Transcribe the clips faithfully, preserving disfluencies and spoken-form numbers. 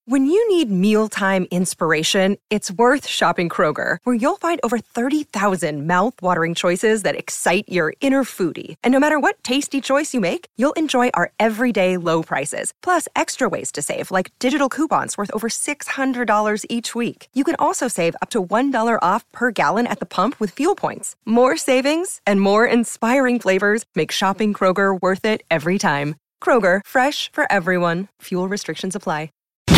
When you need mealtime inspiration, it's worth shopping Kroger, where you'll find over thirty thousand mouth-watering choices that excite your inner foodie. And no matter what tasty choice you make, you'll enjoy our everyday low prices, plus extra ways to save, like digital coupons worth over six hundred dollars each week. You can also save up to one dollar off per gallon at the pump with fuel points. More savings and more inspiring flavors make shopping Kroger worth it every time. Kroger, fresh for everyone. Fuel restrictions apply.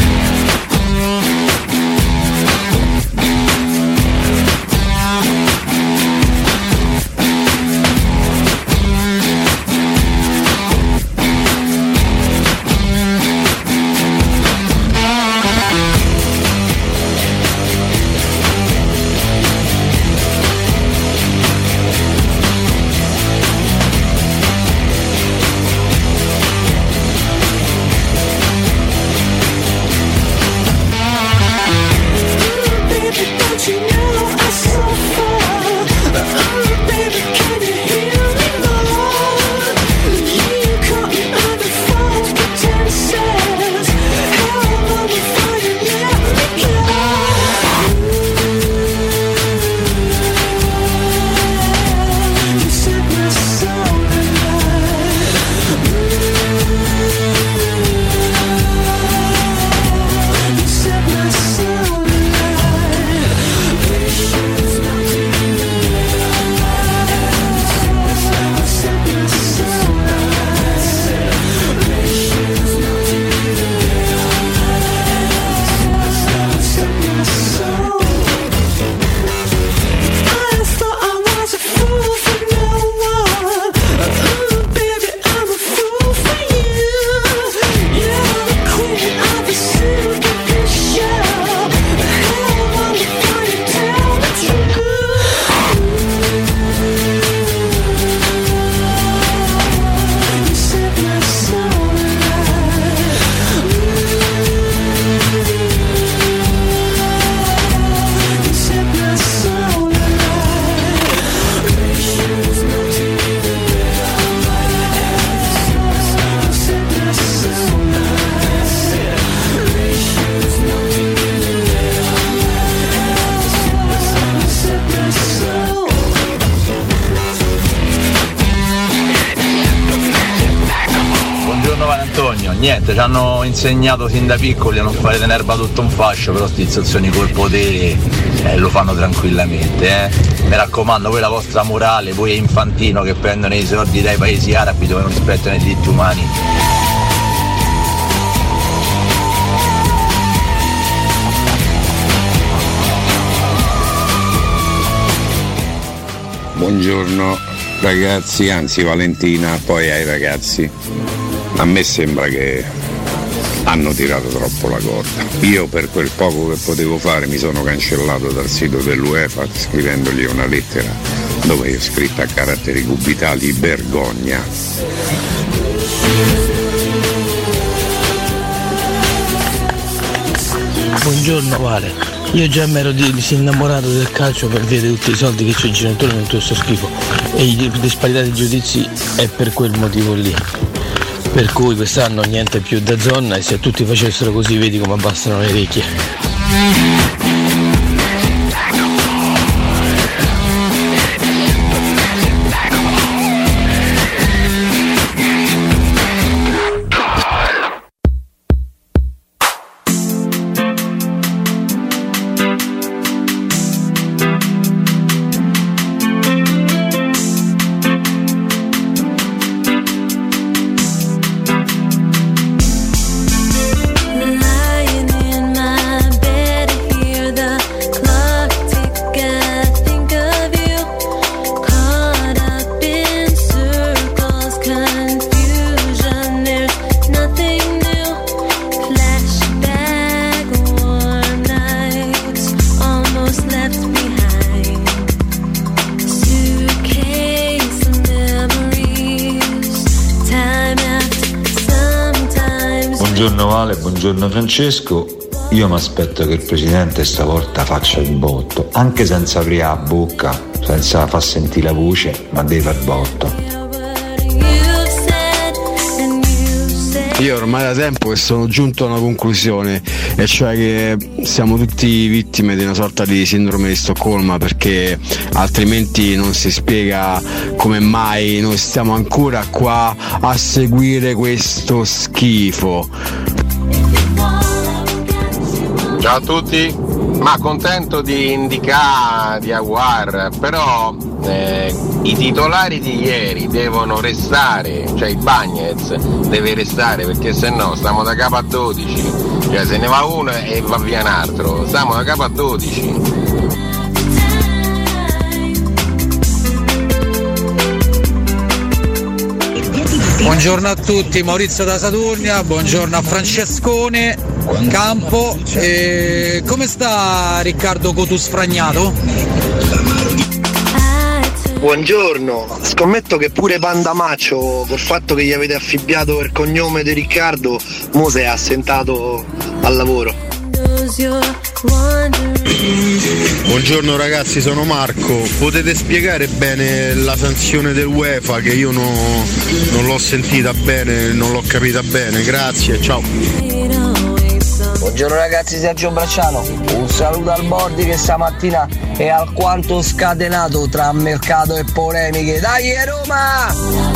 Niente, ci hanno insegnato sin da piccoli a non fare tenerba tutto un fascio, però sti zozzoni col potere eh, lo fanno tranquillamente, eh. Mi raccomando, voi la vostra morale, voi è Infantino che prendono i soldi dai paesi arabi dove non rispettano i diritti umani. Buongiorno ragazzi, anzi Valentina, poi ai ragazzi. A me sembra che hanno tirato troppo la corda. Io per quel poco che potevo fare mi sono cancellato dal sito dell'UEFA scrivendogli una lettera dove ho scritto a caratteri cubitali vergogna. Buongiorno Vale, io già mi ero disinnamorato del calcio per via di tutti i soldi che c'è in giro intorno e tutto questo schifo, e la disparità di giudizi è per quel motivo lì. Per cui quest'anno niente più da zona, e se tutti facessero così vedi come abbassano le orecchie. Buongiorno Vale, buongiorno Francesco. Io mi aspetto che il Presidente stavolta faccia il botto, anche senza aprire la bocca, senza far sentire la voce, ma deve fare il botto. Io ormai da tempo che sono giunto a una conclusione, e cioè che siamo tutti vittime di una sorta di sindrome di Stoccolma, perché altrimenti non si spiega come mai noi stiamo ancora qua a seguire questo schifo. Ciao a tutti, ma contento di indicare di Aguar, però eh, i titolari di ieri devono restare, cioè il Bagnez deve restare, perché se no stiamo da capo a dodici, cioè se ne va uno e va via un altro, stiamo da capo a dodici. Buongiorno a tutti, Maurizio da Saturnia, buongiorno a Francescone, Campo. E come sta Riccardo Cotusfragnato? Buongiorno, scommetto che pure Pandamaccio, col fatto che gli avete affibbiato il cognome di Riccardo, mo si è assentato al lavoro. Buongiorno ragazzi, sono Marco. Potete spiegare bene la sanzione dell'UEFA, che io no, non l'ho sentita bene, non l'ho capita bene? Grazie, ciao. Buongiorno ragazzi, Sergio Bracciano. Un saluto al Bordi che stamattina è alquanto scatenato tra mercato e polemiche. Dai Roma!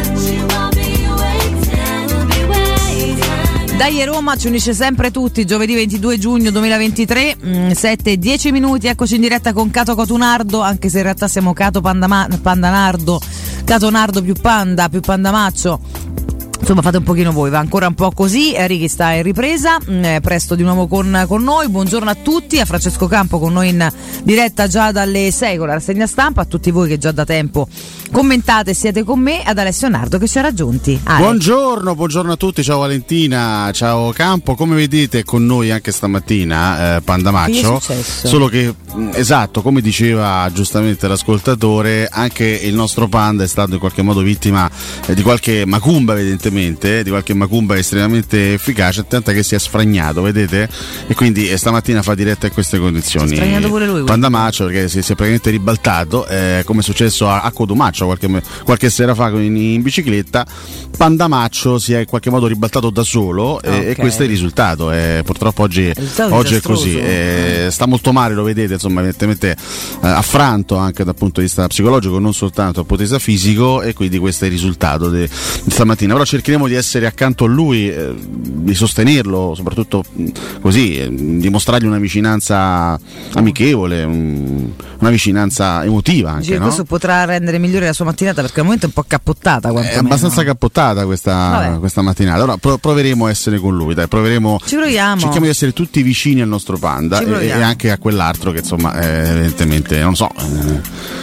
Dai Roma ci unisce sempre tutti, giovedì ventidue giugno duemilaventitré, sette e dieci minuti, eccoci in diretta con Cato Cotunardo, anche se in realtà siamo Cato Pandama- Pandanardo, Catonardo più Panda, più Pandamaccio. Insomma, fate un pochino voi, va ancora un po' così. Ricky sta in ripresa, eh, presto di nuovo con, con noi. Buongiorno a tutti, a Francesco Campo con noi in diretta già dalle sei con la rassegna stampa, a tutti voi che già da tempo commentate, siete con me, ad Alessio Nardo che ci ha raggiunti. Ale. Buongiorno, buongiorno a tutti, ciao Valentina, ciao Campo. Come vedete con noi anche stamattina eh, Pandamaccio, solo che esatto, come diceva giustamente l'ascoltatore, anche il nostro Panda è stato in qualche modo vittima eh, di qualche macumba, evidentemente di qualche macumba estremamente efficace, tant'è che si è sfragnato, vedete? E quindi eh, stamattina fa diretta in queste condizioni. Si è sfragnato pure lui. Pandamaccio, perché si, si è praticamente ribaltato, eh, come è successo a, a Cotumaccio qualche, qualche sera fa in, in bicicletta. Pandamaccio si è in qualche modo ribaltato da solo, okay. e, e questo è il risultato. Eh, purtroppo oggi, oggi è così. Eh, sta molto male, lo vedete, insomma, evidentemente eh, affranto anche dal punto di vista psicologico, non soltanto dal punto di vista fisico, e quindi questo è il risultato di stamattina. Però cercheremo di essere accanto a lui, eh, di sostenerlo, soprattutto mh, così, eh, di mostrargli una vicinanza amichevole, mh, una vicinanza emotiva anche, sì, no? Questo potrà rendere migliore la sua mattinata, perché al momento è un po' cappottata. È abbastanza cappottata questa, questa mattinata. Allora pro- proveremo a essere con lui, dai, proveremo. Ci proviamo. Cerchiamo di essere tutti vicini al nostro Panda e, e anche a quell'altro che insomma eh, evidentemente non so. Eh,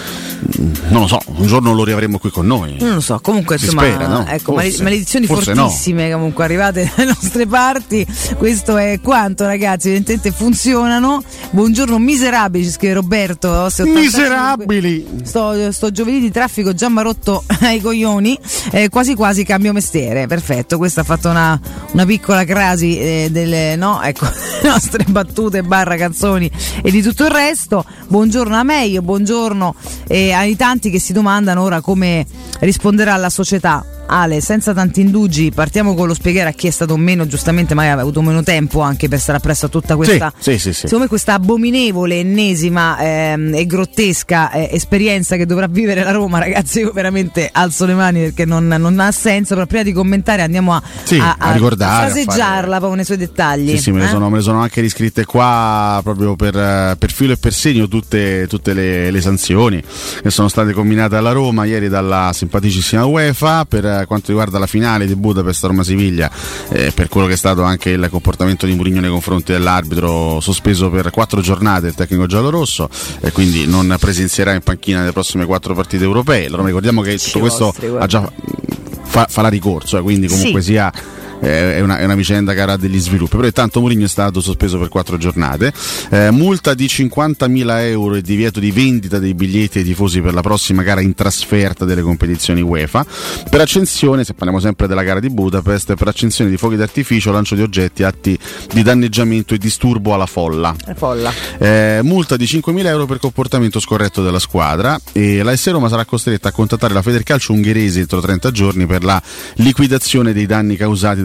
non lo so, un giorno lo riavremo qui con noi. Non lo so, comunque si insomma, spera, no? ecco, forse, maledizioni forse fortissime no. comunque arrivate dalle nostre parti. Questo è quanto, ragazzi, evidentemente funzionano. Buongiorno miserabili, ci scrive Roberto. Miserabili. Sto, sto giovedì di traffico già marotto ai coglioni, eh, quasi quasi cambio mestiere. Perfetto, questa ha fatto una, una piccola crasi eh, delle no, ecco, nostre battute barra canzoni e di tutto il resto. Buongiorno a Meio, buongiorno eh, ai tanti che si domandano ora come risponderà la società. Ale, senza tanti indugi, partiamo con lo spiegare a chi è stato meno, giustamente magari ha avuto meno tempo anche per stare appresso a tutta questa, sì, sì, sì, sì. secondo me questa abominevole, ennesima ehm, e grottesca eh, esperienza che dovrà vivere la Roma. Ragazzi, io veramente alzo le mani perché non, non ha senso, però prima di commentare andiamo a, sì, a, a, ricordare, a fraseggiarla fare... proprio nei suoi dettagli. Sì, sì, me le, eh? sono, me le sono anche riscritte qua proprio per, per filo e per segno tutte, tutte le, le sanzioni che sono state combinate alla Roma ieri dalla simpaticissima UEFA per quanto riguarda la finale di Budapest Roma-Siviglia, eh, per quello che è stato anche il comportamento di Mourinho nei confronti dell'arbitro, sospeso per quattro giornate il tecnico giallorosso, e quindi non presenzierà in panchina nelle prossime quattro partite europee. Allora ricordiamo che tutto questo ha già fa, farà ricorso, eh, quindi comunque sì. sia è una, è una vicenda che avrà degli sviluppi, però intanto Mourinho è stato sospeso per quattro giornate, eh, multa di cinquantamila euro e divieto di vendita dei biglietti ai tifosi per la prossima gara in trasferta delle competizioni UEFA, per accensione, se parliamo sempre della gara di Budapest, per accensione di fuochi d'artificio, lancio di oggetti, atti di danneggiamento e disturbo alla folla, folla. Eh, multa di cinquemila euro per comportamento scorretto della squadra, e la S Roma sarà costretta a contattare la Federcalcio ungherese entro trenta giorni per la liquidazione dei danni causati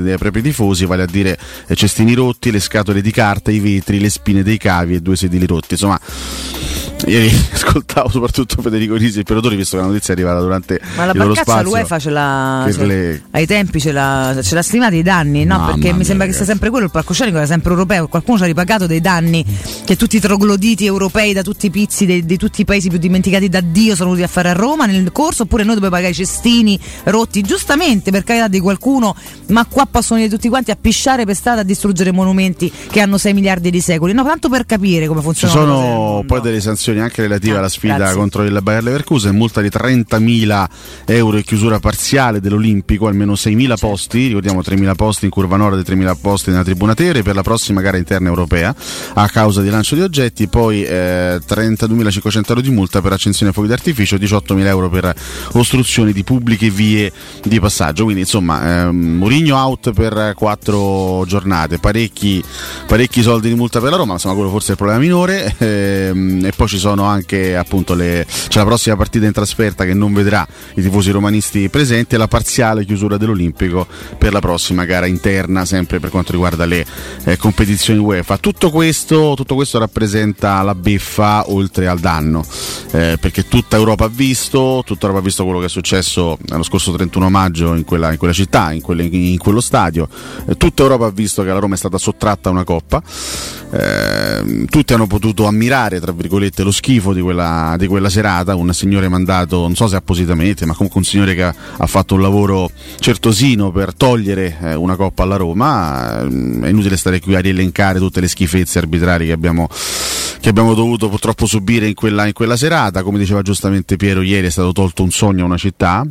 dei propri tifosi, vale a dire eh, cestini rotti, le scatole di carta, i vetri, le spine dei cavi e due sedili rotti. Insomma, ieri ascoltavo soprattutto Federico Risi e il Perotori, visto che la notizia è arrivata durante ma la il loro Barcazza spazio. l'UEFA ce l'ha, ce le... ai tempi ce l'ha, ce l'ha stimati i danni, no? Mamma Perché mi mia, sembra ragazzi. che sia sempre quello, il palcoscenico era sempre europeo, qualcuno ci ha ripagato dei danni che tutti i trogloditi europei da tutti i pizzi di, di tutti i paesi più dimenticati da Dio sono venuti a fare a Roma nel corso, oppure noi dobbiamo pagare i cestini rotti, giustamente per carità di qualcuno, ma qua possono venire tutti quanti a pisciare per strada, a distruggere monumenti che hanno sei miliardi di secoli, no? Tanto per capire come Ci funziona. sono poi delle sanzioni anche relative Ah, alla sfida grazie. contro il Bayer Leverkusen, multa di trentamila euro e chiusura parziale dell'Olimpico, almeno seimila posti, ricordiamo tremila posti in curva nord e tremila posti nella tribuna Tevere per la prossima gara interna europea a causa di lancio di oggetti, poi eh, trentaduemilacinquecento euro di multa per accensione a fuochi d'artificio, diciottomila euro per ostruzioni di pubbliche vie di passaggio. Quindi insomma ehm, Mourinho out per quattro giornate, parecchi, parecchi soldi di multa per la Roma, insomma quello forse è il problema minore, ehm, e poi ci sono anche appunto le, c'è la prossima partita in trasferta che non vedrà i tifosi romanisti presenti e la parziale chiusura dell'Olimpico per la prossima gara interna, sempre per quanto riguarda le eh, competizioni UEFA. Tutto questo, tutto questo rappresenta la beffa oltre al danno, eh, perché tutta Europa ha visto, tutta Europa ha visto quello che è successo lo scorso trentuno maggio in quella, in quella città, in, quelle, in quello stadio, eh, tutta Europa ha visto che la Roma è stata sottratta una coppa, eh, tutti hanno potuto ammirare tra virgolette lo schifo di quella, di quella serata, un signore mandato, non so se appositamente, ma comunque un signore che ha, ha fatto un lavoro certosino per togliere eh, una coppa alla Roma. È inutile stare qui a rielencare tutte le schifezze arbitrali che abbiamo, che abbiamo dovuto purtroppo subire in quella, in quella serata. Come diceva giustamente Piero, ieri è stato tolto un sogno a una città,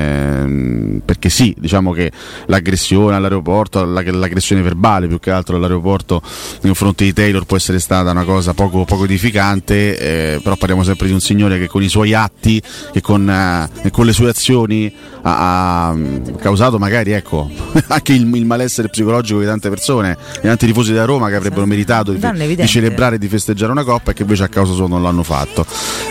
ehm, perché sì, diciamo che l'aggressione all'aeroporto, l'aggressione verbale più che altro all'aeroporto nei confronti di Taylor può essere stata una cosa poco, poco edificante, eh, però parliamo sempre di un signore che con i suoi atti, che con, eh, con le sue azioni ha, ha causato magari ecco anche il, il malessere psicologico di tante persone, di tanti tifosi della Roma che avrebbero meritato di, di celebrare e di festeggiare una coppa e che invece a causa sua non l'hanno fatto,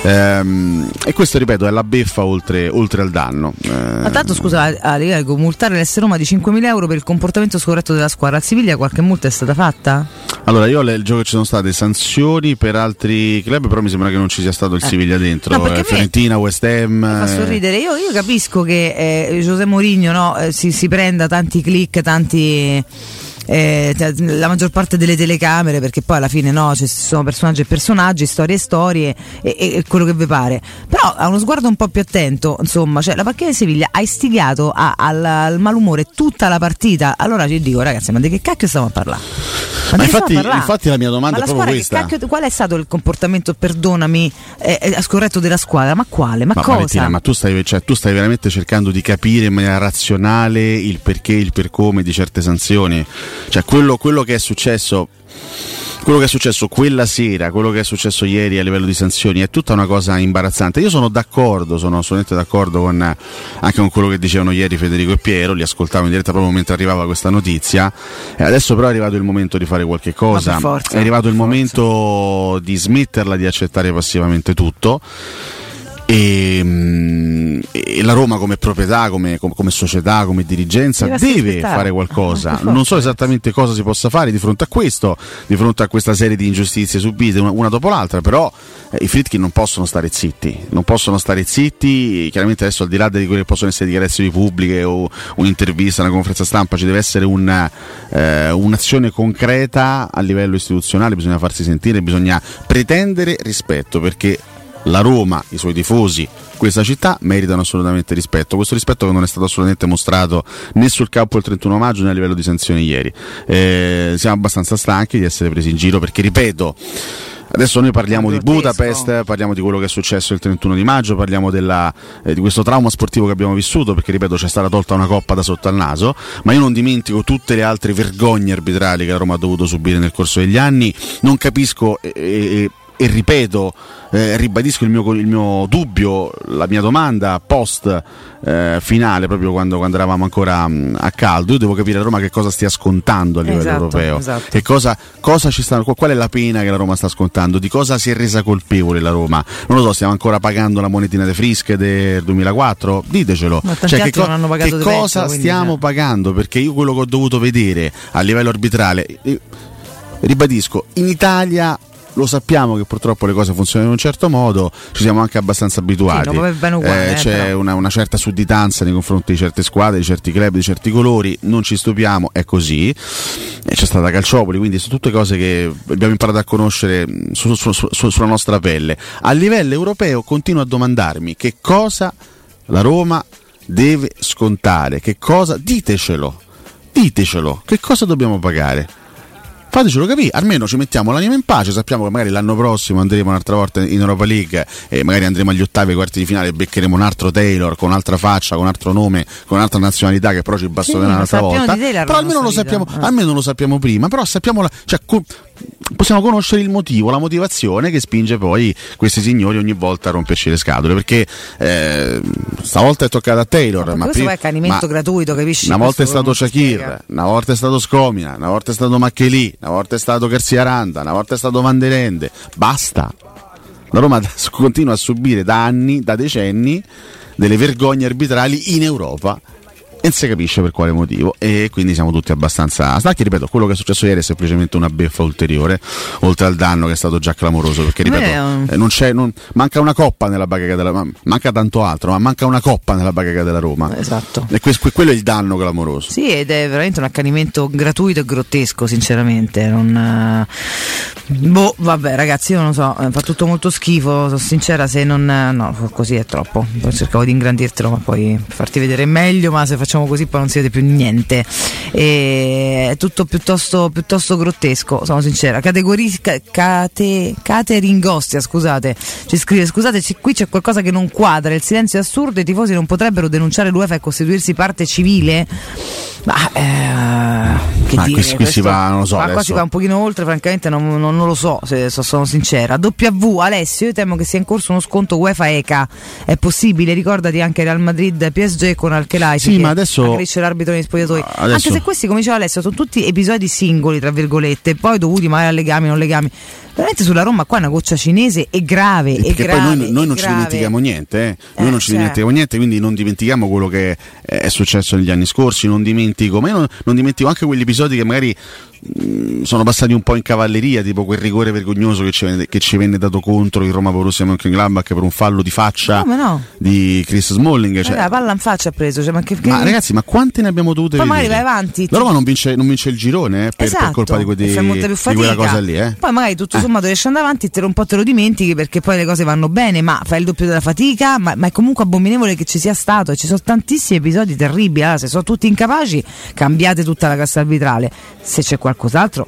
ehm, e questo ripeto è la beffa oltre, oltre al danno. eh, Ma tanto scusa, Ale, multare l'S Roma di cinquemila euro per il comportamento scorretto della squadra. A Siviglia qualche multa è stata fatta? Allora io leggo che ci sono state sanzioni per altri club, però mi sembra che non ci sia stato il Eh. Siviglia dentro, No, perché eh, Fiorentina, West Ham. Mi fa eh, sorridere. Io, io capisco che eh, José Mourinho no, eh, si, si prenda tanti click, tanti eh, t- la maggior parte delle telecamere, perché poi alla fine no, ci sono personaggi e personaggi, storie e storie e, e, e quello che vi pare. Però a uno sguardo un po' più attento, insomma, cioè la panchina di Siviglia ha istigato a, al, al malumore tutta la partita. Allora ci dico, ragazzi, ma di che cacchio stiamo a parlare? Ma, Ma di che infatti, stiamo a parlare? infatti la mia domanda Ma è la proprio squadra, questa. che cacchio, qual è stato il comportamento, perdonami, eh, eh, scorretto della squadra? Ma quale? Ma, Ma cosa? Valentina, ma tu stai, cioè, tu stai veramente cercando di capire in maniera razionale il perché, il per come di certe sanzioni? Cioè quello, quello che è successo quello che è successo quella sera, quello che è successo ieri a livello di sanzioni è tutta una cosa imbarazzante. Io sono d'accordo, sono assolutamente d'accordo con anche con quello che dicevano ieri Federico e Piero, li ascoltavo in diretta proprio mentre arrivava questa notizia. E adesso però è arrivato il momento di fare qualche cosa, Ma per forza, è arrivato il per momento di smetterla di accettare passivamente tutto. E, e la Roma come proprietà, come, come, come società, come dirigenza Deve deve aspettare. fare qualcosa. Per forza. Non so esattamente cosa si possa fare di fronte a questo, di fronte a questa serie di ingiustizie subite una, una dopo l'altra, però eh, i Friedkin non possono stare zitti, non possono stare zitti. Chiaramente adesso al di là di quelle che possono essere dichiarazioni pubbliche o un'intervista, una conferenza stampa, ci deve essere un, eh, un'azione concreta a livello istituzionale, bisogna farsi sentire, bisogna pretendere rispetto, perché la Roma, i suoi tifosi, questa città meritano assolutamente rispetto. Questo rispetto che non è stato assolutamente mostrato né sul campo il trentuno maggio né a livello di sanzioni ieri. Eh, siamo abbastanza stanchi di essere presi in giro perché, ripeto, adesso noi parliamo di Budapest, parliamo di quello che è successo il trentuno di maggio, parliamo della, eh, di questo trauma sportivo che abbiamo vissuto, perché ripeto c'è stata tolta una coppa da sotto al naso, ma io non dimentico tutte le altre vergogne arbitrali che la Roma ha dovuto subire nel corso degli anni. Non capisco e, e, e ripeto, eh, ribadisco il mio, il mio dubbio, la mia domanda post eh, finale, proprio quando, quando eravamo ancora mh, a caldo. Io devo capire a Roma che cosa stia scontando a livello esatto, europeo, esatto. che cosa, cosa ci sta, qual è la pena che la Roma sta scontando, di cosa si è resa colpevole la Roma. Non lo so, stiamo ancora pagando la monetina de Frische del duemilaquattro? Ditecelo, cioè, che, co- non hanno pagato che cosa pezzo, stiamo quindi... pagando, perché io quello che ho dovuto vedere a livello arbitrale, io, ribadisco, in Italia lo sappiamo che purtroppo le cose funzionano in un certo modo, ci siamo anche abbastanza abituati, sì, no, bene uguale, eh, c'è eh, una, una certa sudditanza nei confronti di certe squadre, di certi club, di certi colori, non ci stupiamo, è così. E c'è stata Calciopoli, quindi sono tutte cose che abbiamo imparato a conoscere su, su, su, su, sulla nostra pelle. A livello europeo continuo a domandarmi che cosa la Roma deve scontare, che cosa, ditecelo, ditecelo, che cosa dobbiamo pagare. Fatecelo capire, almeno ci mettiamo l'anima in pace, sappiamo che magari l'anno prossimo andremo un'altra volta in Europa League e magari andremo agli ottavi e quarti di finale e beccheremo un altro Taylor con un'altra faccia, con un altro nome, con un'altra nazionalità che però ci bastonerà sì, un'altra volta. Però almeno lo sappiamo, eh. almeno lo sappiamo prima, però sappiamo la, cioè, co- possiamo conoscere il motivo, la motivazione che spinge poi questi signori ogni volta a romperci le scatole, perché eh, stavolta è toccata a Taylor, ma, ma questo prima, è accanimento ma gratuito, capisci? Una volta è questo stato Shaqir, una volta è stato Scomina, una volta è stato Macchelì, una volta è stato Garcia Aranda, una volta è stato Van de Rende. Basta. La Roma continua a subire da anni, da decenni, delle vergogne arbitrali in Europa e non si capisce per quale motivo, e quindi siamo tutti abbastanza stanchi. Ripeto, quello che è successo ieri è semplicemente una beffa ulteriore, oltre al danno che è stato già clamoroso, perché ripeto, eh, non c'è, non, manca una coppa nella bacheca della, manca tanto altro, ma manca una coppa nella bacheca della Roma, esatto, e questo, quello è il danno clamoroso. Sì, ed è veramente un accanimento gratuito e grottesco, sinceramente. Non, boh, vabbè ragazzi, io non so, fa tutto molto schifo, sono sincera, se non, no, così è troppo. Poi cercavo di ingrandirtelo, ma poi farti vedere meglio, ma se facciamo così poi non si vede più niente, e è tutto piuttosto, piuttosto grottesco, sono sincera. Categoria cate, Cateringostia, scusate, ci scrive: scusate, c- qui c'è qualcosa che non quadra, il silenzio è assurdo, i tifosi non potrebbero denunciare l'UEFA e costituirsi parte civile? Ma eh, che ma dire, qui, qui si va, non lo so, ma qua si va un pochino oltre, francamente non, non, non lo so, se so, sono sincera. W Alessio, io temo che sia in corso uno sconto UEFA E C A, è possibile? Ricordati anche Real Madrid P S G con Al-Khelaifi, sì, che ma adesso aggredisce l'arbitro negli spogliatoi. Adesso... anche se questi, come diceva Alessio, sono tutti episodi singoli tra virgolette, poi dovuti magari a legami non legami. Veramente sulla Roma qua è una goccia cinese e grave, e perché grave, poi noi, noi non grave. ci dimentichiamo niente, eh? noi eh, non ci cioè. dimentichiamo niente, quindi non dimentichiamo quello che è successo negli anni scorsi, non dimentico, ma io non, non dimentico anche quegli episodi che magari mh, sono passati un po' in cavalleria, tipo quel rigore vergognoso che ci, venne, che ci venne dato contro il Roma Borussia Mönchengladbach per un fallo di faccia no, no. di Chris Smalling, cioè. La palla in faccia ha preso, cioè, ma, che, che... ma ragazzi, ma quante ne abbiamo dovute poi vedere? Magari vai avanti, la Roma non vince, non vince il girone eh, per, esatto, per colpa di, quelli, di quella cosa lì, eh. Poi magari tutto sommato riesci ad andare avanti, te lo, un po' te lo dimentichi perché poi le cose vanno bene, ma fai il doppio della fatica, ma, ma è comunque abominevole che ci sia stato, e ci sono tantissimi episodi terribili. Allora, se sono tutti incapaci, cambiate tutta la cassa arbitrale, se c'è qualcos'altro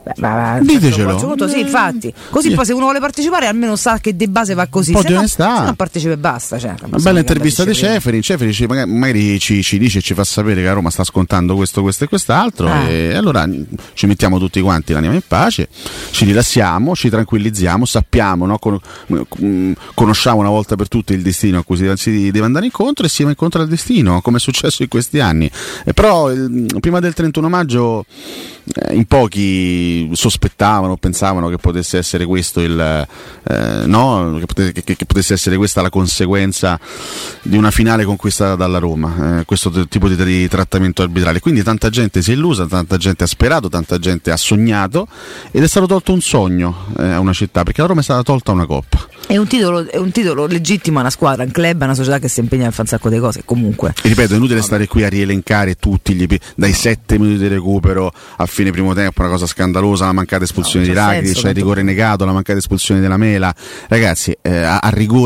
ditecelo, punto, sì, infatti, così sì. Poi se uno vuole partecipare almeno sa che di base va così, un po' se di no, onestà, se no partecipa e basta, cioè, una bella intervista di Ceferi. Ceferi ci, magari, magari ci, ci dice e ci fa sapere che la Roma sta scontando questo, questo e quest'altro, ah. e allora ci mettiamo tutti quanti l'anima in pace, ci rilassiamo, ci tranquillizziamo, sappiamo, no? Con, conosciamo una volta per tutte il destino a cui si, si deve andare incontro, e si va incontro al destino, come è successo in questi anni. E però il, prima del trentuno maggio eh, in pochi sospettavano, pensavano che potesse essere questo il eh, no, che potesse, che, che potesse essere questa la conseguenza di una finale conquistata dalla Roma, eh, questo t- tipo di, di trattamento arbitrale. Quindi tanta gente si è illusa, tanta gente ha sperato, tanta gente ha sognato, ed è stato tolto un sogno eh, a una città, perché la Roma è stata tolta una coppa. È un titolo, è un titolo legittimo a una squadra, un club, a una società che si impegna a fare un sacco di cose. Comunque, e ripeto, è inutile stare qui a rielencare tutti gli dai sette minuti di recupero a fine primo tempo, una cosa scandalosa, la mancata espulsione no, di Rakitic, cioè il rigore negato, la mancata espulsione della Mela. Ragazzi, eh, a, a rigore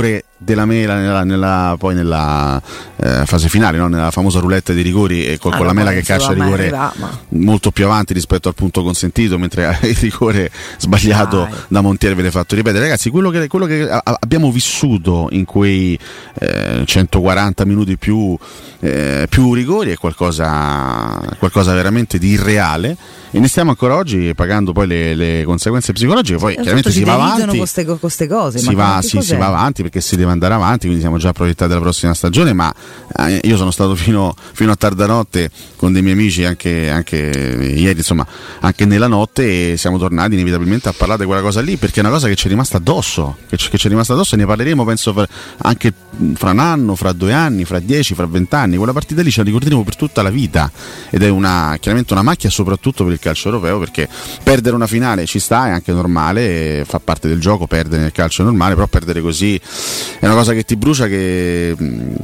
della Mela nella, nella, poi nella eh, fase finale, no? Nella famosa roulette dei rigori, e con, Ah, con la no, Mela ma che calcia il non rigore arriva, ma- molto più avanti rispetto al punto consentito, mentre il rigore sbagliato Dai. da Montiel ve l'ha fatto ripetere. Ragazzi, quello che, quello che a- abbiamo vissuto in quei eh, centoquaranta minuti più, eh, più rigori è qualcosa, qualcosa veramente di irreale, e ne stiamo ancora oggi pagando poi le, le conseguenze psicologiche. Poi Eh, chiaramente ci si va dirigono avanti, con ste, con queste cose. si ma va, che sì, cos'è? si va avanti perché si deve andare avanti, quindi siamo già proiettati alla prossima stagione, ma eh, io sono stato fino, fino a tarda notte con dei miei amici anche, anche ieri, insomma anche nella notte, e siamo tornati inevitabilmente a parlare di quella cosa lì, perché è una cosa che ci è rimasta addosso, che ci, che ci è rimasta addosso, e ne parleremo penso fra, anche fra un anno, fra due anni, fra dieci, fra vent'anni. Quella partita lì ce la ricorderemo per tutta la vita, ed è una, chiaramente una macchia soprattutto per il calcio europeo, perché perdere una finale ci sta, è anche normale, fa parte del gioco, perdere nel calcio è normale, però perdere così è una cosa che ti brucia, che,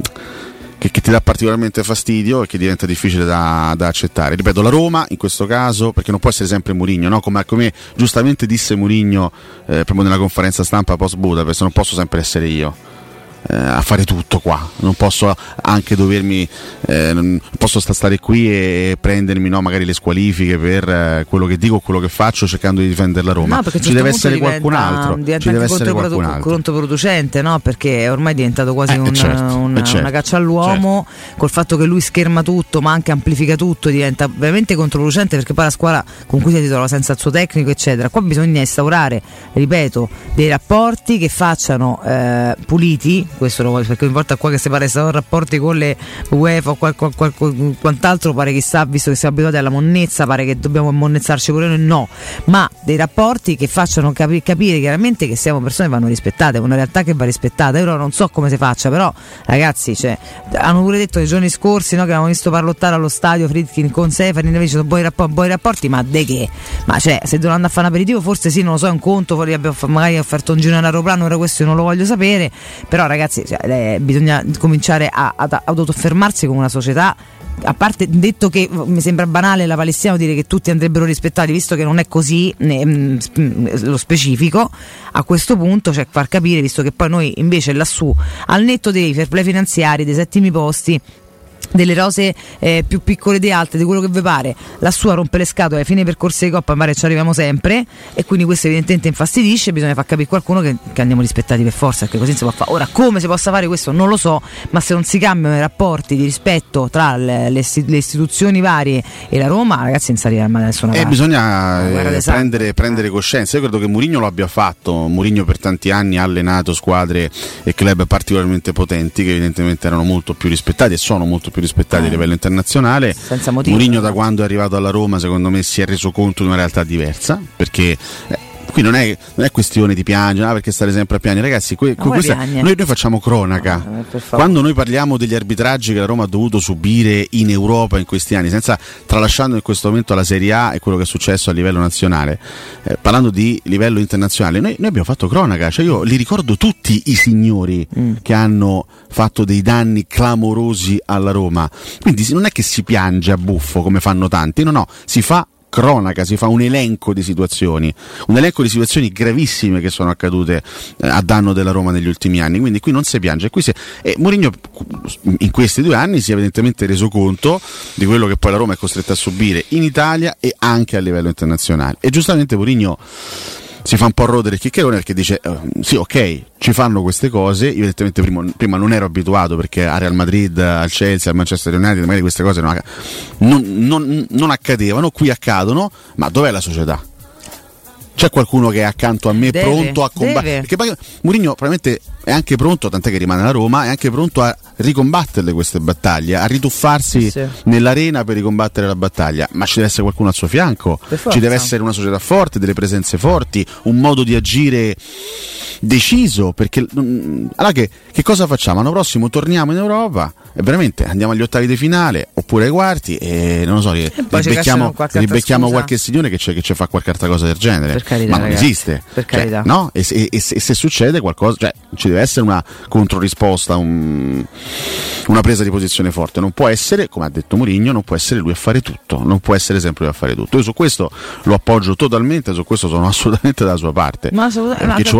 che, che ti dà particolarmente fastidio e che diventa difficile da, da accettare. Ripeto, la Roma in questo caso, perché non può essere sempre Mourinho, no? come, come giustamente disse Mourinho eh, proprio nella conferenza stampa post Budapest, non posso sempre essere io eh, a fare tutto qua, non posso anche dovermi eh, non posso stare qui e prendermi, no, magari le squalifiche per eh, quello che dico, quello che faccio, cercando di difendere la Roma. No, perché a un ci certo deve punto essere diventa- qualcun altro, diventa ci deve anche essere controprodu- qualcun altro. controproducente, no? Perché ormai è diventato quasi Eh, un- certo, un- eh, certo, una caccia all'uomo, col fatto che lui scherma tutto ma anche amplifica tutto, diventa veramente controproducente, perché poi la squadra con cui si trova senza il suo tecnico eccetera. Qua bisogna instaurare, ripeto, dei rapporti che facciano eh, puliti, questo lo voglio, perché ogni volta qua che si parla di rapporti con le UEFA o qual, qual, qual, quant'altro, pare chissà, visto che siamo abituati alla monnezza, pare che dobbiamo monnezzarci pure noi, no, ma dei rapporti che facciano capi- capire chiaramente che siamo persone che vanno rispettate, una realtà che va rispettata. Io non so come si faccia, però ragazzi, cioè, hanno pure detto nei giorni scorsi, no, che avevamo visto parlottare allo stadio Friedkin con Seferin, invece sono buoni rapporti, buoni rapporti, ma de che? Ma cioè, se devono andare a fare un aperitivo forse sì, non lo so, è un conto, poi abbiamo magari offerto un giro in aeroplano, ora questo io non lo voglio sapere, però ragazzi, cioè, eh, bisogna cominciare a, ad autofermarsi come una società. A parte, detto che mi sembra banale la palestina dire che tutti andrebbero rispettati, visto che non è così né, mh, lo specifico, a questo punto cioè far capire, visto che poi noi invece lassù, al netto dei fair play finanziari, dei settimi posti, delle rose eh, più piccole di altre, di quello che vi pare, la sua rompe le scatole ai fine percorsi di Coppa, pare ci arriviamo sempre, e quindi questo evidentemente infastidisce. Bisogna far capire a qualcuno che, che andiamo rispettati per forza, perché così non si può fare. Ora, come si possa fare questo non lo so, ma se non si cambiano i rapporti di rispetto tra le, le, le istituzioni varie e la Roma, ragazzi, non si arriva mai da nessuna E parte. bisogna Guarda, eh, esatto. prendere, prendere coscienza. Io credo che Mourinho lo abbia fatto. Mourinho per tanti anni ha allenato squadre e club particolarmente potenti, che evidentemente erano molto più rispettati e sono molto più rispettati Eh. a livello internazionale. Senza motivo. Mourinho, da quando è arrivato alla Roma, secondo me si è reso conto di una realtà diversa, perché eh, qui non è, non è questione di piangere, ah, perché stare sempre a piangere, ragazzi. Que, Ma questa, piagne? noi, noi facciamo cronaca. Ah, per favore. Quando noi parliamo degli arbitraggi che la Roma ha dovuto subire in Europa in questi anni, senza tralasciando in questo momento la Serie A e quello che è successo a livello nazionale, eh, parlando di livello internazionale, noi, noi abbiamo fatto cronaca. Cioè, io li ricordo tutti i signori Mm. che hanno fatto dei danni clamorosi alla Roma. Quindi non è che si piange a buffo come fanno tanti, no, no, si fa cronaca, si fa un elenco di situazioni, un elenco di situazioni gravissime che sono accadute eh, a danno della Roma negli ultimi anni. Quindi qui non si piange, qui si... e Mourinho in questi due anni si è evidentemente reso conto di quello che poi la Roma è costretta a subire in Italia e anche a livello internazionale, e giustamente Mourinho si fa un po' rodere il chiccherone, perché dice eh, sì, ok, ci fanno queste cose. Io evidentemente prima, prima non ero abituato, perché a Real Madrid, al Chelsea, al Manchester United magari queste cose non, non, non, non accadevano. Qui accadono, ma dov'è la società? C'è qualcuno che è accanto a me, Deve, pronto a combattere? deve. Perché poi Mourinho probabilmente è anche pronto, tant'è che rimane alla Roma, è anche pronto a ricombatterle queste battaglie, a rituffarsi Sì, sì. nell'arena per ricombattere la battaglia. Ma ci deve essere qualcuno al suo fianco, Per forza. ci deve essere una società forte, delle presenze forti, un modo di agire deciso, perché mm, allora che, che cosa facciamo? L'anno prossimo torniamo in Europa e veramente andiamo agli ottavi di finale oppure ai quarti e non lo so, ri- poi ci ribecchiamo, cacciano qualche altra ribecchiamo scusa. qualche signore che ci che fa qualche altra cosa del genere. Per carità, ma non ragazzi, esiste, per Cioè, carità. no? E, se, e se- e se succede qualcosa, cioè ci deve essere una controrisposta, un, una presa di posizione forte. Non può essere, come ha detto Mourinho, non può essere lui a fare tutto, non può essere sempre lui a fare tutto. Io su questo lo appoggio totalmente, su questo sono assolutamente dalla sua parte, Ma assolut- perché ma ci vuole una perché? struttura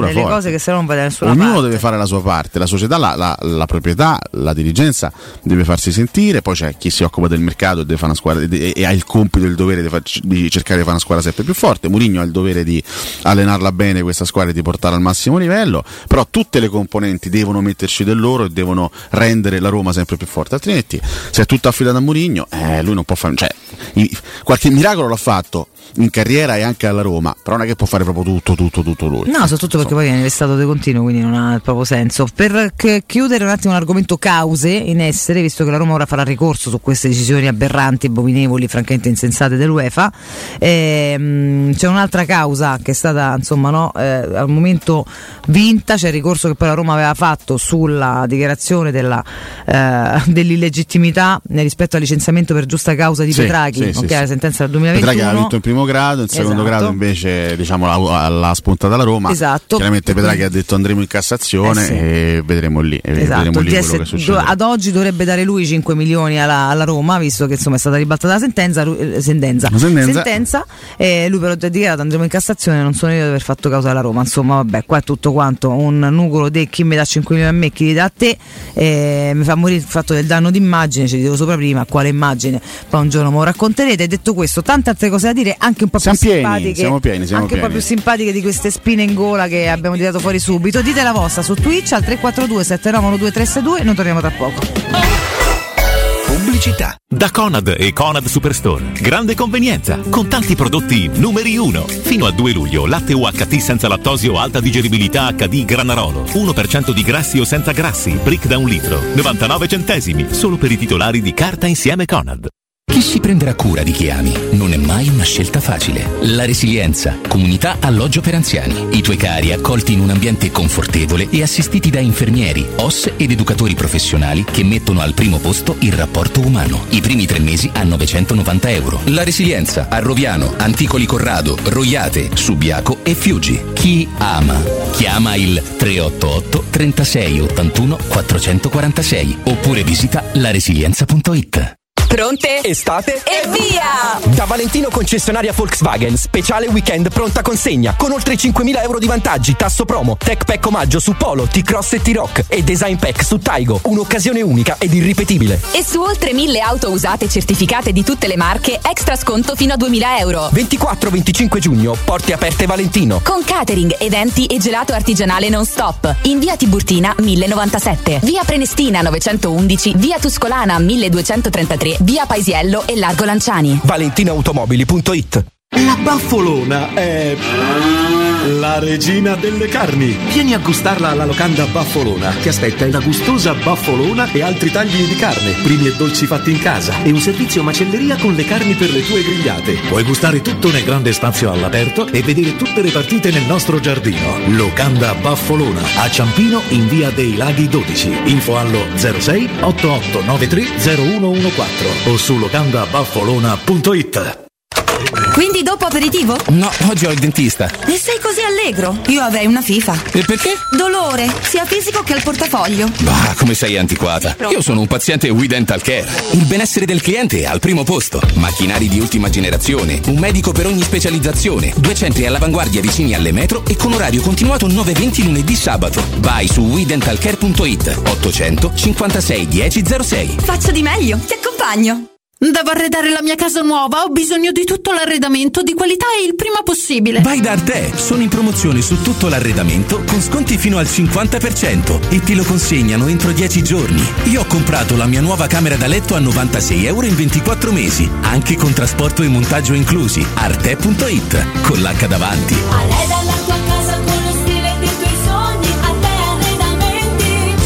censura delle forte. cose che se no non va da nessuna Ognuno parte. deve fare la sua parte, la società, la, la, la proprietà, la dirigenza deve farsi sentire, poi c'è chi si occupa del mercato e, deve fare una squadra, e, e ha il compito e il dovere di, far, di cercare di fare una squadra sempre più forte. Mourinho ha il dovere di allenarla bene questa squadra e di portarla al massimo livello, però tutte le componenti devono metterci del loro e devono rendere la Roma sempre più forte, altrimenti se è tutto affidato a Mourinho, eh, lui non può fare, cioè, i, qualche miracolo l'ha fatto in carriera e anche alla Roma, però non è che può fare proprio tutto tutto tutto lui. No, soprattutto perché poi viene investato di continuo, quindi non ha proprio senso. Per c- chiudere un attimo l'argomento cause in essere, visto che la Roma ora farà ricorso su queste decisioni aberranti, abominevoli, francamente insensate dell'UEFA, ehm, c'è un'altra causa che è stata, insomma, no, eh, al momento vinta. C'è il ricorso che poi la Roma aveva fatto sulla dichiarazione della, eh, dell'illegittimità rispetto al licenziamento per giusta causa di Sì, Petraghi, sì, ok, sì, la sì. sentenza del duemilaventuno. Petraghi ha vinto in primo grado, in secondo Esatto. grado invece, diciamo, l'ha, l'ha spuntata la Roma. Esatto. Chiaramente Petraghi ha detto andremo in Cassazione, Eh sì. e vedremo lì, e Esatto, vedremo il lì D S quello che do- succede. ad oggi dovrebbe dare lui cinque milioni alla, alla Roma, visto che insomma è stata ribaltata la sentenza, lui- eh, sentenza, La sentenza. sentenza e lui però ha dichiarato andremo in Cassazione, non sono io ad aver fatto causa alla Roma. Insomma, vabbè, qua è tutto quanto un nucleo di chi mi dà cinque milioni a me, chi li dà a te, e mi fa morire il fatto del danno d'immagine, ci dicevo sopra prima, quale immagine poi un giorno me lo racconterete. E detto questo, tante altre cose da dire, anche un po' Siamo più pieni, simpatiche, siamo pieni, siamo anche un po' pieni. più simpatiche di queste spine in gola che abbiamo tirato fuori subito. Dite la vostra su Twitch al tre quattro due sette nove uno due tre sei due e noi torniamo tra poco. Pubblicità. Da Conad e Conad Superstore. Grande convenienza, con tanti prodotti numeri uno. Fino al due luglio, latte U H T senza lattosio, alta digeribilità acca di Granarolo. uno per cento di grassi o senza grassi, brick da un litro. novantanove centesimi, solo per i titolari di carta insieme Conad. Chi si prenderà cura di chi ami non è mai una scelta facile. La Resilienza, comunità alloggio per anziani. I tuoi cari accolti in un ambiente confortevole e assistiti da infermieri, O S ed educatori professionali che mettono al primo posto il rapporto umano. I primi tre mesi a novecentonovanta euro. La Resilienza a Roviano, Anticoli Corrado, Roiate, Subiaco e Fiuggi. Chi ama? Chiama il tre otto otto trentasei ottantuno quattrocentoquarantasei oppure visita laresilienza punto it. Pronte? Estate? E via! Da Valentino concessionaria Volkswagen, speciale weekend pronta consegna, con oltre cinquemila euro di vantaggi, tasso promo, tech pack omaggio su Polo, T-Cross e T-Rock e design pack su Taigo, un'occasione unica ed irripetibile. E su oltre mille auto usate certificate di tutte le marche, extra sconto fino a duemila euro. ventiquattro venticinque giugno, porte aperte Valentino. Con catering, eventi e gelato artigianale non stop. In via Tiburtina mille novantasette, via Prenestina novecentoundici, via Tuscolana milleduecentotrentatré, via Paisiello e Largo Lanciani. valentinoautomobili punto it. La Baffolona è la regina delle carni. Vieni a gustarla alla locanda Baffolona. Ti aspetta una gustosa baffolona e altri tagli di carne, primi e dolci fatti in casa e un servizio macelleria con le carni per le tue grigliate. Puoi gustare tutto nel grande spazio all'aperto e vedere tutte le partite nel nostro giardino. Locanda Baffolona a Ciampino in via dei Laghi dodici. Info allo zero sei otto otto nove tre zero uno uno quattro o su locanda baffolona punto it. Quindi dopo aperitivo? No, oggi ho il dentista. E sei così allegro? Io avrei una FIFA. E perché? Dolore, sia fisico che al portafoglio. Bah, come sei antiquata. Io sono un paziente We Dental Care. Il benessere del cliente è al primo posto. Macchinari di ultima generazione, un medico per ogni specializzazione, due centri all'avanguardia vicini alle metro e con orario continuato nove venti lunedì sabato. Vai su we dental care punto it ottocento cinquantasei dieci zero sei. Faccio di meglio, ti accompagno. Devo arredare la mia casa nuova, ho bisogno di tutto l'arredamento di qualità e il prima possibile. Vai da Arte, sono in promozione su tutto l'arredamento con sconti fino al cinquanta per cento e ti lo consegnano entro dieci giorni. Io ho comprato la mia nuova camera da letto a novantasei euro in ventiquattro mesi, anche con trasporto e montaggio inclusi. arte punto it, con l'H davanti. Arreda la tua casa con lo stile dei tuoi sogni, Arte Arredamenti.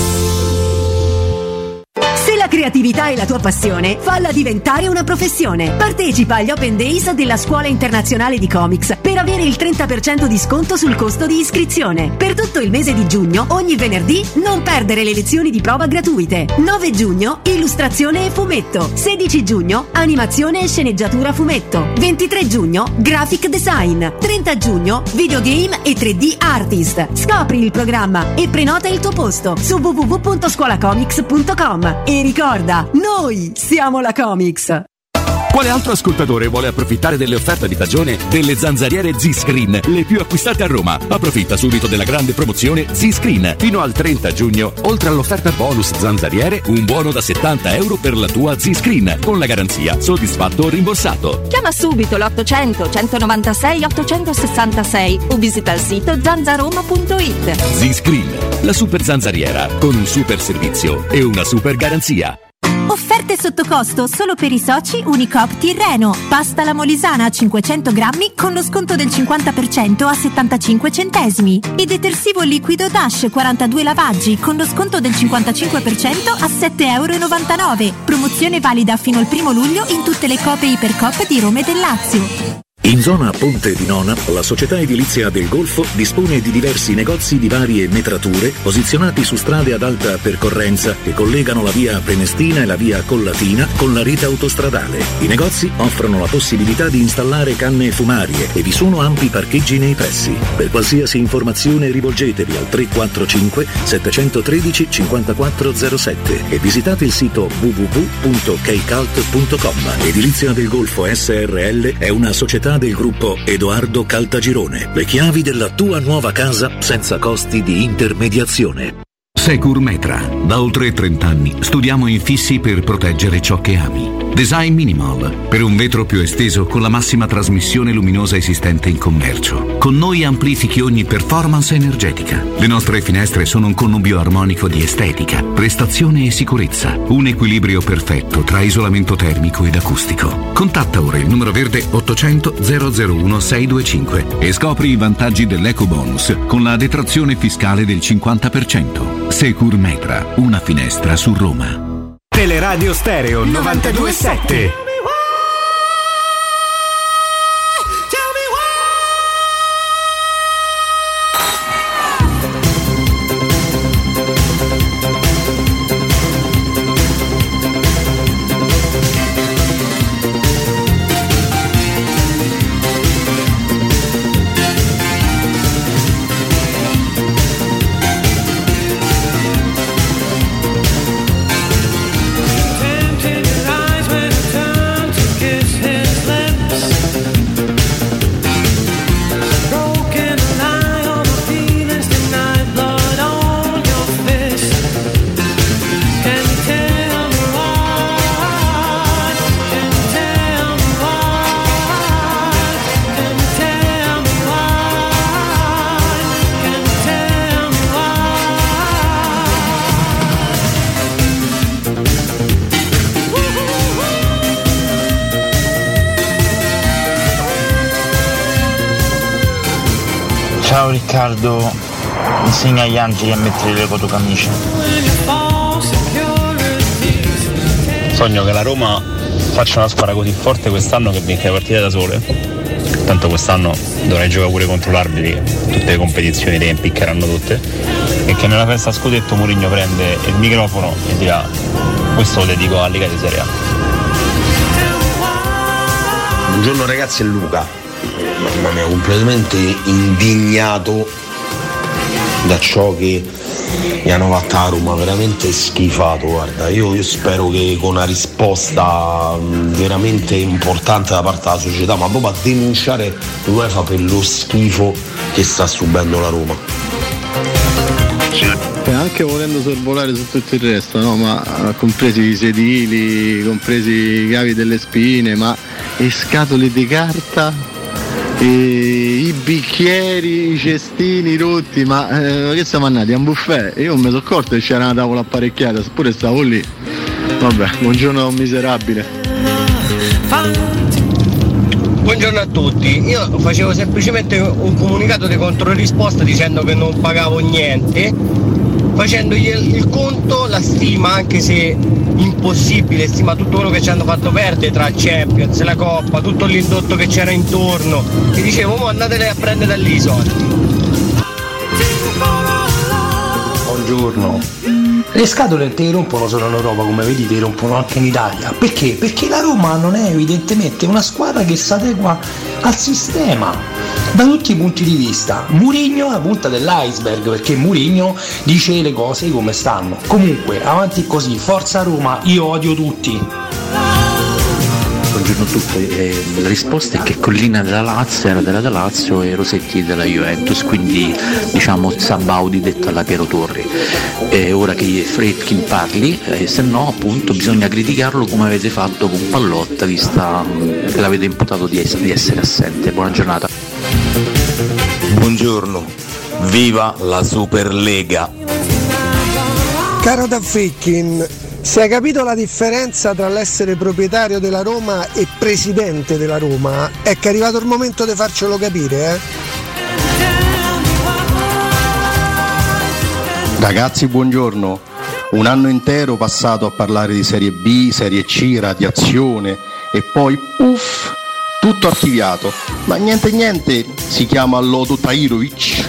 Se la creatività è la tua passione, falla diventare una professione. Partecipa agli Open Days della Scuola Internazionale di Comics per avere il trenta per cento di sconto sul costo di iscrizione. Per tutto il mese di giugno, ogni venerdì, non perdere le lezioni di prova gratuite. nove giugno, illustrazione e fumetto. sedici giugno, animazione e sceneggiatura fumetto. ventitré giugno, graphic design. trenta giugno, videogame e tre D artist. Scopri il programma e prenota il tuo posto su w w w punto scuolacomics punto com. E ricorda, noi siamo la Comics. Quale altro ascoltatore vuole approfittare delle offerte di stagione delle zanzariere Z-Screen, le più acquistate a Roma? Approfitta subito della grande promozione Z-Screen. Fino al trenta giugno, oltre all'offerta bonus zanzariere, un buono da settanta euro per la tua Z-Screen, con la garanzia soddisfatto o rimborsato. Chiama subito l'ottocento centonovantasei ottocentosessantasei o visita il sito zanzaroma punto it. Z-Screen, la super zanzariera, con un super servizio e una super garanzia. Offerte sotto costo solo per i soci Unicoop Tirreno. Pasta alla molisana a cinquecento grammi con lo sconto del cinquanta per cento a settantacinque centesimi. E detersivo liquido Dash quarantadue lavaggi con lo sconto del cinquantacinque per cento a sette virgola novantanove euro. Promozione valida fino al primo luglio in tutte le Coop e Ipercoop di Roma e del Lazio. In zona Ponte di Nona, la società edilizia del Golfo dispone di diversi negozi di varie metrature posizionati su strade ad alta percorrenza che collegano la via Prenestina e la via Collatina con la rete autostradale. I negozi offrono la possibilità di installare canne fumarie e vi sono ampi parcheggi nei pressi. Per qualsiasi informazione rivolgetevi al tre quattro cinque sette uno tre cinque zero zero sette e visitate il sito w w w punto keicalt punto com. Edilizia del Golfo S R L è una società del gruppo Edoardo Caltagirone. Le chiavi della tua nuova casa senza costi di intermediazione. Securmetra. Da oltre trenta anni studiamo infissi per proteggere ciò che ami. Design minimal, per un vetro più esteso con la massima trasmissione luminosa esistente in commercio. Con noi amplifichi ogni performance energetica. Le nostre finestre sono un connubio armonico di estetica, prestazione e sicurezza. Un equilibrio perfetto tra isolamento termico ed acustico. Contatta ora il numero verde ottocento zero zero uno sei due cinque e scopri i vantaggi dell'eco bonus con la detrazione fiscale del cinquanta per cento. Securmetra, una finestra su Roma. Teleradio Stereo novantadue sette. Ciao Riccardo, insegna agli angeli a mettere le fotocamicie. Sogno che la Roma faccia una squadra così forte quest'anno che vinca le partite da sole. Tanto quest'anno dovrai giocare pure contro l'arbitri, tutte le competizioni le impiccheranno tutte. E che nella festa scudetto Mourinho prende il microfono e dirà: questo lo dedico alla Liga di Serie A. Buongiorno ragazzi, è Luca. Mamma mia, completamente indignato da ciò che gli hanno fatto a Roma, veramente schifato. Guarda, io, io spero che con una risposta veramente importante da parte della società, ma proprio a denunciare l'UEFA per lo schifo che sta subendo la Roma. E anche volendo sorvolare su tutto il resto, no? Ma compresi i sedili, compresi i cavi delle spine, ma e scatole di carta, e i bicchieri, i cestini rotti, ma eh, che siamo andati a un buffet? Io non mi sono accorto che c'era una tavola apparecchiata, eppure stavo lì. Vabbè, buongiorno miserabile. Buongiorno a tutti, io facevo semplicemente un comunicato di controrisposta dicendo che non pagavo niente, facendogli il conto, la stima, anche se impossibile, stima tutto quello che ci hanno fatto perdere tra Champions, la Coppa, tutto l'indotto che c'era intorno, e dicevo: mo andatele a prendere da lì i soldi. Buongiorno. Le scatole ti rompono solo in Europa, come vedi ti rompono anche in Italia. Perché? Perché la Roma non è evidentemente una squadra che si adegua al sistema da tutti i punti di vista. Mourinho è la punta dell'iceberg, perché Mourinho dice le cose come stanno. Comunque, avanti così, forza Roma, io odio tutti. buongiorno a tutti. Eh, la risposta è che Collina della Lazio era della, della Lazio e Rosetti della Juventus, quindi diciamo Sabaudi detto alla Piero Torri. E ora che Fredkin parli, eh, se no appunto bisogna criticarlo come avete fatto con Pallotta, vista mh, che l'avete imputato di essere, di essere assente. Buona giornata. Buongiorno, viva la Superlega. Caro Taffickin, se hai capito la differenza tra l'essere proprietario della Roma e presidente della Roma, è che è arrivato il momento di farcelo capire, eh? Ragazzi, buongiorno. Un anno intero passato a parlare di Serie B, Serie C, radiazione e poi uff, tutto archiviato. Ma niente niente, si chiama Lodo Tahirovic.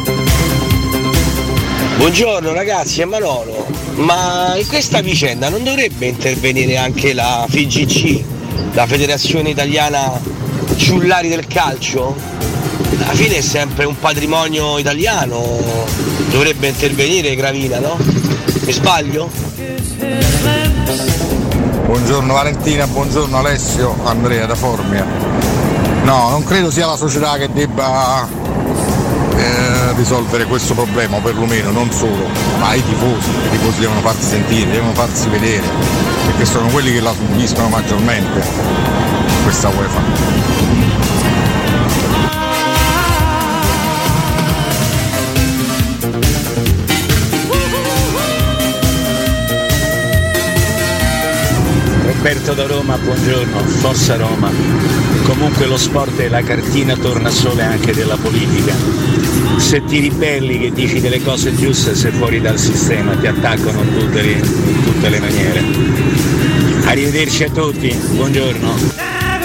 Buongiorno ragazzi, è Manolo. Ma in questa vicenda non dovrebbe intervenire anche la F I G C, la Federazione Italiana Ciullari del Calcio? Alla fine è sempre un patrimonio italiano, dovrebbe intervenire Gravina, no? Mi sbaglio? Buongiorno Valentina, buongiorno Alessio, Andrea da Formia. No, non credo sia la società che debba eh, risolvere questo problema, o perlomeno non solo, ma i tifosi. I tifosi devono farsi sentire, devono farsi vedere, perché sono quelli che la subiscono maggiormente, questa UEFA. Roberto da Roma, buongiorno, Forza Roma. Comunque lo sport è la cartina tornasole anche della politica. Se ti ribelli, che dici delle cose giuste, sei fuori dal sistema, ti attaccano in tutte le, in tutte le maniere. Arrivederci a tutti, buongiorno.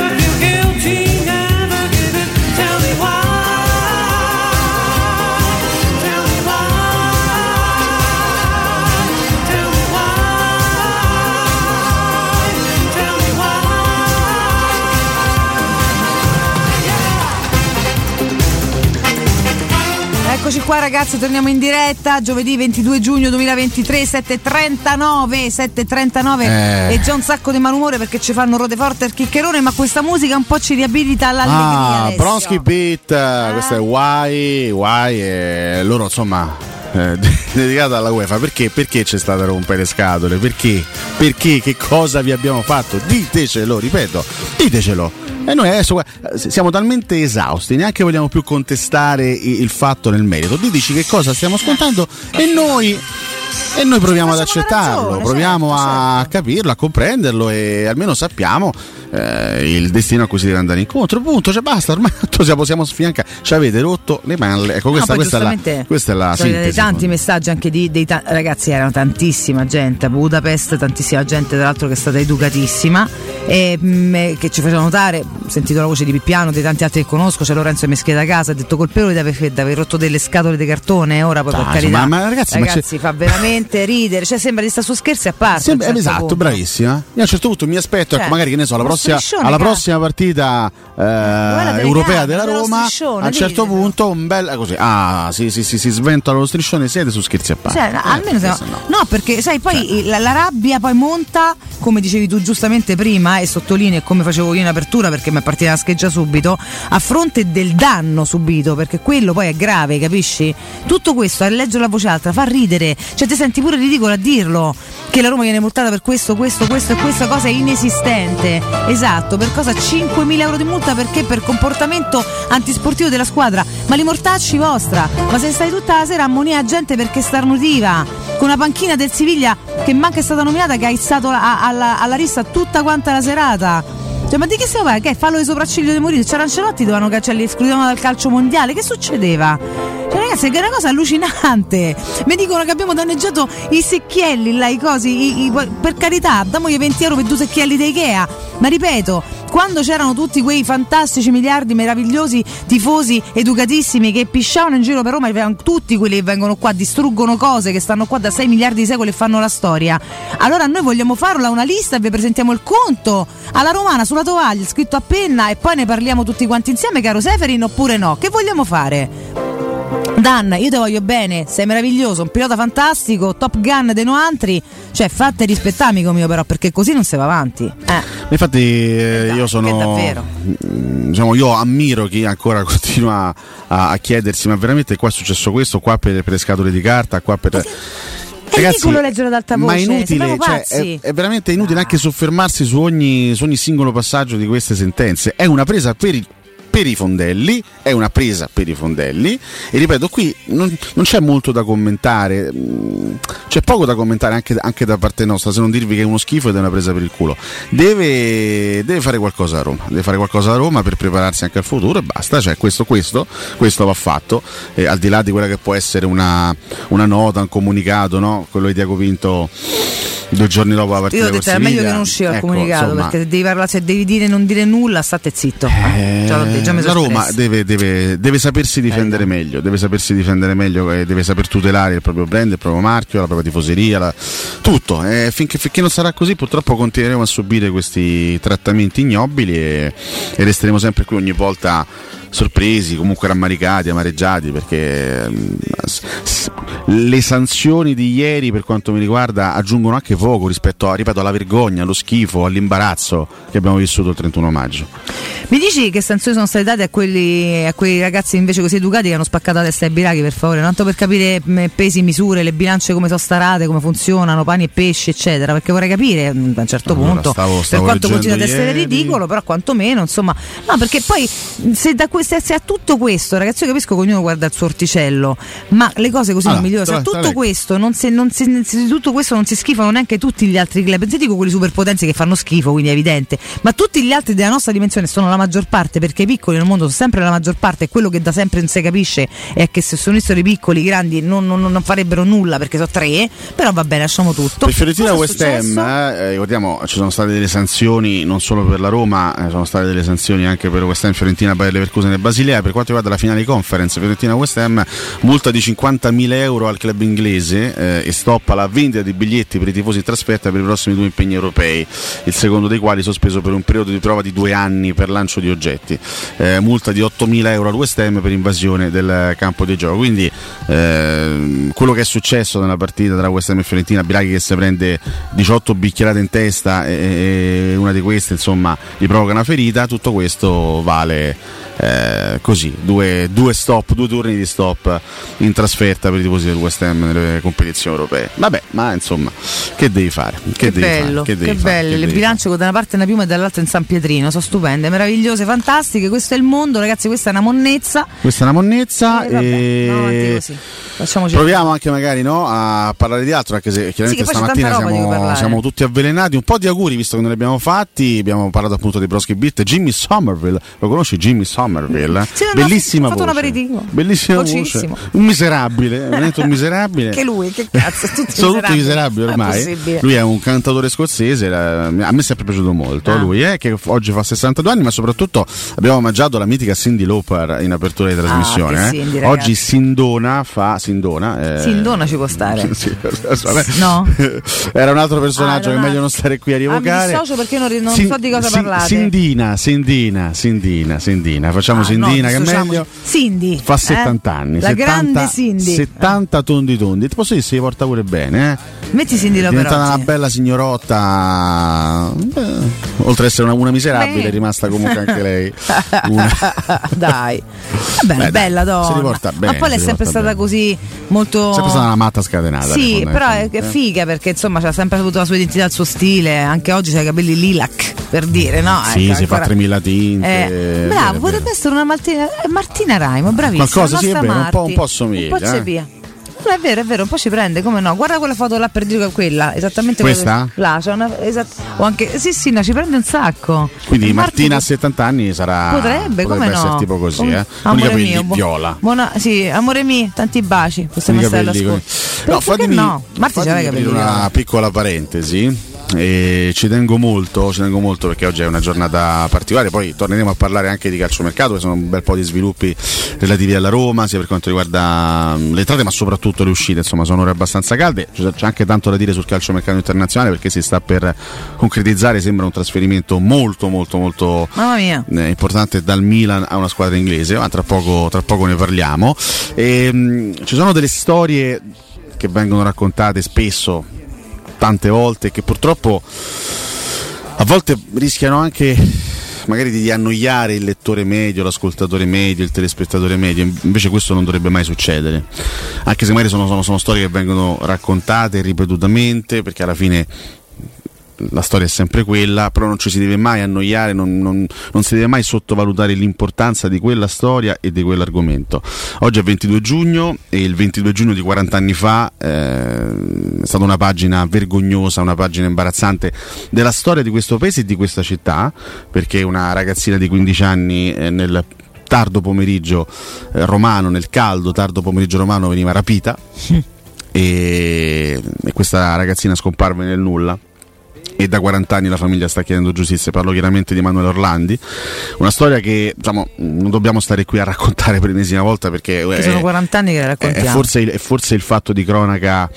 Eccoci qua ragazzi, torniamo in diretta giovedì ventidue giugno duemilaventitré, sette e trentanove sette e trentanove eh. E già un sacco di malumore perché ci fanno rode forte il chiccherone, ma questa musica un po' ci riabilita all'allegria. Ah, Bronski Beat, eh. Questa è Why, Why e loro insomma eh, dedicata alla UEFA. Perché? Perché c'è stata rompere scatole? Perché? Perché? Che cosa vi abbiamo fatto? Ditecelo, ripeto, ditecelo. E noi adesso siamo talmente esausti, neanche vogliamo più contestare il fatto nel merito. Dici che cosa stiamo ascoltando e noi e noi proviamo ad accettarlo, ragione, proviamo certo, a certo. capirlo, a comprenderlo e almeno sappiamo eh, il destino a cui si deve andare incontro. Punto, cioè basta, ormai possiamo sfiancare. Ci avete rotto le palle. Ecco, questa, no, questa, è la, questa è la sono sintesi. Tanti messaggi anche di dei ta- ragazzi, erano tantissima gente a Budapest, tantissima gente tra l'altro che è stata educatissima e mh, che ci faceva notare. Ho sentito la voce di Pippiano, di tanti altri che conosco, c'è Lorenzo Meschia da casa, ha detto colpevole di aver, di aver rotto delle scatole di cartone, ora poi ah, per carità, ma, ma ragazzi, ragazzi ma fa veramente ridere, cioè sembra di stare su scherzi a parte. Sembra, certo esatto, punto. Bravissima. Io a un certo punto mi aspetto, cioè, ecco, magari che ne so, alla prossima, alla prossima partita eh, europea della Roma, a un certo dite, punto un bel così, ah sì sì sì si sventola lo striscione, siete su scherzi a parte. Cioè, eh, almeno se no, no. no, perché sai poi cioè. la, la rabbia poi monta, come dicevi tu giustamente prima, e sottolineo come facevo io in apertura perché mi è partita la scheggia subito, a fronte del danno subito, perché quello poi è grave, capisci? Tutto questo a leggere la voce alta fa ridere, cioè ti senti pure ridicolo a dirlo che la Roma viene multata per questo, questo, questo e questa cosa è inesistente. Esatto, per cosa? cinquemila euro di multa perché? Per comportamento antisportivo della squadra. Ma li mortacci vostra, ma se stai tutta la sera a ammonire gente perché starnutiva con una panchina del Siviglia che manca è stata nominata, che ha izzato la, alla, alla rissa tutta quanta la serata. Cioè, ma di che stiamo parlando? Che fallo di sopracciglio di Mourinho? C'era Ancelotti, dovevano cacciare, li escludevano dal calcio mondiale. Che succedeva? Cioè, ragazzi, è una cosa allucinante. Mi dicono che abbiamo danneggiato i secchielli, là, i cosi. I, i, per carità, damogli venti euro per due secchielli da Ikea. Ma ripeto, quando c'erano tutti quei fantastici miliardi meravigliosi tifosi educatissimi che pisciavano in giro per Roma, tutti quelli che vengono qua, distruggono cose, che stanno qua da sei miliardi di secoli e fanno la storia. Allora noi vogliamo farla una lista e vi presentiamo il conto alla romana sulla tovaglia, scritto a penna, e poi ne parliamo tutti quanti insieme, caro Seferin, oppure no? Che vogliamo fare? Dan, io ti voglio bene, sei meraviglioso, un pilota fantastico, Top Gun dei noantri, cioè fate rispettare amico mio però, perché così non si va avanti. Eh. Infatti eh, io sono, davvero. diciamo, io ammiro chi ancora continua a, a chiedersi, ma veramente qua è successo questo, qua per, per le scatole di carta, qua per... È ridicolo leggere ad alta voce, ma è inutile, cioè, è, è veramente inutile anche soffermarsi su ogni, su ogni singolo passaggio di queste sentenze. È una presa per i, per i fondelli, è una presa per i fondelli e ripeto, qui non, non c'è molto da commentare, c'è poco da commentare anche, anche da parte nostra, se non dirvi che è uno schifo ed è una presa per il culo. Deve, deve fare qualcosa a Roma, deve fare qualcosa a Roma per prepararsi anche al futuro e basta, cioè questo, questo, questo va fatto, eh, al di là di quella che può essere una, una nota, un comunicato, no? Quello di Tiago Pinto due giorni dopo la partita. Io ho detto è meglio che non usciva il ecco, comunicato, insomma, perché se devi parlare, se devi dire non dire nulla, state zitto. Eh, già l'ho detto, già mi la sono Roma espresso. deve, deve, deve sapersi difendere meglio, deve sapersi difendere meglio e deve saper tutelare il proprio brand, il proprio marchio, la propria tifoseria, la, tutto. Eh, finché, finché non sarà così, purtroppo continueremo a subire questi trattamenti ignobili e, e resteremo sempre qui ogni volta sorpresi, comunque rammaricati, amareggiati, perché um, le sanzioni di ieri per quanto mi riguarda aggiungono anche poco rispetto a, ripeto, alla vergogna, allo schifo, all'imbarazzo che abbiamo vissuto il trentuno maggio. Mi dici che sanzioni sono state date a quelli, a quei ragazzi invece così educati che hanno spaccato la testa ai biraghi, per favore, tanto per capire pesi, misure, le bilance come sono starate, come funzionano, pani e pesci eccetera, perché vorrei capire a un certo allora, punto stavo, stavo per quanto continua ad essere ieri. ridicolo, però quantomeno insomma, no, perché poi se da se, se a tutto questo, ragazzi, io capisco che ognuno guarda il suo orticello, ma le cose così allora, non migliorano. Se a tutto questo non si, non si, se di tutto questo non si schifano neanche tutti gli altri club, se dico quelli superpotenzi che fanno schifo, quindi è evidente, ma tutti gli altri della nostra dimensione sono la maggior parte, perché i piccoli nel mondo sono sempre la maggior parte, e quello che da sempre non si capisce è che se sono i piccoli, i grandi non, non, non farebbero nulla perché sono tre, però va bene, lasciamo tutto. Per Fiorentina West Ham, eh, ricordiamo, ci sono state delle sanzioni non solo per la Roma, eh, sono state delle sanzioni anche per West Ham, Fiorentina, Bayer Leverkusen e Basilea. Per quanto riguarda la finale conference, Fiorentina West Ham, multa di cinquantamila euro al club inglese eh, e stop alla vendita di biglietti per i tifosi in trasferta per i prossimi due impegni europei, il secondo dei quali sospeso per un periodo di prova di due anni per lancio di oggetti. Eh, multa di ottomila euro al West Ham per invasione del campo di gioco. Quindi eh, quello che è successo nella partita tra West Ham e Fiorentina, Biraghi che si prende diciotto bicchierate in testa e, e una di queste insomma gli provoca una ferita, tutto questo vale eh, così, due, due stop, due turni di stop in trasferta per i tifosi del West Ham nelle competizioni europee. Vabbè, ma insomma, che devi fare? Che, Che devi bello, fare? Che, devi che fare? belle, Che le devi bilance da una parte una piuma e dall'altra in San Pietrino, sono stupende, meravigliose, fantastiche, questo è il mondo, ragazzi, questa è una monnezza. Questa è una monnezza Eh, vabbè, e no, avanti così. Facciamoci proviamo anche magari no, a parlare di altro, anche se chiaramente Sì, che poi c'è stamattina tanta roba di cui siamo, parlare. siamo tutti avvelenati. Un po' di auguri visto che non li abbiamo fatti, abbiamo parlato appunto dei Broski Beat. Jimmy Somerville, lo conosci Jimmy Somerville? Sì, no, no, bellissima ho fatto un voce, aperitivo. bellissima voce, Vocissimo. un miserabile, veramente un miserabile. Che lui, che cazzo, tutti Sono tutti miserabili. miserabili Non è ormai. possibile. Lui è un cantautore scozzese, la- a me è sempre piaciuto molto. Ah. Lui è che oggi fa sessantadue anni, ma soprattutto abbiamo omaggiato la mitica Cyndi Lauper in apertura di trasmissione. che eh. Cindy, ragazzi. Oggi Sindona fa Sindona. eh, Sindona ci può stare. sì, vabbè. No? Era un altro personaggio Ah, che è era meglio non stare qui a Ah, mi rievocare. dissocio perché non, non Sin- so di cosa Sin- parlate. Sindina, Sindina, Sindina, Sindina. Facciamo Ah, Sindina no, che è dissociamoci. meglio. Cindy. Fa eh? settanta anni. La settanta, grande Cindy. settanta tondi tondi. Ti posso dire se si porta pure bene, eh? Metti Cindy È Lauper diventata oggi. una bella signorota. Beh, oltre ad essere una, una miserabile, Beh. è rimasta comunque anche lei. Una... Dai. Vabbè, una Beh, bella dai, donna. si riporta bene, Ma poi lei è si sempre riporta stata bene. così molto. Sempre stata una matta scatenata. Sì, però è, è fondamentalmente. figa perché insomma ha sempre avuto la sua identità, il suo stile. Anche oggi c'ha i capelli lilac, per dire, no? Sì, Ecco, si fa ancora- tremila tinte. Eh, è bravo, vero, è potrebbe vero. essere una Martina, eh, Martina Raimo, bravissima. Qualcosa, la sì, è nostra vero, un po'- Marti. un po' somiglia, Un po' c'è eh. via. No, è vero, è vero, un po' ci prende, come no? Guarda quella foto là per dire che quella, esattamente Questa? quella- là, c'è una esat- o anche sì, sì, no, ci prende un sacco. Quindi E Martina a Marti- settanta anni sarà. Potrebbe, come no? essere tipo così, Come- eh? Con i Amore capelli mio, bu- viola. Buona, sì, amore mio, tanti baci. Possiamo Con i stare alla capelli scuola. con- No, Perché fatemi, no? Marti fatemi c'aveva i capelli aprire una viola. piccola parentesi. E ci tengo molto, ci tengo molto perché oggi è una giornata particolare. Poi torneremo a parlare anche di calciomercato, che sono un bel po' di sviluppi relativi alla Roma, sia per quanto riguarda le entrate ma soprattutto le uscite. Insomma, sono ore abbastanza calde. C'è anche tanto da dire sul calciomercato internazionale, perché si sta per concretizzare, sembra un trasferimento molto molto molto Mamma mia. eh, importante dal Milan a una squadra inglese, ma tra poco, tra poco ne parliamo. E, mh, ci sono delle storie che vengono raccontate spesso, tante volte, che purtroppo a volte rischiano anche magari di annoiare il lettore medio, l'ascoltatore medio, il telespettatore medio. Invece questo non dovrebbe mai succedere, anche se magari sono, sono, sono storie che vengono raccontate ripetutamente, perché alla fine la storia è sempre quella, però non ci si deve mai annoiare, non, non, non si deve mai sottovalutare l'importanza di quella storia e di quell'argomento. Oggi è ventidue giugno e il ventidue giugno di quaranta anni fa eh, è stata una pagina vergognosa, una pagina imbarazzante della storia di questo paese e di questa città, perché una ragazzina di quindici anni eh, nel tardo pomeriggio eh, romano, nel caldo tardo pomeriggio romano, veniva rapita e, e questa ragazzina scomparve nel nulla. E da quaranta anni la famiglia sta chiedendo giustizia. Parlo chiaramente di Emanuele Orlandi, una storia che, diciamo, non dobbiamo stare qui a raccontare per l'ennesima volta, perché Che è, sono quaranta anni che la è, raccontiamo. è, forse il, è forse il fatto di cronaca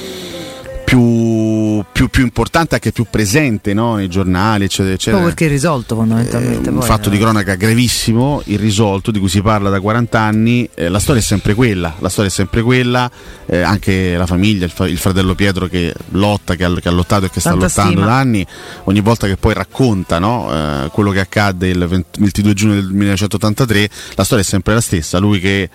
più, più, più importante, anche più presente, no? Nei giornali, eccetera, eccetera. Proprio perché è risolto fondamentalmente. Eh, un poi, fatto eh. di cronaca gravissimo, irrisolto, di cui si parla da quaranta anni. Eh, la storia è sempre quella, la storia è sempre quella. Eh, anche la famiglia, il, fa- il fratello Pietro che lotta, che ha, che ha lottato e che Tanta sta lottando stima. da anni, ogni volta che poi racconta, no? eh, quello che accadde il ventidue giugno del millenovecentottantatré, la storia è sempre la stessa. Lui che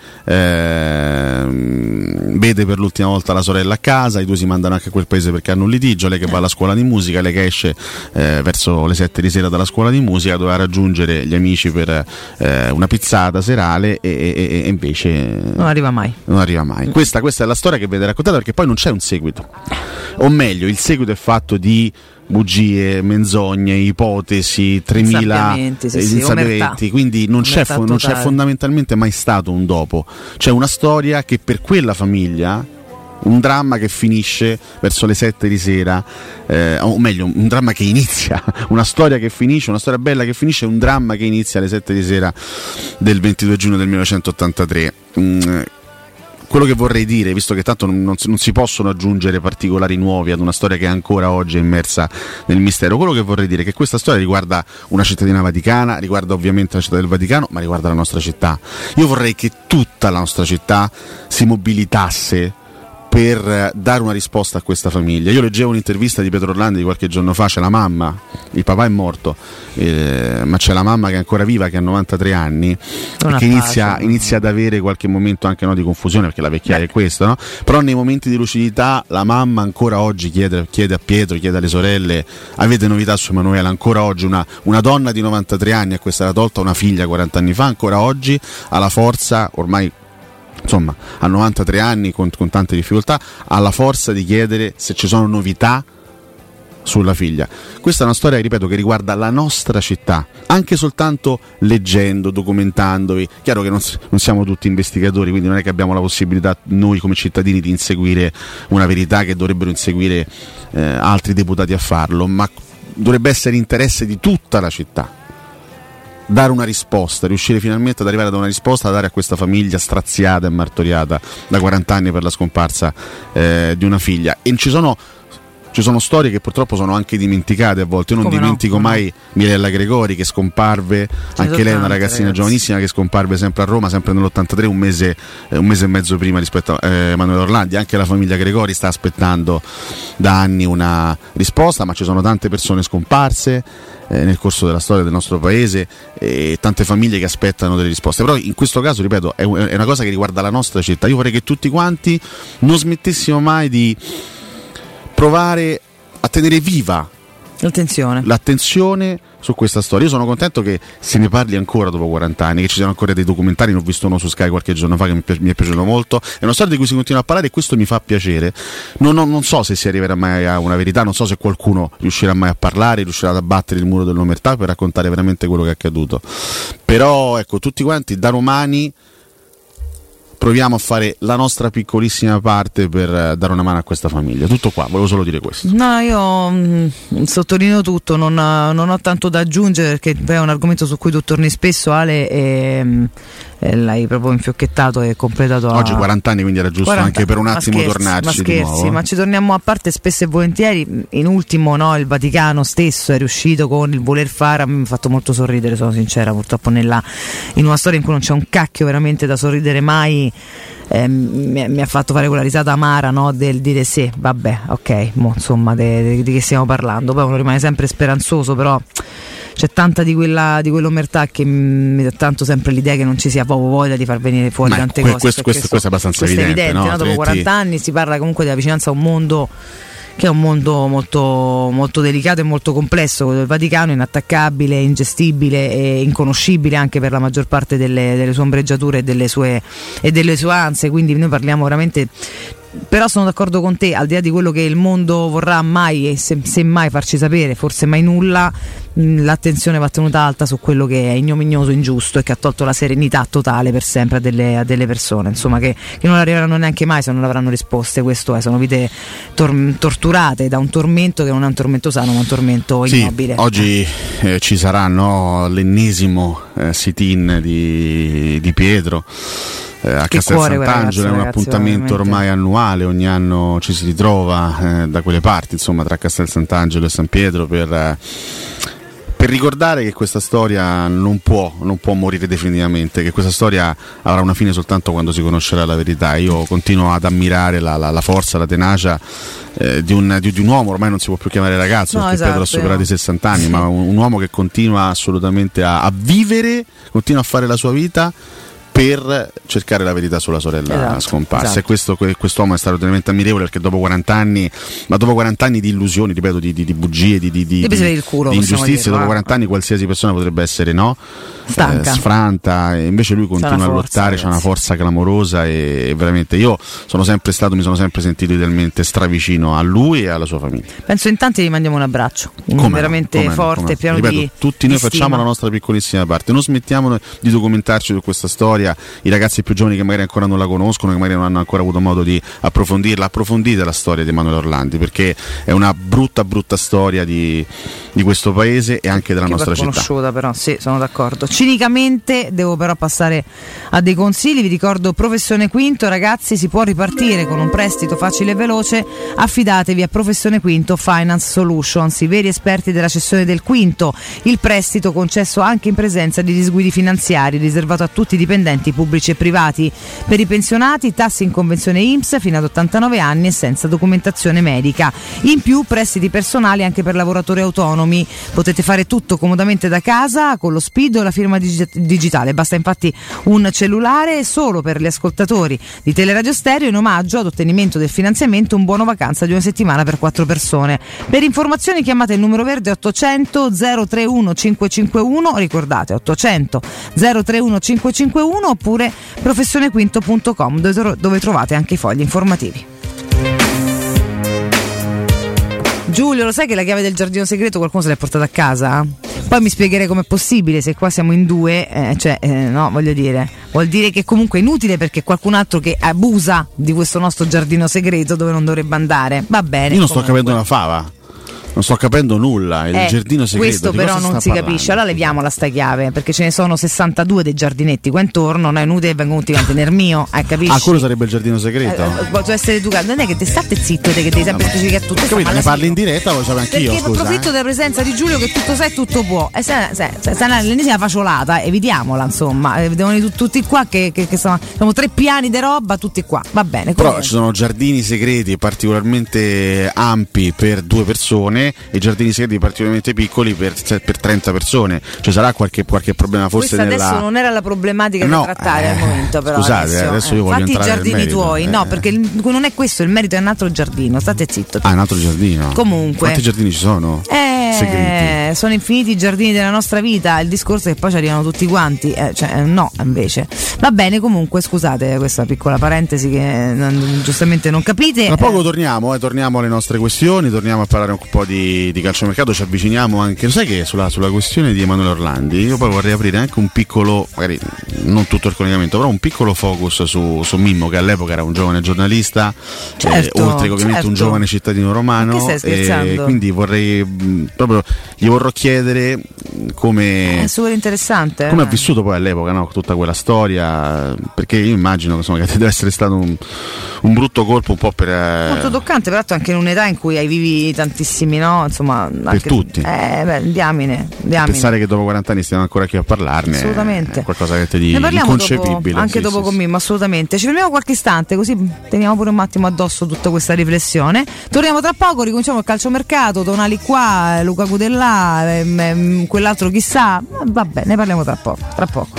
eh, vede per l'ultima volta la sorella a casa, i due si mandano anche a quel paese perché hanno un litigio, lei che va alla scuola di musica, lei che esce eh, verso le sette di sera dalla scuola di musica, doveva raggiungere gli amici per eh, una pizzata serale e, e, e invece Non arriva mai. non arriva mai. Questa, questa è la storia che viene raccontata, perché poi non c'è un seguito, o meglio il seguito è fatto di bugie, menzogne, ipotesi, tremila Insabbiamenti, sì, eh, sì, insabbiamenti, omertà. quindi non c'è, Omertà fo- non c'è totale. fondamentalmente mai stato un dopo. C'è una storia che per quella famiglia, un dramma che finisce verso le sette di sera, eh, o meglio un dramma che inizia, una storia che finisce, una storia bella che finisce, un dramma che inizia alle sette di sera del ventidue giugno del millenovecentottantatré. Mm, quello che vorrei dire, visto che tanto non, non, si- non si possono aggiungere particolari nuovi ad una storia che ancora oggi è immersa nel mistero, quello che vorrei dire è che questa storia riguarda una cittadina vaticana, riguarda ovviamente la città del Vaticano, ma riguarda la nostra città. Io vorrei che tutta la nostra città si mobilitasse per eh, dare una risposta a questa famiglia. Io leggevo un'intervista di Pietro Orlandi di qualche giorno fa, c'è la mamma, il papà è morto, eh, ma c'è la mamma che è ancora viva, che ha novantatré anni, Non e ha che inizia, pace. inizia ad avere qualche momento anche, no, di confusione, perché la vecchiaia è questo, no? Però nei momenti di lucidità la mamma ancora oggi chiede, chiede a Pietro, chiede alle sorelle: avete novità su Emanuela? Ancora oggi una, una donna di novantatré anni, a questa era tolta una figlia quaranta anni fa, ancora oggi ha la forza, ormai insomma a novantatré anni, con, con tante difficoltà, ha la forza di chiedere se ci sono novità sulla figlia. Questa è una storia, ripeto, che riguarda la nostra città, anche soltanto leggendo, documentandovi. Chiaro che non, s- non siamo tutti investigatori, quindi non è che abbiamo la possibilità noi come cittadini di inseguire una verità che dovrebbero inseguire eh, altri deputati a farlo, ma dovrebbe essere interesse di tutta la città dare una risposta, riuscire finalmente ad arrivare ad una risposta da dare a questa famiglia straziata e martoriata da quaranta anni per la scomparsa eh, di una figlia. E ci sono Ci sono storie che purtroppo sono anche dimenticate a volte. Io non Come no, dimentico come mai Mirella Gregori, che scomparve, Ce ne anche lei sono una tante, ragazzina ragazzi. giovanissima che scomparve sempre a Roma, sempre nell'ottantatré, un mese, eh, un mese e mezzo prima rispetto a eh, Emanuele Orlandi. Anche la famiglia Gregori sta aspettando da anni una risposta, ma ci sono tante persone scomparse eh, nel corso della storia del nostro paese e tante famiglie che aspettano delle risposte. Però in questo caso, ripeto, è, un- è una cosa che riguarda la nostra città. Io vorrei che tutti quanti non smettessimo mai di provare a tenere viva Attenzione. l'attenzione su questa storia. Io sono contento che se ne parli ancora dopo quaranta anni, che ci siano ancora dei documentari. Ne ho visto uno su Sky qualche giorno fa che mi, pi- mi è piaciuto molto. È una storia di cui si continua a parlare e questo mi fa piacere. Non, non- non so se si arriverà mai a una verità, non so se qualcuno riuscirà mai a parlare, riuscirà ad abbattere il muro dell'omertà per raccontare veramente quello che è accaduto. Però ecco, tutti quanti da romani proviamo a fare la nostra piccolissima parte per eh, dare una mano a questa famiglia. Tutto qua, volevo solo dire questo. No, io mh, sottolineo tutto, non, non ho tanto da aggiungere perché è un argomento su cui tu torni spesso, Ale, e, mh, e l'hai proprio infiocchettato e completato. Oggi quaranta anni, quindi era giusto quaranta anche per un attimo ma scherzi, tornarci ma scherzi, di nuovo. Ma ci torniamo a parte spesso e volentieri. In ultimo, no, il Vaticano stesso è riuscito con il voler fare, a me mi ha fatto molto sorridere, sono sincera, purtroppo nella, in una storia in cui non c'è un cacchio veramente da sorridere mai. Eh, mi, mi ha fatto fare quella risata amara, no, del dire sì, vabbè, ok, mo, insomma, di che stiamo parlando. Poi uno rimane sempre speranzoso, però c'è tanta di quella di quell'omertà che mi dà tanto sempre l'idea che non ci sia proprio voglia di far venire fuori Ma tante que- cose. questo, questo, questo è abbastanza questo evidente, è evidente, no? no? Dopo quaranta anni si parla comunque della vicinanza a un mondo che è un mondo molto, molto delicato e molto complesso, quello del Vaticano, inattaccabile, ingestibile e inconoscibile anche per la maggior parte delle, delle sue ombreggiature e delle sue, e delle sue ansie, quindi noi parliamo veramente. Però sono d'accordo con te, al di là di quello che il mondo vorrà mai e se, se mai farci sapere, forse mai nulla, mh, l'attenzione va tenuta alta su quello che è ignominioso, ingiusto e che ha tolto la serenità totale per sempre a delle, a delle persone, insomma, che, che non arriveranno neanche mai se non avranno risposte. Questo è, sono vite tor- torturate da un tormento che non è un tormento sano, ma un tormento immobile. Sì, oggi eh, ci sarà, no, l'ennesimo eh, sit-in di, di Pietro Eh, a Castel Sant'Angelo, è un appuntamento ormai annuale, ogni anno ci si ritrova eh, da quelle parti, insomma, tra Castel Sant'Angelo e San Pietro per, eh, per ricordare che questa storia non può, non può morire definitivamente, che questa storia avrà una fine soltanto quando si conoscerà la verità. Io continuo ad ammirare la, la, la forza, la tenacia eh, di, un, di, di un uomo, ormai non si può più chiamare ragazzo, no, perché esatto, Pietro ha superato i sessanta anni, ma un, un uomo che continua assolutamente a, a vivere, continua a fare la sua vita per cercare la verità sulla sorella esatto, scomparsa, esatto. E questo, quest'uomo è stato veramente ammirevole, perché dopo quaranta anni, ma dopo quaranta anni di illusioni, ripeto, di, di, di bugie, di, di, di, il culo, di ingiustizie, dire, dopo quaranta anni qualsiasi persona potrebbe essere, no? Eh, sfranta, e invece lui continua a lottare, c'ha una forza clamorosa e, e veramente io sono sempre stato, mi sono sempre sentito idealmente stravicino a lui e alla sua famiglia. Penso in tanti gli mandiamo un abbraccio, come veramente no, forte, no, pieno ripeto, di tutti noi di facciamo stima. la nostra piccolissima parte, non smettiamo di documentarci su questa storia. I ragazzi più giovani che magari ancora non la conoscono, che magari non hanno ancora avuto modo di approfondirla, approfondite la storia di Emanuele Orlandi, perché è una brutta brutta storia di, di questo paese e anche della che nostra città. Conosciuta, però sì, sono d'accordo. Cinicamente devo però passare a dei consigli. Vi ricordo Professione Quinto, ragazzi, si può ripartire con un prestito facile e veloce. Affidatevi a Professione Quinto Finance Solutions, i veri esperti della cessione del quinto, il prestito concesso anche in presenza di disguidi finanziari, riservato a tutti i dipendenti pubblici e privati. Per i pensionati, tassi in convenzione I N P S fino ad ottantanove anni e senza documentazione medica. In più prestiti personali anche per lavoratori autonomi. Potete fare tutto comodamente da casa con lo SPID o la firma digi- digitale. Basta infatti un cellulare. Solo per gli ascoltatori di Teleradio Stereo, in omaggio ad ottenimento del finanziamento, un buono vacanza di una settimana per quattro persone. Per informazioni chiamate il numero verde ottocento zero tre uno cinque cinque uno, ricordate ottocento zero tre uno cinque cinque uno, oppure professione quinto punto com, dove, dove trovate anche i fogli informativi. Giulio, lo sai che la chiave del giardino segreto qualcuno se l'è portata a casa? Poi mi spiegherei com'è possibile, se qua siamo in due, eh, cioè, eh, no, voglio dire, vuol dire che comunque è inutile, perché qualcun altro che abusa di questo nostro giardino segreto dove non dovrebbe andare. Va bene. Io non comunque. sto capendo una fava. Non sto capendo nulla, il eh, giardino segreto. Questo però non si parlando? capisce. Allora leviamola sta chiave, perché ce ne sono sessantadue dei giardinetti qua intorno, non è inutile che vengono tutti quanti nel mio, eh, capisci? Ah, quello sarebbe il giardino segreto? Eh, posso essere educato, non è che te state zitto, te che devi sempre specificare tutto. Capito, ne parli in diretta, lo sapevo anch'io. Perché scusa, approfitto eh? della presenza di Giulio che tutto sa e tutto può. E se, se, se, se è l'ennesima facciolata, evitiamola, insomma. Eh, devono tutti, tutti qua che, che, che sono, sono tre piani di roba, tutti qua. Va bene. Però come... ci sono giardini segreti particolarmente ampi per due persone e giardini segreti particolarmente piccoli per, per trenta persone. Cioè sarà qualche, qualche problema forse Questa nella... adesso non era la problematica no, da trattare eh, al momento, però scusate, adesso, adesso eh, io voglio fatti i entrare giardini nel merito, tuoi, eh. no, perché il, non è questo, il merito è un altro giardino, state zitto. Ah, un altro giardino. Comunque. Quanti giardini ci sono? Eh Eh, sono infiniti i giardini della nostra vita. Il discorso è che poi ci arrivano tutti quanti. Eh, cioè, no, invece. Va bene, comunque, scusate questa piccola parentesi che non, giustamente non capite. Tra poco torniamo, eh, torniamo alle nostre questioni, torniamo a parlare un po' di, di calciomercato, ci avviciniamo anche, lo sai che sulla, sulla questione di Emanuele Orlandi, io poi vorrei aprire anche un piccolo, magari non tutto il collegamento, però un piccolo focus su, su Mimmo, che all'epoca era un giovane giornalista, certo, eh, oltre che ovviamente certo. un giovane cittadino romano, Ma che stai scherzando? E quindi vorrei mh, proprio gli vorrò chiedere come è super interessante, come eh. ha vissuto poi all'epoca, no, tutta quella storia, perché io immagino insomma, che deve essere stato un, un brutto colpo un po' per eh... molto toccante, peraltro anche in un'età in cui hai vivi tantissimi, no, insomma, per anche, tutti, eh, beh, diamine, diamine. Pensare che dopo quaranta anni stiamo ancora qui a parlarne assolutamente è qualcosa che ti di ne parliamo inconcepibile, dopo, anche sì, dopo sì, con sì. Mimmo, assolutamente. Ci fermiamo qualche istante così teniamo pure un attimo addosso tutta questa riflessione. Torniamo tra poco, ricominciamo il calciomercato, Tonali qua, Luca Cudellà, ehm, ehm, quell'altro chissà, vabbè, ne parliamo tra poco, tra poco.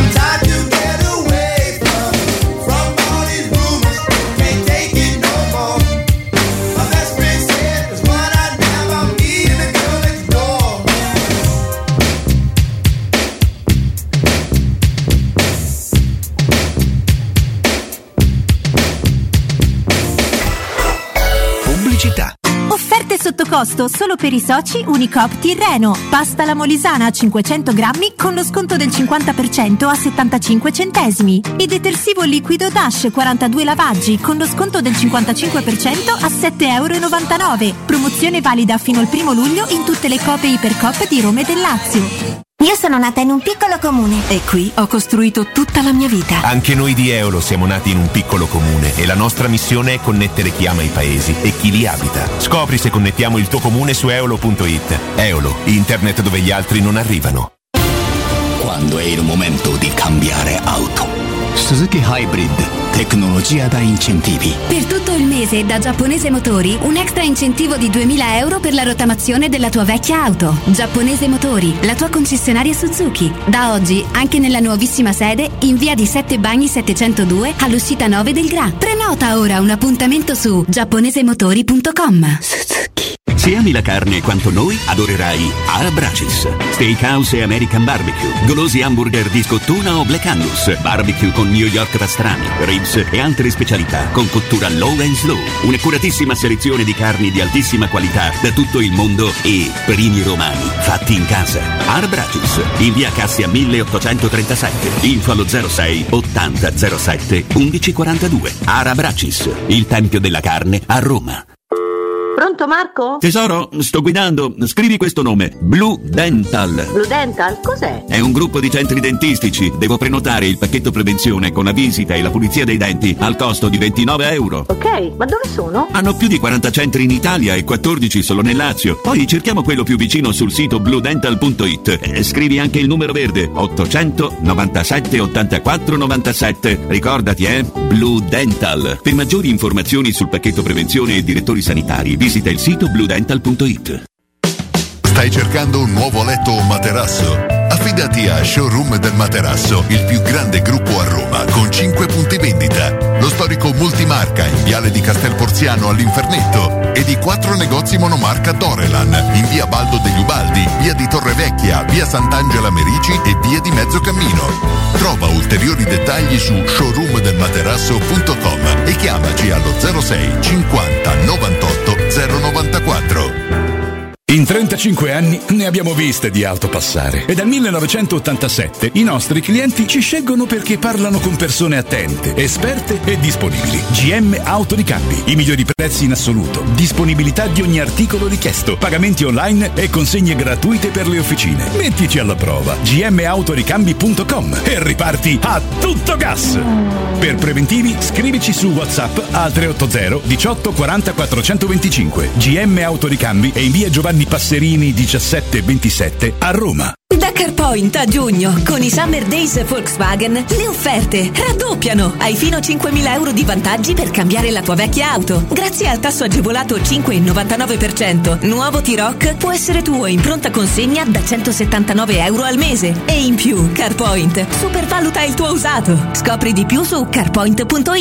Offerte sotto costo solo per i soci Unicoop Tirreno. Pasta alla molisana a cinquecento grammi con lo sconto del cinquanta per cento a settantacinque centesimi. E detersivo liquido Dash quarantadue lavaggi con lo sconto del cinquantacinque per cento a sette virgola novantanove euro. Promozione valida fino al primo luglio in tutte le Coop e Ipercoop di Roma e del Lazio. Io sono nata in un piccolo comune e qui ho costruito tutta la mia vita. Anche noi di Eolo siamo nati in un piccolo comune e la nostra missione è connettere chi ama i paesi e chi li abita. Scopri se connettiamo il tuo comune su eolo punto it. Eolo, internet dove gli altri non arrivano. Quando è il momento di cambiare auto. Suzuki Hybrid, tecnologia da incentivi. Per tutto il mese da Giapponese Motori un extra incentivo di duemila euro per la rottamazione della tua vecchia auto. Giapponese Motori, la tua concessionaria Suzuki. Da oggi anche nella nuovissima sede in via di Sette Bagni settecentodue all'uscita nove del Gra. Prenota ora un appuntamento su giapponesemotori punto com. Suzuki. Se ami la carne quanto noi, adorerai Arabracis. Steakhouse e American Barbecue. Golosi hamburger di scottuna o Black Angus. Barbecue con New York pastrami, ribs e altre specialità con cottura low and slow. Un'accuratissima selezione di carni di altissima qualità da tutto il mondo e primi romani fatti in casa. Arabracis, in via Cassia milleottocentotrentasette. Info allo zero sei ottanta zero sette undici quarantadue. Arabracis, il tempio della carne a Roma. Pronto Marco? Tesoro, sto guidando. Scrivi questo nome. Blue Dental. Blue Dental? Cos'è? È un gruppo di centri dentistici. Devo prenotare il pacchetto prevenzione con la visita e la pulizia dei denti al costo di ventinove euro. Ok, ma dove sono? Hanno più di quaranta centri in Italia e quattordici solo nel Lazio. Poi cerchiamo quello più vicino sul sito blue dental punto it. E scrivi anche il numero verde ottocento novantasette ottantaquattro novantasette. Ricordati, eh? Blue Dental. Per maggiori informazioni sul pacchetto prevenzione e direttori sanitari visita il sito blue dental punto it. Stai cercando un nuovo letto o materasso? Affidati a Showroom del Materasso, il più grande gruppo a Roma, con cinque punti vendita. Lo storico multimarca in Viale di Castel Porziano all'Infernetto e di quattro negozi monomarca Dorelan in via Baldo degli Ubaldi, via di Torrevecchia, via Sant'Angela Merici e via di Mezzocammino. Trova ulteriori dettagli su showroom del materasso punto com e chiamaci allo zero sei cinquanta novantotto zero novantaquattro. In trentacinque anni ne abbiamo viste di auto passare e dal millenovecentottantasette i nostri clienti ci scelgono perché parlano con persone attente, esperte e disponibili. G M Autoricambi, i migliori prezzi in assoluto, disponibilità di ogni articolo richiesto, pagamenti online e consegne gratuite per le officine. Mettici alla prova g m autoricambi punto com e riparti a tutto gas. Per preventivi scrivici su WhatsApp al tre otto zero diciotto quaranta quattrocentoventicinque. G M Autoricambi e in via Giovanni Passerini diciassette ventisette a Roma. Da CarPoint a giugno, con i Summer Days Volkswagen, le offerte raddoppiano. Hai fino a cinquemila euro di vantaggi per cambiare la tua vecchia auto. Grazie al tasso agevolato cinque virgola novantanove per cento, nuovo T-Roc può essere tuo in pronta consegna da centosettantanove euro al mese. E in più, CarPoint supervaluta il tuo usato. Scopri di più su carpoint punto it.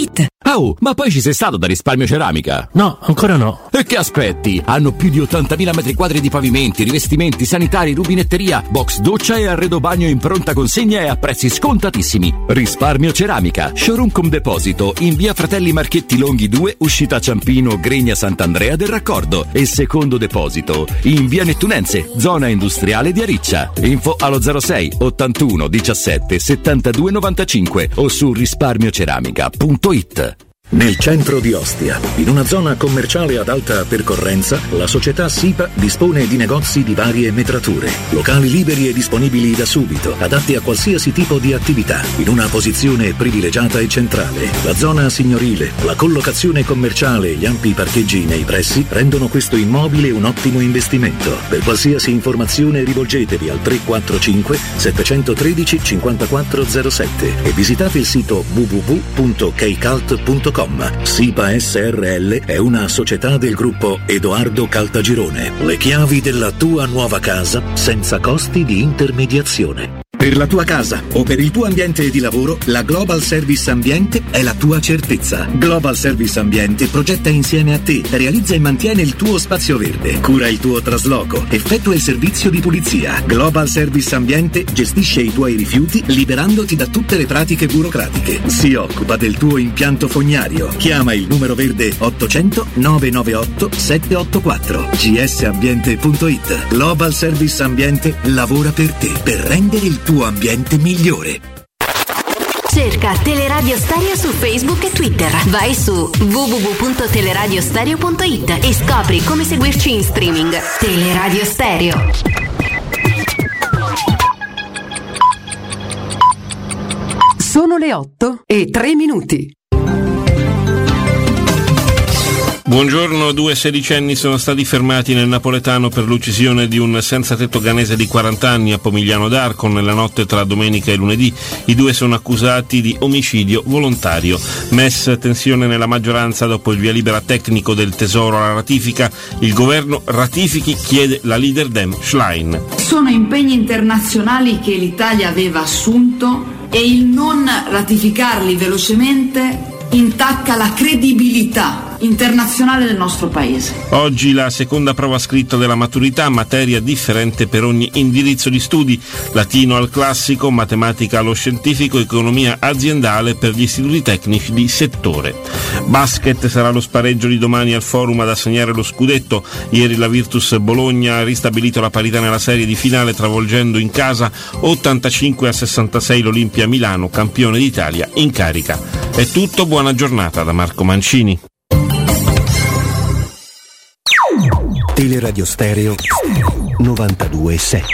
Oh, ma poi ci sei stato da Risparmio Ceramica? No, ancora no. E che aspetti? Hanno più di ottantamila metri quadri di pavimenti, rivestimenti, sanitari, rubinetteria, box doccia e arredo bagno in pronta consegna e a prezzi scontatissimi. Risparmio Ceramica, showroom con deposito in via Fratelli Marchetti Longhi due, uscita Ciampino, Gregna Sant'Andrea del Raccordo, e secondo deposito in via Nettunense, zona industriale di Ariccia. Info allo zero sei ottantuno diciassette settantadue novantacinque o su risparmioceramica punto it. Nel centro di Ostia, in una zona commerciale ad alta percorrenza, la società SIPA dispone di negozi di varie metrature, locali liberi e disponibili da subito, adatti a qualsiasi tipo di attività, in una posizione privilegiata e centrale. La zona signorile, la collocazione commerciale e gli ampi parcheggi nei pressi rendono questo immobile un ottimo investimento. Per qualsiasi informazione rivolgetevi al tre quattro cinque sette uno tre cinque zero sette e visitate il sito w w w punto keicalt punto com. SIPA S R L è una società del gruppo Edoardo Caltagirone. Le chiavi della tua nuova casa senza costi di intermediazione. Per la tua casa o per il tuo ambiente di lavoro, la Global Service Ambiente è la tua certezza. Global Service Ambiente progetta insieme a te, realizza e mantiene il tuo spazio verde, cura il tuo trasloco, effettua il servizio di pulizia. Global Service Ambiente gestisce i tuoi rifiuti liberandoti da tutte le pratiche burocratiche. Si occupa del tuo impianto fognario. Chiama il numero verde ottocento nove nove otto sette otto quattro g s ambiente punto it. Global Service Ambiente lavora per te, per rendere il tuo ambiente migliore. Cerca Teleradio Stereo su Facebook e Twitter. Vai su w w w punto teleradiostereo punto it e scopri come seguirci in streaming. Teleradio Stereo. Sono le otto e tre minuti. Buongiorno, due sedicenni sono stati fermati nel napoletano per l'uccisione di un senza tetto ghanese di quaranta anni a Pomigliano d'Arco nella notte tra domenica e lunedì. I due sono accusati di omicidio volontario. M E S, tensione nella maggioranza dopo il via libera tecnico del Tesoro alla ratifica. Il governo ratifichi, chiede la leader Dem Schlein. Sono impegni internazionali che l'Italia aveva assunto e il non ratificarli velocemente intacca la credibilità internazionale del nostro paese. Oggi la seconda prova scritta della maturità, materia differente per ogni indirizzo di studi: latino al classico, matematica allo scientifico, economia aziendale per gli istituti tecnici di settore. Basket, sarà lo spareggio di domani al Forum ad assegnare lo scudetto. Ieri la Virtus Bologna ha ristabilito la parità nella serie di finale travolgendo in casa ottantacinque a sessantasei l'Olimpia Milano, campione d'Italia in carica. È tutto, buona giornata da Marco Mancini. Teleradio Stereo novantadue sette.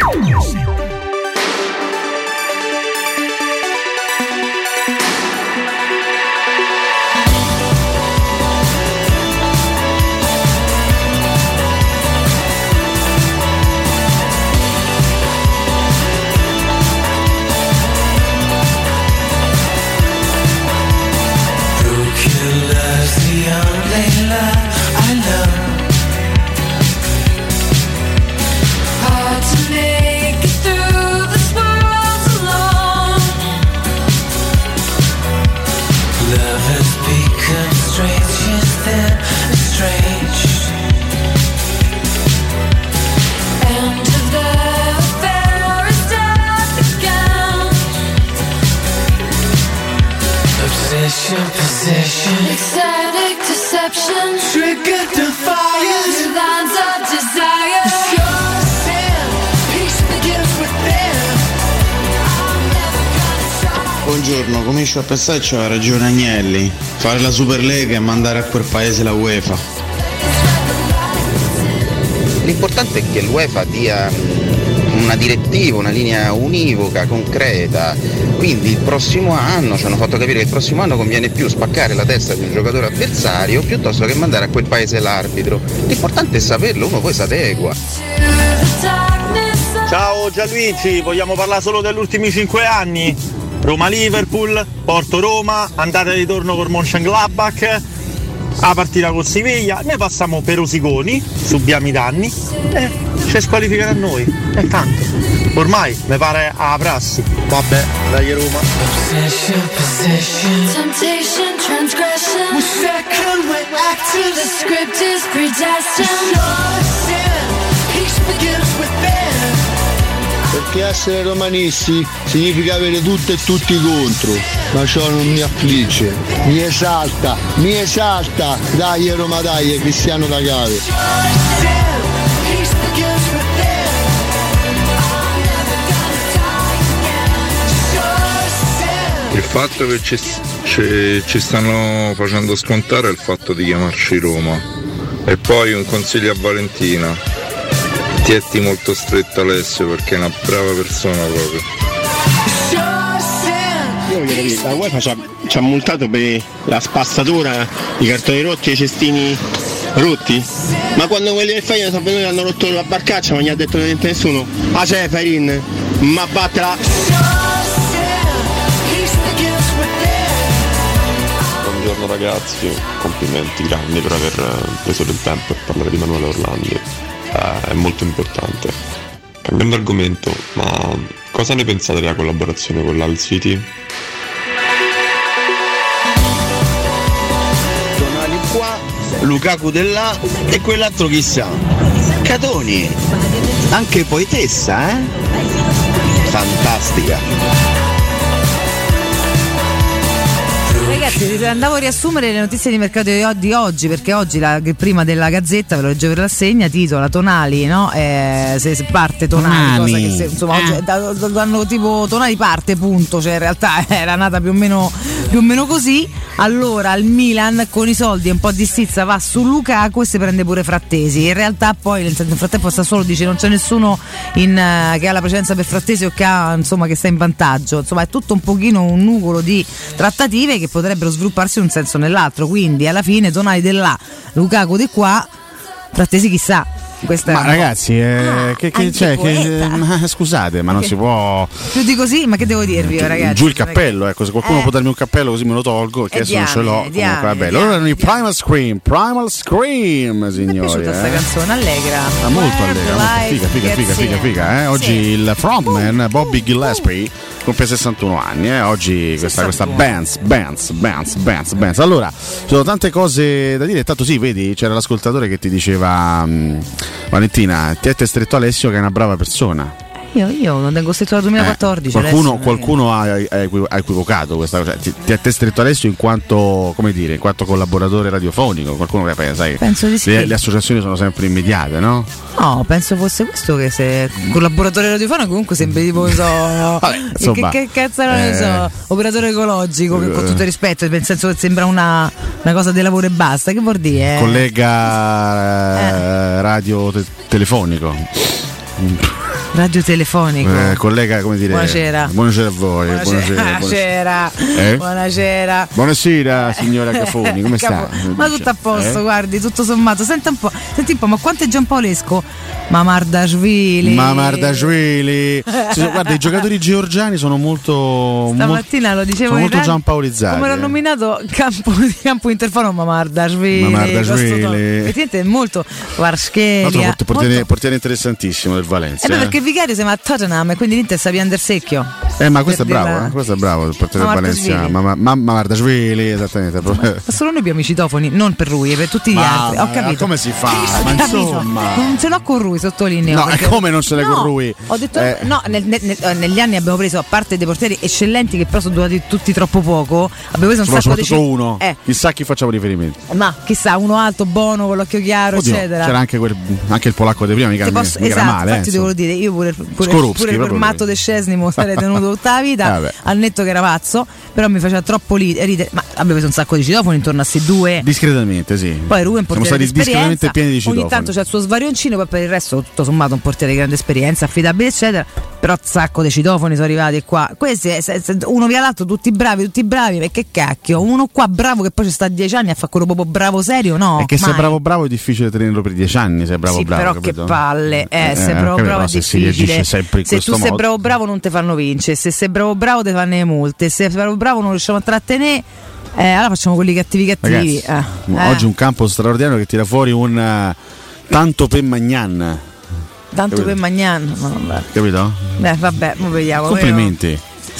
Position, ecstatic deception, trigger defiance, lines of desire. Sure sin, peace begins within. Buongiorno, comincio a pensare che c'ha ragione Agnelli. Fare la Superlega e mandare a quel paese la UEFA. L'importante è che l'UEFA dia una direttiva, una linea univoca, concreta. Quindi il prossimo anno ci hanno fatto capire che il prossimo anno conviene più spaccare la testa di un giocatore avversario piuttosto che mandare a quel paese l'arbitro. L'importante è saperlo, uno poi si adegua. Ciao Gianluigi, vogliamo parlare solo degli ultimi cinque anni? Roma-Liverpool, Porto-Roma, andata e ritorno con Mönchengladbach, la partita con Siviglia, ne passiamo per Osiconi, subiamo i danni e ci squalificano a noi, è tanto. Ormai mi pare a prassi. Vabbè, dai Roma. Obsession, possession, temptation, transgression. second we act to the script is predestined. Your sin, peace begins within. Perché essere romanisti significa avere tutto e tutti contro, ma ciò non mi affligge, mi esalta, mi esalta. Dai Roma, dai, Cristiano da Cave. Il fatto che ci, ci, ci stanno facendo scontare è il fatto di chiamarci Roma. E poi un consiglio a Valentina: tietti molto stretto Alessio, perché è una brava persona proprio. Io voglio capire, la UEFA ci ha, ci ha multato per la spazzatura, i cartoni rotti e i cestini rotti? Ma quando quelli del Feyenoord sono venuti e hanno rotto la barcaccia, non gli ha detto niente nessuno? Ah c'è Fairin, ma battela! Buongiorno ragazzi, complimenti grandi per aver preso del tempo per parlare di Emanuele Orlandi, eh, è molto importante. Cambiando argomento, ma cosa ne pensate della collaborazione con l'Hull City? Tonali qua, Lukaku di là e quell'altro chissà. Catoni, anche poetessa, eh? Fantastica. Ragazzi, andavo a riassumere le notizie di mercato di oggi, perché oggi la prima della Gazzetta, ve lo leggevo per l'assegna, titola Tonali, no? Eh, se, se parte Tonali, Tonali. cosa che se, insomma Eh. oggi da- da- danno tipo Tonali parte, punto, cioè in realtà era nata più o meno più o meno così. Allora il Milan con i soldi e un po' di stizza va su Lukaku e si prende pure Frattesi. In realtà poi nel nel frattempo Sassuolo dice non c'è nessuno in, eh, che ha la precedenza per Frattesi o che ha, insomma, che sta in vantaggio. Insomma è tutto un pochino un nugolo di trattative che potrebbero svilupparsi in un senso o nell'altro. Quindi alla fine Tonali di là, Lukaku di qua, Frattesi chissà. Questa Ma è ragazzi, eh, che, che, anche cioè, che, poeta. ma scusate, ma non Che- si può. più di così, ma che devo dirvi io, ragazzi? Giù il cappello, ecco, se qualcuno Eh. può darmi un cappello così me lo tolgo, perché Eh, adesso non ce l'ho. diamine, Comunque, diamine, vabbè, loro erano i Primal Scream, Primal Scream, signori. Mi è piaciuta sta eh. canzone, allegra. Ah, molto allegra, molto Life figa, figa, gets figa, figa, in. figa, eh. Oggi Sì. il frontman Bobby Gillespie compie sessantuno anni, eh. Oggi questa, questa Benz, Benz, Benz, Benz, Benz. Allora, ci sono tante cose da dire, tanto sì, vedi, c'era l'ascoltatore che ti diceva mh, Valentina, ti è stretto Alessio che è una brava persona. Io, io non tengo stretto dal duemilaquattordici. Eh, qualcuno adesso, qualcuno ha, ha equi- ha equivocato questa cosa. Ti, ti ha te stretto Alessio in quanto, come dire, in quanto collaboratore radiofonico. Qualcuno che pensa, sai, Penso di sì. le, le associazioni sono sempre immediate, no? No, penso fosse questo, che se collaboratore radiofonico comunque sembri tipo so, insomma, che, che cazzo non ne eh. so, operatore ecologico, che con tutto il rispetto, nel senso che sembra una, una cosa di lavoro e basta. Che vuol dire? eh? Collega eh, radio te- telefonico. Radio telefonico. Eh, collega, come dire. Buonasera. Buonasera a voi. Buonasera. Buonasera. Eh? Buonasera. Buonasera signora Cafoni, come sta? Capo- Ma tutto a posto, Eh? guardi, tutto sommato. Senta un po', senti un po', ma quanto è Giampaolesco? Mamardashvili. Mamardashvili. Sì, guarda, i giocatori georgiani sono molto. Stamattina lo dicevo sono in molto radio, giampaolizzati. come l'ho eh. nominato campo, campo interfono Mamardashvili. Mamardashvili. questo tono. Effettivamente è molto Tra l'altro, Varschelia. port- portiere, molto- portiere interessantissimo del Valencia. Eh beh, eh. perché Vicario siamo a Tottenham e quindi l'Inter sta piangere secchio. Eh, ma questo è per bravo, dirla- eh? questo è bravo, il portiere del Mamardashvili. Valencia. Ma, ma, Mamardashvili, esattamente. Ma solo noi abbiamo i citofoni, non per Rui, per tutti gli Ma- altri. Ho ma capito. come si fa? Ho Ma capito. insomma. Non ce l'ho con Rui, sottolineo. No, perché- e come non ce l'hai No, con Rui? Ho detto Eh. no, nel- nel- nel- negli anni abbiamo preso, a parte dei portieri eccellenti che però sono durati tutti troppo poco, abbiamo preso un Insomma, sacco di soprattutto uno. Eh, Chissà a chi facciamo riferimento. ma chissà, uno alto, buono, con l'occhio chiaro, Oddio, eccetera. c'era anche, quel, anche il polacco di prima, mica, Ti posso- mica era esatto, male. infatti eh, devo insomma. dire, io pure, pure, Skorupski, pure per proprio matto lui. de Scesnimo sarei tenuto tutta la vita, Vabbè. al netto che era pazzo, però mi faceva troppo li- ridere, ma abbiamo preso un sacco di citofoni intorno a questi due. Discretamente, sì. Poi Rui è un Siamo portiere stati di esperienza, discretamente pieni di citofoni. ogni tanto c'è il suo svarioncino, poi per il resto tutto sommato un portiere di grande esperienza, affidabile eccetera, però un sacco di citofoni sono arrivati qua, questi è- se- se- uno via l'altro, tutti bravi, tutti bravi, perché cacchio, uno qua bravo che poi ci sta a dieci anni a fare quello proprio bravo serio, no? È che se mai. è bravo bravo è difficile tenerlo per dieci anni, se è bravo Sì, bravo. però capito? che palle, eh, Eh, se eh, bravo capito, bravo è se si difficile. reagisce sempre in Se questo tu sei modo. bravo bravo non ti fanno vincere, se sei bravo bravo ti fanno le multe, se sei bravo bravo non riusciamo a trattenere, eh, allora facciamo quelli cattivi cattivi. Ragazzi, eh, eh. oggi un campo straordinario che tira fuori un eh, tanto per Magnan. Tanto capito? per Magnan, no, vabbè. Capito? Beh, vabbè, mo vediamo. Complimenti. Sì.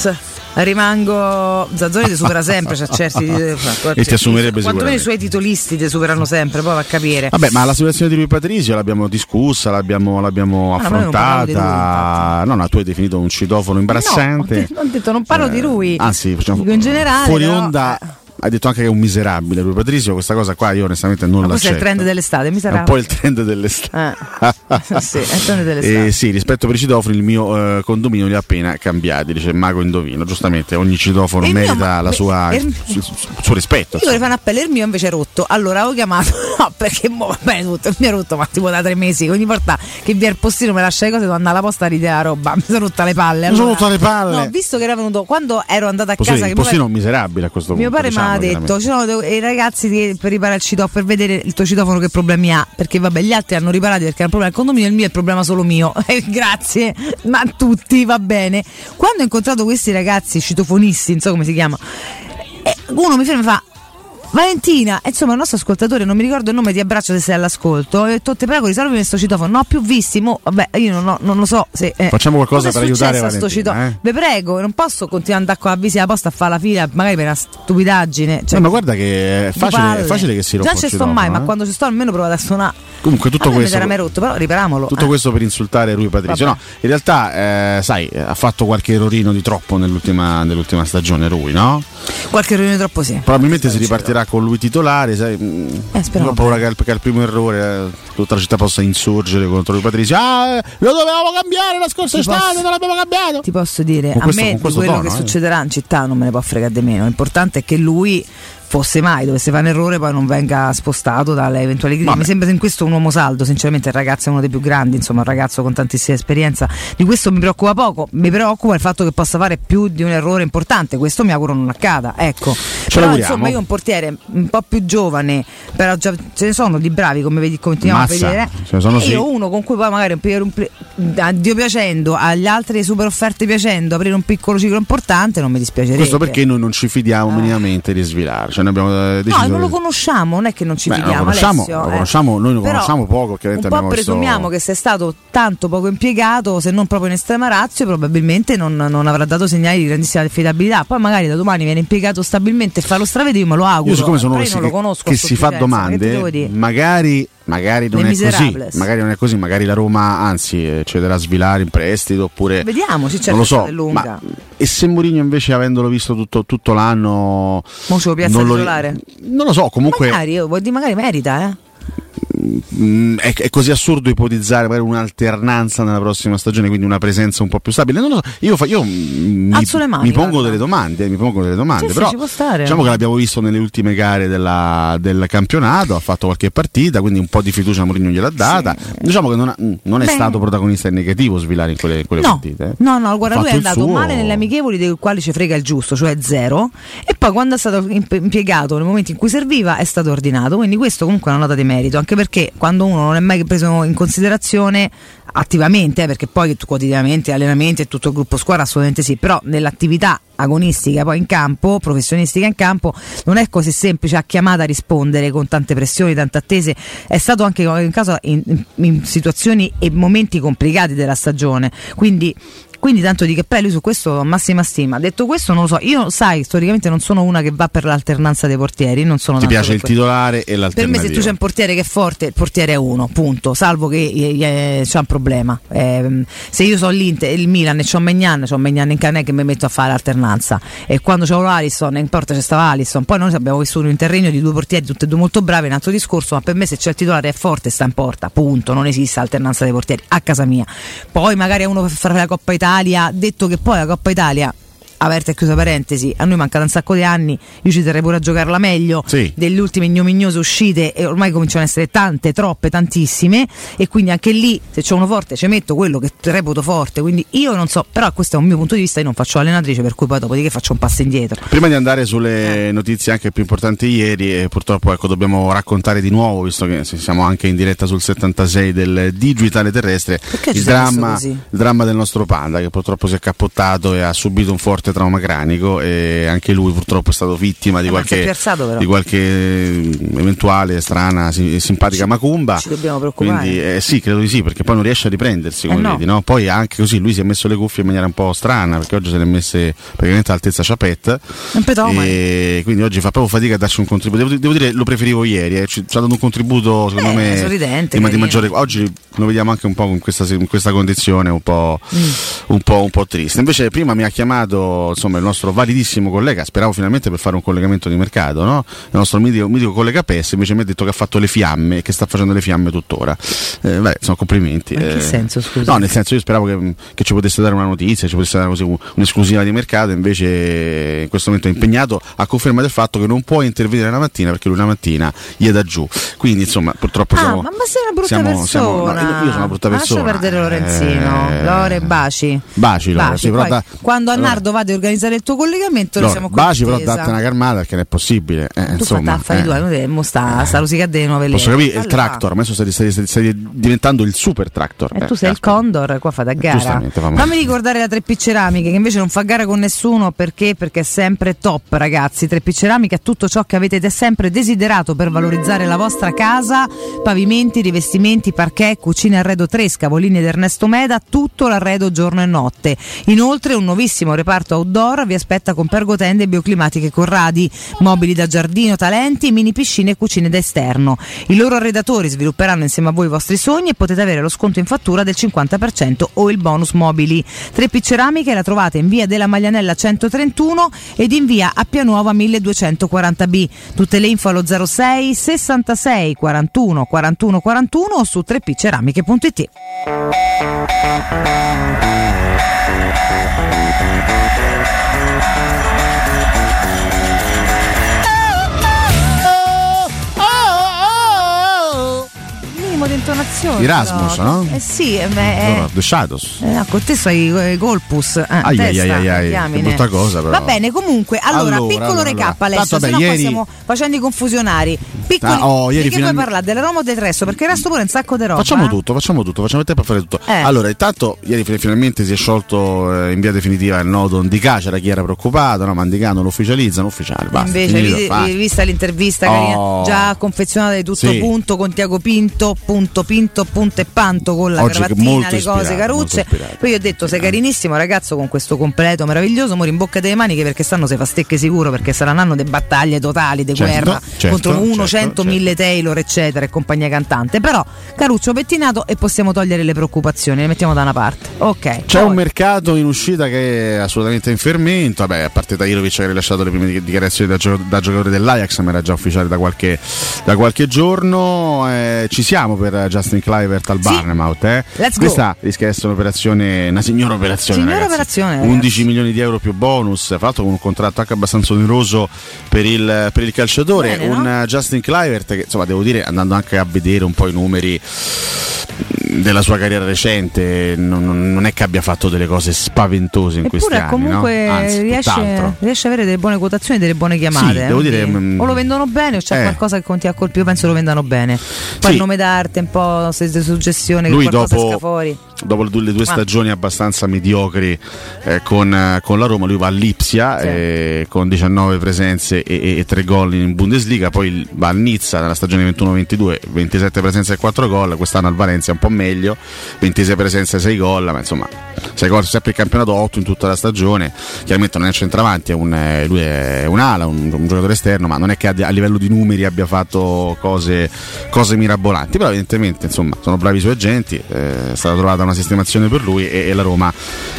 rimango. Zazzoni ti supera sempre, c'ha certi e ti assumerebbe quantomeno i suoi titolisti ti superano sempre, poi va a capire. Vabbè, ma la situazione di Rui Patrizio l'abbiamo discussa, l'abbiamo, l'abbiamo no, affrontata. No, no, tu hai definito un citofono imbarazzante. No, ho detto non parlo eh, di lui. Anzi, facciamo dico in generale. Fuori però, onda. Eh. Hai detto anche che è un miserabile Rui Patrizio, questa cosa qua io onestamente non ma l'accetto. Questo è il trend dell'estate, miserabile. È un po' il trend dell'estate. Eh. Sì, è il trend dell'estate. Eh, sì, rispetto per i citofoni il mio eh, condominio li ha appena cambiati, dice Mago Indovino. Giustamente ogni citofono il merita mio, ma, la sua, il, il, il suo rispetto. Io vorrei fare un appello, il mio invece è rotto. Allora ho chiamato, no, perché mo, va bene tutto, il mio è rotto, ma tipo da tre mesi. Ogni volta che vi è il postino mi lascia le cose, devo andare alla posta a ritirare la roba. Mi sono rotta le palle. Allora, mi sono rotta le palle. No, visto che era venuto, quando ero andata a Postino, casa. Il che postino è un miserabile a questo mio punto. Mio pare diciamo, mi ha detto, ci sono i ragazzi che per riparare il citofono, per vedere il tuo citofono che problemi ha, perché vabbè gli altri hanno riparati perché è un problema del condominio, il mio è il problema solo mio. Eh, grazie, ma tutti va bene. Quando ho incontrato questi ragazzi citofonisti, non so come si chiama, eh, uno mi ferma e fa: Valentina, insomma il nostro ascoltatore, non mi ricordo il nome, ti abbraccio se sei all'ascolto, ho detto te prego risolvimi questo citofono, non ho più visti, mo, vabbè io non, ho, non lo so se eh, facciamo qualcosa per aiutare Valentina, eh? vi prego, non posso continuare ad andare con la visita posta a fare la fila magari per una stupidaggine, cioè, no, ma guarda che è facile, è facile che si rompa. Già ci sto mai, eh? Ma quando ci sto almeno provo a suonare. Comunque tutto questo mi era mai rotto, però riparamolo. Tutto eh. questo per insultare Rui Patrizio. No, in realtà eh, sai, ha fatto qualche errorino di troppo nell'ultima, nell'ultima stagione Rui, no? Qualche errorino di troppo sì. Probabilmente si ripartirà con lui titolare, sai. Eh, ho paura che al, che al primo errore eh, tutta la città possa insorgere contro Rui Patrizio. Ah, lo dovevamo cambiare la scorsa ti estate, posso, non l'abbiamo cambiato. Ti posso dire, con a questo, me di quello tono, che eh. succederà in città non me ne può fregare di meno. L'importante è che lui, fosse mai dovesse fare un errore, poi non venga spostato dalle eventuali critiche. Mi sembra in questo un uomo saldo, sinceramente il ragazzo è uno dei più grandi, insomma un ragazzo con tantissima esperienza, di questo mi preoccupa poco, mi preoccupa il fatto che possa fare più di un errore importante, questo mi auguro non accada, ecco. Ce però insomma io un portiere un po' più giovane, però già ce ne sono di bravi come vedi, continuiamo Massa, a vedere, ce ne sono, e io sì. uno con cui poi magari un, un, a Dio piacendo, agli altri super offerte piacendo, aprire un piccolo ciclo importante non mi dispiacerebbe. Questo perché noi non ci fidiamo ah. minimamente di Svilare, cioè noi abbiamo deciso. No, non lo conosciamo, non è che non ci Beh, fidiamo, lo conosciamo, Alessio, lo eh. conosciamo, noi lo Però conosciamo poco, che un po' abbiamo presumiamo visto... che sia stato tanto poco impiegato, se non proprio in estrema ratio, probabilmente non, non avrà dato segnali di grandissima affidabilità. Poi magari da domani viene impiegato stabilmente e fa lo stravede, io me lo auguro. Io siccome sono uno io non lo conosco che, che si fa domande, magari magari non è così, magari non è così, magari la Roma anzi cederà a Svilare in prestito oppure vediamo, sì, certo, non lo so, lunga. Ma, e se Mourinho invece avendolo visto tutto, tutto l'anno non non lo, non lo so, comunque magari, io, magari merita eh È, è così assurdo ipotizzare magari un'alternanza nella prossima stagione, quindi una presenza un po' più stabile. Non lo so, io, fa, io mi, mani, mi pongo guarda. delle domande, mi pongo delle domande, sì, però sì, ci può stare. Diciamo che l'abbiamo visto nelle ultime gare della, del campionato, ha fatto qualche partita, quindi un po' di fiducia Mourinho gliel'ha data. Sì. Diciamo che non, ha, non è Beh. stato protagonista in negativo Svilare in quelle, in quelle no. partite. Eh. No, no, guarda, lui è andato suo... male nelle amichevoli dei quali ci frega il giusto, cioè zero, e poi quando è stato impiegato nel momento in cui serviva è stato ordinato, quindi questo comunque è una nota di merito, anche perché quando uno non è mai preso in considerazione attivamente, eh, perché poi quotidianamente allenamenti e tutto il gruppo squadra assolutamente sì, però nell'attività agonistica poi in campo, professionistica in campo, non è così semplice a chiamata a rispondere con tante pressioni, tante attese. È stato anche in caso in, in, in situazioni e momenti complicati della stagione, quindi Quindi tanto di che poi lui su questo ho massima stima. Detto questo non lo so, io sai storicamente non sono una che va per l'alternanza dei portieri, non sono ti piace il titolare e l'alternativo. Per me se tu c'è un portiere che è forte, il portiere è uno, punto, salvo che eh, c'è un problema. Eh, se io so l'Inter, il Milan e c'ho Maignan, c'ho Maignan in canè che mi metto a fare l'alternanza, e quando c'ho Alisson in porta c'è stava Alisson, poi noi abbiamo vissuto un terreno di due portieri tutti e due molto bravi, un altro discorso, ma per me se c'è il titolare è forte sta in porta, punto, non esiste alternanza dei portieri a casa mia. Poi magari è uno per fare la Coppa Italia, detto che poi la Coppa Italia, aperta e chiusa parentesi, a noi manca un sacco di anni, io ci terrei pure a giocarla meglio, sì. Delle ultime ignominiose uscite, e ormai cominciano ad essere tante, troppe, tantissime, e quindi anche lì se c'è uno forte ci metto quello che reputo forte, quindi io non so, però questo è un mio punto di vista, io non faccio allenatrice, per cui poi dopodiché faccio un passo indietro. Prima di andare sulle eh. notizie anche più importanti ieri, e purtroppo ecco dobbiamo raccontare di nuovo, visto che siamo anche in diretta sul settantasei del digitale terrestre, il dramma, il dramma del nostro Panda che purtroppo si è cappottato e ha subito un forte forte trauma cranico e anche lui purtroppo è stato vittima di eh, qualche, piazzato, di qualche eventuale strana e simpatica ci, macumba. Ci dobbiamo preoccupare. Quindi eh, sì, credo di sì, perché poi non riesce a riprendersi, come eh no. vedi, no? Poi anche così lui si è messo le cuffie in maniera un po' strana, perché oggi se le ha messe praticamente all'altezza Chapette. Un petomane. E quindi oggi fa proprio fatica a darci un contributo. Devo, devo dire, lo preferivo ieri, eh. ci, ci ha dato un contributo secondo eh, me sorridente, di, di maggiore. Oggi lo vediamo anche un po' in questa, in questa condizione un po', mm. un po', un po' triste. Invece prima mi ha chiamato insomma il nostro validissimo collega, speravo finalmente per fare un collegamento di mercato, no? Il nostro mitico, mitico collega P E S invece mi ha detto che ha fatto le fiamme e che sta facendo le fiamme tuttora. Eh, beh, sono complimenti. In che eh, senso, scusa? No, nel senso io speravo che, che ci potesse dare una notizia, ci potesse dare così un'esclusiva di mercato, invece in questo momento è impegnato a conferma del fatto che non può intervenire la mattina perché lui la mattina gli è da giù. Quindi insomma purtroppo ah, siamo... ma, ma sei una brutta siamo, persona. Siamo, no, io, io sono una brutta persona. Lascia perdere Lorenzino. Eh, Lore, baci. Baci, Lore. Baci. Sì, però Poi, da, quando a allora, Nardo vado a organizzare il tuo collegamento, Lore, noi siamo baci, però attesa. date una calmata perché non è possibile. Eh, tu insomma, fai tu, eh. mo sta, sta rosica delle nuove posso leggi. capire, il tractor, adesso stai, stai, stai, stai diventando il super tractor. E eh, tu sei aspetta. il Condor, qua fate a gara. Fammi ricordare la tre P Ceramiche, che invece non fa gara con nessuno, perché? Perché è sempre top, ragazzi. tre P Ceramiche ha tutto ciò che avete sempre desiderato per valorizzare la vostra casa: pavimenti, rivestimenti, parquet, cucine arredo tre, Scavolini ed Ernesto Meda, tutto l'arredo giorno e notte. Inoltre un nuovissimo reparto outdoor vi aspetta con pergotende bioclimatiche Corradi, mobili da giardino Talenti, mini piscine e cucine da esterno. I loro arredatori svilupperanno insieme a voi i vostri sogni e potete avere lo sconto in fattura del cinquanta per cento o il bonus mobili. tre P Ceramiche la trovate in via della Maglianella centotrentuno ed in via Appianuova milleduecentoquaranta B. Tutte le info allo zero sei sessantasei quarantuno quarantuno quarantuno o su tre p ceramiche punto it. Di intonazione Erasmus, però. no? Eh sì, eh, beh, allora, The Shadows. Eh, no, con te so i Colpus. Eh, ai, testa, ai, ai, ai, che brutta cosa, però. Va bene, comunque, allora, allora piccolo allora, recap, allora. Alessio, Tanto, se vabbè, no ieri... stiamo facendo i confusionari. Piccoli, ah, oh, ieri di che finalmente... puoi parlare? Della Roma o del resto? Perché il resto pure è un sacco di roba. Facciamo eh? tutto, facciamo tutto, facciamo tempo a fare tutto. Eh. Allora, intanto, ieri finalmente si è sciolto eh, in via definitiva il nodo Ndicà, c'era chi era preoccupato, no? Ma Ndicà non lo ufficializzano, ufficiale. Basta, invece, finito, vi, vista l'intervista oh. carina, già confezionata di tutto sì. punto con Tiago Pinto, punto Pinto, punto e Panto con la Oggi cravattina, le cose ispirato, carucce. Poi io ho detto sei carinissimo ragazzo con questo completo meraviglioso, mo rimbocca delle maniche perché stanno se fa stecche sicuro, perché sarà un anno di battaglie totali, di certo, guerra certo, contro uno, certo, cento, certo. mille Taylor eccetera e compagnia cantante. Però caruccio pettinato e possiamo togliere le preoccupazioni, le mettiamo da una parte. Ok. C'è poi. un mercato in uscita che è assolutamente in fermento. Vabbè, a parte Tahirovic che ha rilasciato le prime dichiarazioni da, gio- da giocatore dell'Ajax, ma era già ufficiale da qualche, da qualche giorno. Eh, ci siamo per Justin Kluivert al sì. Bournemouth. Eh. Let's go. Questa rischia di essere un'operazione, una signora operazione. Signora ragazzi. operazione, undici milioni di euro più bonus, fra l'altro con un contratto anche abbastanza oneroso per il, per il calciatore. Bene, un no? Justin Kluivert che insomma devo dire, andando anche a vedere un po' i numeri della sua carriera recente, non, non è che abbia fatto delle cose spaventose in Eppure questi anni, comunque no? Anzi, riesce, riesce a avere delle buone quotazioni, delle buone chiamate. Sì, eh, devo dire, quindi, mm, o lo vendono bene o c'è eh. qualcosa che conti a colpire. Io penso lo vendano bene. Poi sì. il nome d'arte, un po' se di suggestione, che lui qualcosa dopo, esca fuori. dopo le due, le due Ah. stagioni abbastanza mediocri eh, con, eh, con la Roma, lui va a Lipsia sì. eh, con diciannove presenze e, e, e tre gol in Bundesliga, poi va al Nizza nella stagione ventuno ventidue, ventisette presenze e quattro gol, quest'anno al Valencia un po' meglio, ventisei presenze e sei gol, ma insomma sei gol sempre il campionato, otto in tutta la stagione. Chiaramente non è centravanti, è un, eh, lui è un ala, un, un giocatore esterno, ma non è che a, a livello di numeri abbia fatto cose, cose mirabolanti, però evidentemente insomma sono bravi i suoi agenti, eh, è stata trovata una sistemazione per lui e, e la Roma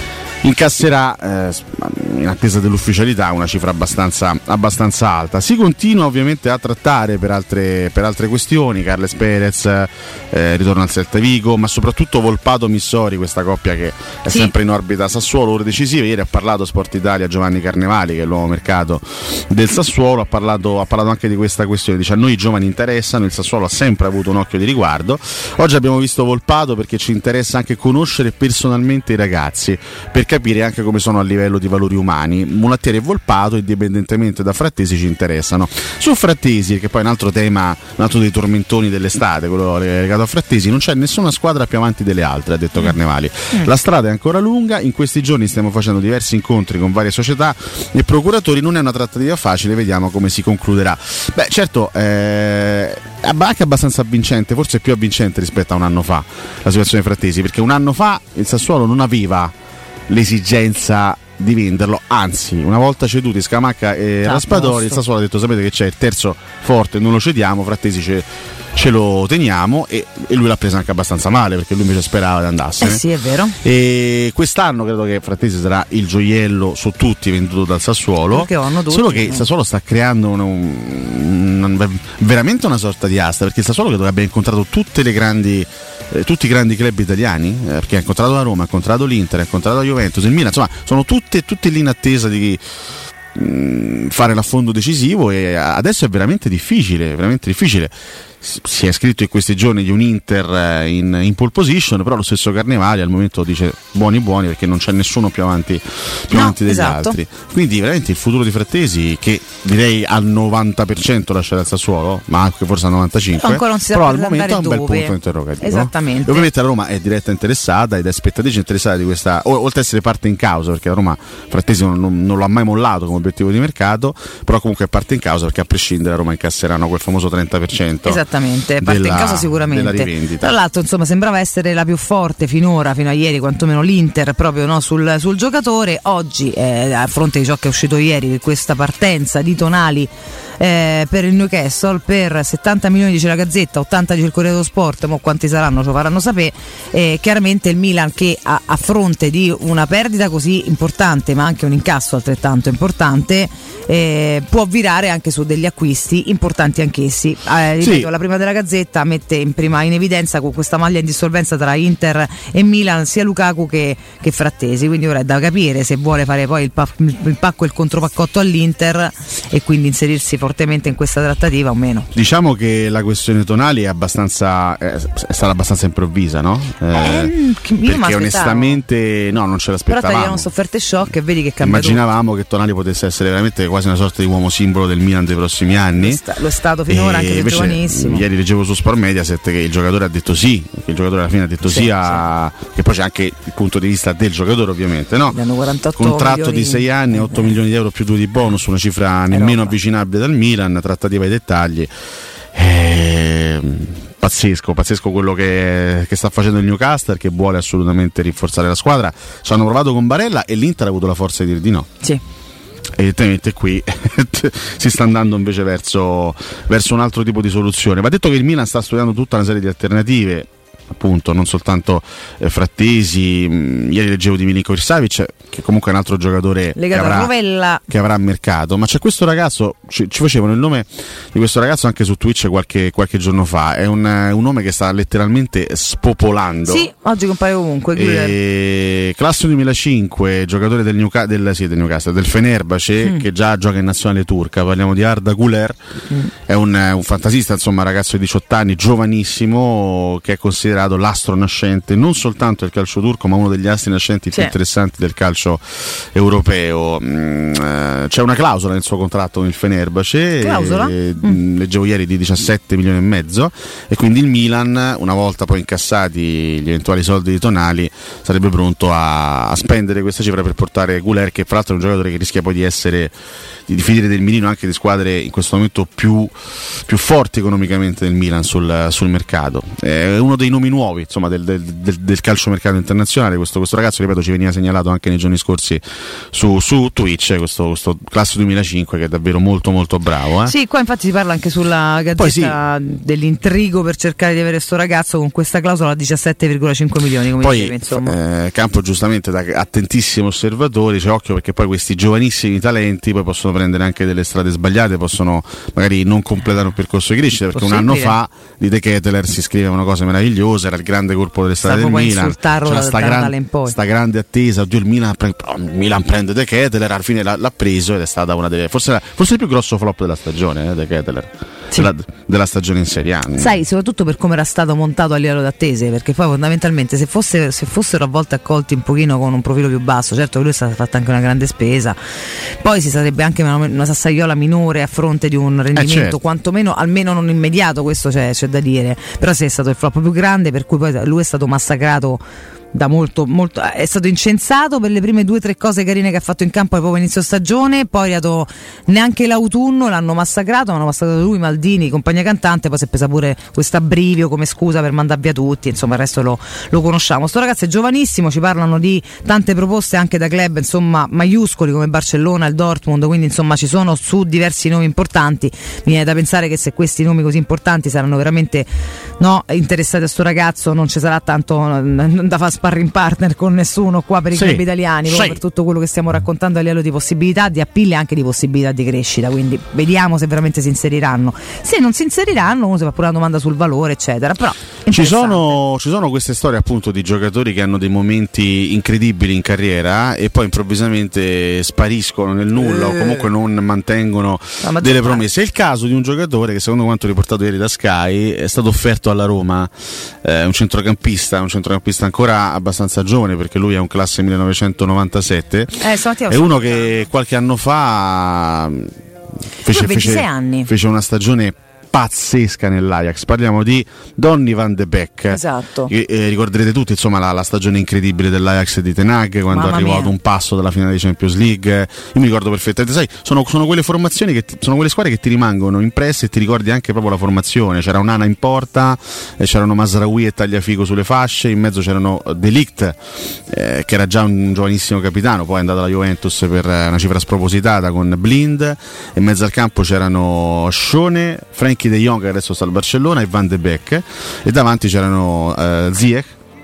incasserà eh, in attesa dell'ufficialità una cifra abbastanza, abbastanza alta. Si continua ovviamente a trattare per altre, per altre questioni, Carles Perez eh, ritorno al Celta Vigo, ma soprattutto Volpato Missori, questa coppia che è sì. sempre in orbita Sassuolo, ore decisive. Ieri ha parlato Sport Italia Giovanni Carnevali, che è il nuovo mercato del Sassuolo, ha parlato, ha parlato anche di questa questione, dice a noi i giovani interessano, il Sassuolo ha sempre avuto un occhio di riguardo. Oggi abbiamo visto Volpato perché ci interessa anche conoscere personalmente i ragazzi, perché capire anche come sono a livello di valori umani. Mulattieri e Volpato, indipendentemente da Frattesi, ci interessano. Su Frattesi, che poi è un altro tema, un altro dei tormentoni dell'estate, quello legato a Frattesi, non c'è nessuna squadra più avanti delle altre, ha detto Carnevali. Mm. La strada è ancora lunga, in questi giorni stiamo facendo diversi incontri con varie società e procuratori, non è una trattativa facile, vediamo come si concluderà. Beh, certo, eh, è anche abbastanza avvincente, forse più avvincente rispetto a un anno fa la situazione Frattesi, perché un anno fa il Sassuolo non aveva l'esigenza di venderlo, anzi una volta ceduti Scamacca e ah, Raspadori, il Sassuolo ha detto: sapete che c'è il terzo forte, non lo cediamo, Frattesi ce, ce lo teniamo, e, e lui l'ha presa anche abbastanza male, perché lui invece sperava di andarsene. Eh sì, è vero. E quest'anno credo che Frattesi sarà il gioiello su tutti venduto dal Sassuolo, tutti, solo che il Sassuolo sta creando un, un, un, veramente una sorta di asta, perché il Sassuolo credo che abbia incontrato tutte le grandi eh, tutti i grandi club italiani, eh, perché ha incontrato la Roma, ha incontrato l'Inter, ha incontrato la Juventus, il Milan, insomma sono tutte, tutte lì in attesa di mh, fare l'affondo decisivo, e adesso è veramente difficile, veramente difficile. Si è scritto in questi giorni di un Inter in, in pole position, però lo stesso Carnevali al momento dice buoni buoni, perché non c'è nessuno più avanti, più no, avanti degli esatto. altri. Quindi veramente il futuro di Frattesi, che direi al novanta per cento lascerà il Sassuolo, ma anche forse al novantacinque per cento, ancora non si però sa al momento è un bel dove. punto interrogativo. Esattamente. E ovviamente la Roma è diretta interessata ed è spettatrice interessata di questa, oltre ad essere parte in causa, perché la Roma Frattesi non, non, non l'ha mai mollato come obiettivo di mercato, però comunque è parte in causa, perché a prescindere la Roma incasseranno quel famoso trenta per cento. Esattamente, parte in casa sicuramente. Tra l'altro, insomma, sembrava essere la più forte finora, fino a ieri, quantomeno l'Inter, proprio no, sul, sul giocatore. Oggi, eh, a fronte di ciò che è uscito ieri, di questa partenza di Tonali eh, per il Newcastle per settanta milioni, dice la Gazzetta, ottanta dice il Corriere dello Sport, ma quanti saranno ce lo faranno sapere. Eh, chiaramente il Milan, che a, a fronte di una perdita così importante, ma anche un incasso altrettanto importante, eh, può virare anche su degli acquisti importanti anch'essi. Eh, ripeto, sì. La prima della Gazzetta mette in prima in evidenza, con questa maglia in dissolvenza tra Inter e Milan, sia Lukaku che, che Frattesi, quindi ora è da capire se vuole fare poi il, pa- il pacco e il contropaccotto all'Inter e quindi inserirsi fortemente in questa trattativa o meno. Diciamo che la questione Tonali è abbastanza è, è stata abbastanza improvvisa, no? Eh, eh, perché onestamente no, non ce l'aspettavamo. Però tagliamo sofferte shock e vedi che cambia. Immaginavamo tutto. Che Tonali potesse essere veramente quasi una sorta di uomo simbolo del Milan dei prossimi anni. Lo è stato finora, e anche se giovanissimo. Ieri leggevo su Sport Mediaset che il giocatore ha detto sì, che il giocatore alla fine ha detto sì, sì, a... sì. Che poi c'è anche il punto di vista del giocatore, ovviamente, no? Hanno quarantotto contratto milioni... di sei anni, otto milioni di euro più due di bonus, una cifra nemmeno avvicinabile dal Milan, trattativa ai dettagli. E... pazzesco, pazzesco quello che, che sta facendo il Newcastle, che vuole assolutamente rinforzare la squadra. Ci hanno provato con Barella e l'Inter ha avuto la forza di dire di no. Sì. Evidentemente qui si sta andando invece verso, verso un altro tipo di soluzione. Va detto che il Milan sta studiando tutta una serie di alternative, appunto, non soltanto eh, Frattesi. Mh, ieri leggevo di Milinkovic Savic, che comunque è un altro giocatore che avrà, che avrà mercato, ma c'è questo ragazzo, ci, ci facevano il nome di questo ragazzo anche su Twitch qualche, qualche giorno fa, è un, un nome che sta letteralmente spopolando. Sì, oggi compare ovunque. E... classe duemilacinque, giocatore del, Newca- del, sì, del Newcastle, del Fenerbahce, mm. che già gioca in nazionale turca, parliamo di Arda Güler, mm. è un, un fantasista, insomma, ragazzo di diciotto anni, giovanissimo, che è considerato l'astro nascente non soltanto del calcio turco, ma uno degli astri nascenti sì. più interessanti del calcio europeo. C'è una clausola nel suo contratto con il Fenerbahce, clausola? E, mm. leggevo ieri, di diciassette milioni e mezzo, e quindi il Milan, una volta poi incassati gli eventuali soldi di Tonali, sarebbe pronto a, a spendere questa cifra per portare Güler, che fra l'altro è un giocatore che rischia poi di essere di finire del mirino anche di squadre in questo momento più, più forti economicamente del Milan sul, sul mercato. È uno dei nomi nuovi, insomma, del, del, del, del calciomercato internazionale. Questo, questo ragazzo, ripeto, ci veniva segnalato anche nei giorni scorsi su, su Twitch, questo, questo classe duemilacinque che è davvero molto molto bravo. Eh? Sì, qua infatti si parla anche sulla Gazzetta sì. dell'intrigo per cercare di avere sto ragazzo con questa clausola a diciassette virgola cinque milioni, come poi, dicevi, insomma. Eh, Campo giustamente, da attentissimo osservatore, c'è occhio, perché poi questi giovanissimi talenti poi possono prendere anche delle strade sbagliate, possono magari non completare un percorso di crescita, perché possibile. Un anno fa di De Ketelaere si scrivevano cose meravigliose, era il grande colpo delle strade Stavo del Milan, c'era sta, gran, sta grande attesa, oddio il Milan, pre- il Milan prende De Ketelaere, alla fine l'ha, l'ha preso ed è stata una delle, forse, forse il più grosso flop della stagione, eh, De Ketelaere. sì. della, della stagione in Serie A. Sai, soprattutto per come era stato montato a livello d'attese, perché poi fondamentalmente se, fosse, se fossero a volte accolti un pochino con un profilo più basso, certo che lui è stata fatta anche una grande spesa, poi si sarebbe anche una, una Sassaiola minore a fronte di un rendimento eh certo. quantomeno, almeno non immediato, questo c'è, c'è da dire, però se è stato il flop più grande, per cui poi lui è stato massacrato da molto, molto, è stato incensato per le prime due o tre cose carine che ha fatto in campo proprio inizio stagione, poi è arrivato neanche l'autunno, l'hanno massacrato, hanno massacrato lui, Maldini, compagnia cantante, poi si è presa pure questo abbrivio come scusa per mandar via tutti, insomma il resto lo, lo conosciamo. Sto ragazzo è giovanissimo, ci parlano di tante proposte anche da club insomma maiuscoli come Barcellona, il Dortmund, quindi insomma ci sono su diversi nomi importanti. Mi viene da pensare che se questi nomi così importanti saranno veramente no, interessati a sto ragazzo, non ci sarà tanto da far sparring partner con nessuno qua per i sì, club italiani, sì. per tutto quello che stiamo raccontando a livello di possibilità di appeal e anche di possibilità di crescita, quindi vediamo se veramente si inseriranno. Se non si inseriranno uno si fa pure una domanda sul valore eccetera, però ci sono, ci sono queste storie appunto di giocatori che hanno dei momenti incredibili in carriera e poi improvvisamente spariscono nel nulla eh. o comunque non mantengono delle promesse. È il caso di un giocatore che secondo quanto riportato ieri da Sky è stato offerto alla Roma, eh, un centrocampista un centrocampista ancora abbastanza giovane perché lui è un classe millenovecentonovantasette, eh, è uno che qualche anno fa fece, fece, anni. fece una stagione pazzesca nell'Ajax. Parliamo di Donny van de Beek, esatto. eh, ricorderete tutti insomma la, la stagione incredibile dell'Ajax di Ten Hag quando Mamma arrivò mia. ad un passo dalla finale di Champions League. Io mi ricordo perfettamente, sai, sono, sono quelle formazioni che ti, sono quelle squadre che ti rimangono impresse e ti ricordi anche proprio la formazione. C'era Onana in porta, eh, c'erano Mazraoui e Tagliafico sulle fasce, in mezzo c'erano De Ligt, eh, che era già un giovanissimo capitano, poi è andato alla Juventus per una cifra spropositata con Blind, e in mezzo al campo c'erano Schöne, Frankie de Jong che adesso sta al Barcellona e Van de Beek, e davanti c'erano uh, Ziyech,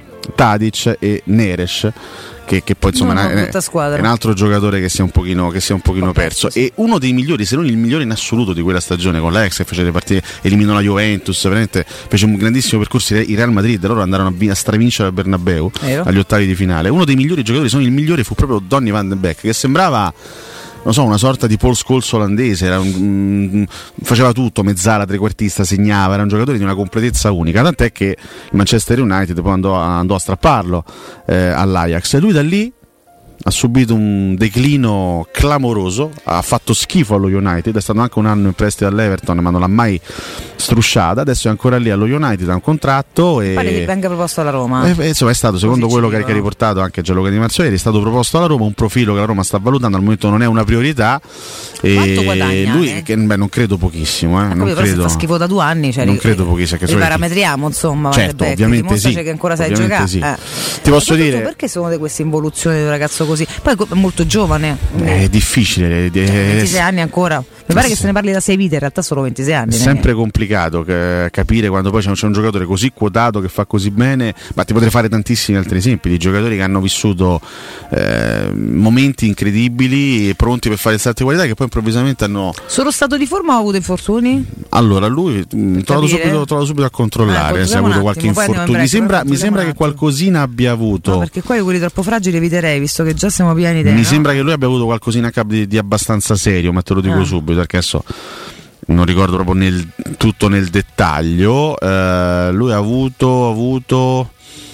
Tadic e Neres, che, che poi insomma no, no, è, è un altro giocatore che si è un pochino, che si è un pochino perso, e uno dei migliori, se non il migliore in assoluto di quella stagione con l'Ajax, che fece le partite, eliminò la Juventus, veramente fece un grandissimo percorso. Il Real Madrid, loro andarono a stravincere al Bernabeu Ero. agli ottavi di finale. Uno dei migliori giocatori, se non il migliore, fu proprio Donny van de Beek, che sembrava, non so, una sorta di Paul Scholes olandese, era un, um, faceva tutto, mezzala, trequartista, segnava, era un giocatore di una completezza unica, tant'è che il Manchester United poi andò, andò a strapparlo eh, all'Ajax, e lui da lì ha subito un declino clamoroso, ha fatto schifo allo United, è stato anche un anno in prestito all'Everton ma non l'ha mai strusciata, adesso è ancora lì allo United, ha un contratto e pare che venga proposto alla Roma, e, insomma è stato, secondo Così quello che, che ha riportato anche Gianluca Di Marzio ieri, è stato proposto alla Roma, un profilo che la Roma sta valutando, al momento non è una priorità. Quanto guadagna? E lui eh? che, beh, non credo pochissimo, eh, non però credo, se fa schifo da due anni, cioè non credo pochissimo, che riparametriamo insomma, certo, Beck, ovviamente sì, che ancora sai ovviamente giocare, sì. eh. Ti posso dire perché sono di queste involuzioni di un ragazzo così, poi è molto giovane, è difficile, è, ventisei anni ancora, mi pare che se ne parli da sei vite, in realtà solo ventisei anni. È sempre complicato che, capire quando poi c'è un, c'è un giocatore così quotato che fa così bene, ma ti potrei fare tantissimi altri esempi di giocatori che hanno vissuto eh, momenti incredibili, pronti per fare il salto di qualità, che poi improvvisamente hanno. Sono stato di forma o ho avuto infortuni? Allora lui mh, trovo subito, trovo subito a controllare eh, se ha avuto qualche infortunio. Mi sembra, mi sembra che qualcosina abbia avuto. No, perché qua io quelli troppo fragili eviterei, visto che già siamo pieni di. Mi no? sembra che lui abbia avuto qualcosina di, di abbastanza serio, ma te lo dico ah. subito, perché adesso non ricordo proprio nel, tutto nel dettaglio. Eh, lui ha avuto, ha avuto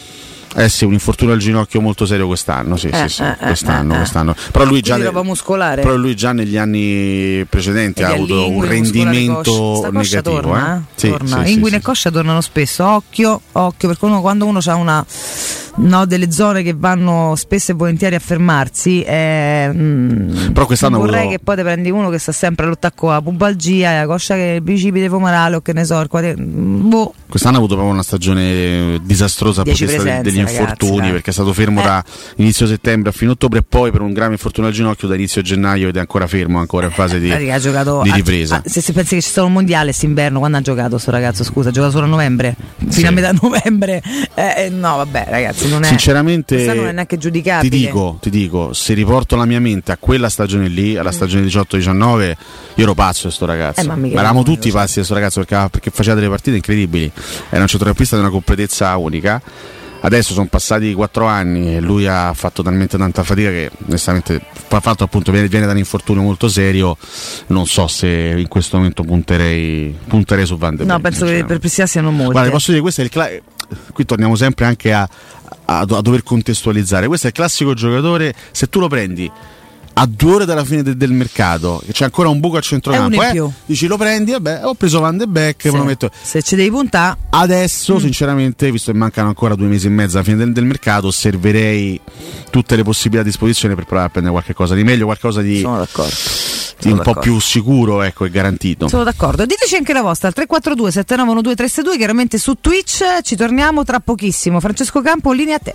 eh sì, un infortunio al ginocchio molto serio quest'anno, sì, eh, sì, sì, eh, quest'anno, eh, quest'anno. Però lui già, ne, roba muscolare. però lui già negli anni precedenti e ha avuto un rendimento negativo. Torna, eh? eh? Sì, torna. Sì, Inguine sì, e coscia tornano spesso, occhio, occhio, perché uno, quando uno ha una no, delle zone che vanno spesso e volentieri a fermarsi, eh, mh, però quest'anno vorrei avuto... che poi ti prendi uno che sta sempre all'attacco a pubalgia, la coscia che il bicipite fomarale o che ne so, il quadri... boh. Quest'anno ha avuto proprio una stagione disastrosa per degli infortuni, ragazzi, perché è stato fermo eh. da inizio settembre a fine ottobre e poi per un grave infortunio al ginocchio da inizio gennaio ed è ancora fermo, ancora in fase di, eh, ha giocato di ripresa. A, a, se si pensi che c'è stato un mondiale quest'inverno, quando ha giocato sto ragazzo, scusa, ha giocato solo a novembre, fino sì. a metà novembre, eh, no vabbè ragazzi, non è, sinceramente non è neanche giudicabile. Ti dico, ti dico, se riporto la mia mente a quella stagione lì, alla stagione diciotto diciannove, io ero pazzo di sto ragazzo, eh, ma, ma eravamo tutti pazzi di sto ragazzo perché, perché faceva delle partite incredibili, era un centrocampista di una completezza unica. adesso sono passati quattro anni e lui ha fatto talmente tanta fatica che onestamente, ha fatto appunto viene, viene da un infortunio molto serio, non so se in questo momento punterei punterei su Van de Beek. No, penso che le perplessità siano molte. Guarda, posso dire, questo è il cla- qui torniamo sempre anche a, a, a dover contestualizzare. Questo è il classico giocatore, se tu lo prendi a due ore dalla fine de- del mercato, che c'è ancora un buco a centrocampo, eh? Dici lo prendi, vabbè, ho preso Van de Beek, sì. me lo metto. Se ci devi puntare. Adesso, mm. sinceramente, visto che mancano ancora due mesi e mezzo alla fine del, del mercato, osserverei tutte le possibilità a disposizione per provare a prendere qualche cosa di meglio, qualcosa di, Sono d'accordo. di Sono un d'accordo. po' più sicuro, ecco, e garantito. Sono d'accordo. Diteci anche la vostra al tre quattro due sette nove uno due tre sei due, chiaramente su Twitch. Ci torniamo tra pochissimo. Francesco Campo, linea a te.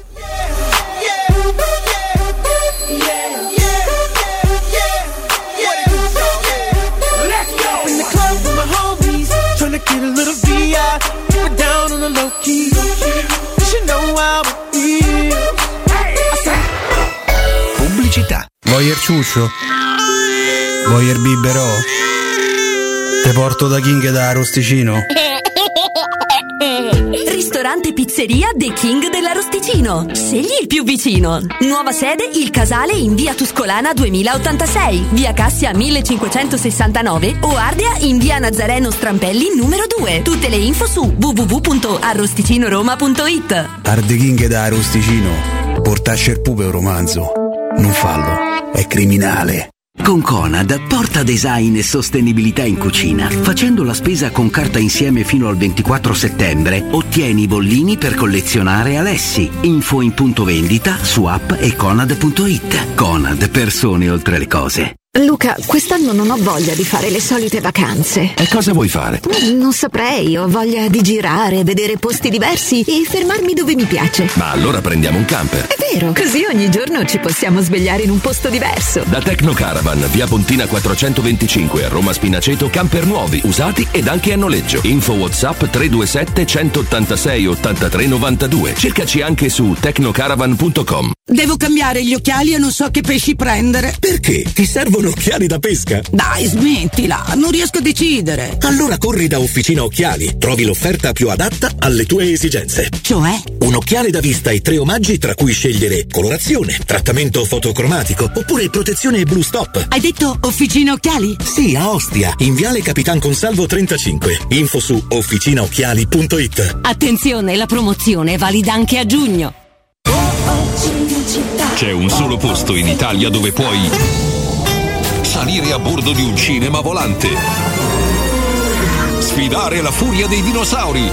Get a little V I, we're down on the low key. You should know how it feels. Pubblicità. Voyer ciuccio? Voyer biberò? Te porto da King da Arosticino? Ristorante Pizzeria The King dell'Arosticino. Scegli il più vicino. Nuova sede Il Casale in via Tuscolana duemilaottantasei, via Cassia millecinquecentosessantanove o Ardea in via Nazareno Strampelli numero due. Tutte le info su w w w punto arrosticinoroma punto it. Ar The King da Arosticino. Portasce il pupe un romanzo. Non fallo, è criminale. Con Conad porta design e sostenibilità in cucina. Facendo la spesa con carta insieme fino al ventiquattro settembre, ottieni i bollini per collezionare Alessi. Info in punto vendita su app e conad punto it. Conad, persone oltre le cose. Luca, quest'anno non ho voglia di fare le solite vacanze. E cosa vuoi fare? Non saprei, ho voglia di girare, vedere posti diversi e fermarmi dove mi piace. Ma allora prendiamo un camper. È vero, così ogni giorno ci possiamo svegliare in un posto diverso. Da Tecno Caravan, via Pontina quattrocentoventicinque a Roma Spinaceto, camper nuovi, usati ed anche a noleggio. Info WhatsApp tre due sette centottantasei ottantatré novantadue. Cercaci anche su tecnocaravan punto com. Devo cambiare gli occhiali e non so che pesci prendere. Perché? Ti servono occhiali da pesca? Dai, smettila, non riesco a decidere. Allora corri da Officina Occhiali, trovi l'offerta più adatta alle tue esigenze. Cioè? Un occhiale da vista e tre omaggi tra cui scegliere colorazione, trattamento fotocromatico oppure protezione Blue Stop. Hai detto Officina Occhiali? Sì, a Ostia, in viale Capitan Consalvo trentacinque. Info su officina occhiali punto it. Attenzione, la promozione è valida anche a giugno. C'è un solo posto in Italia dove puoi salire a bordo di un cinema volante, sfidare la furia dei dinosauri,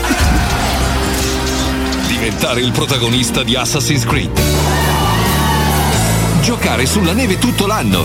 diventare il protagonista di Assassin's Creed, giocare sulla neve tutto l'anno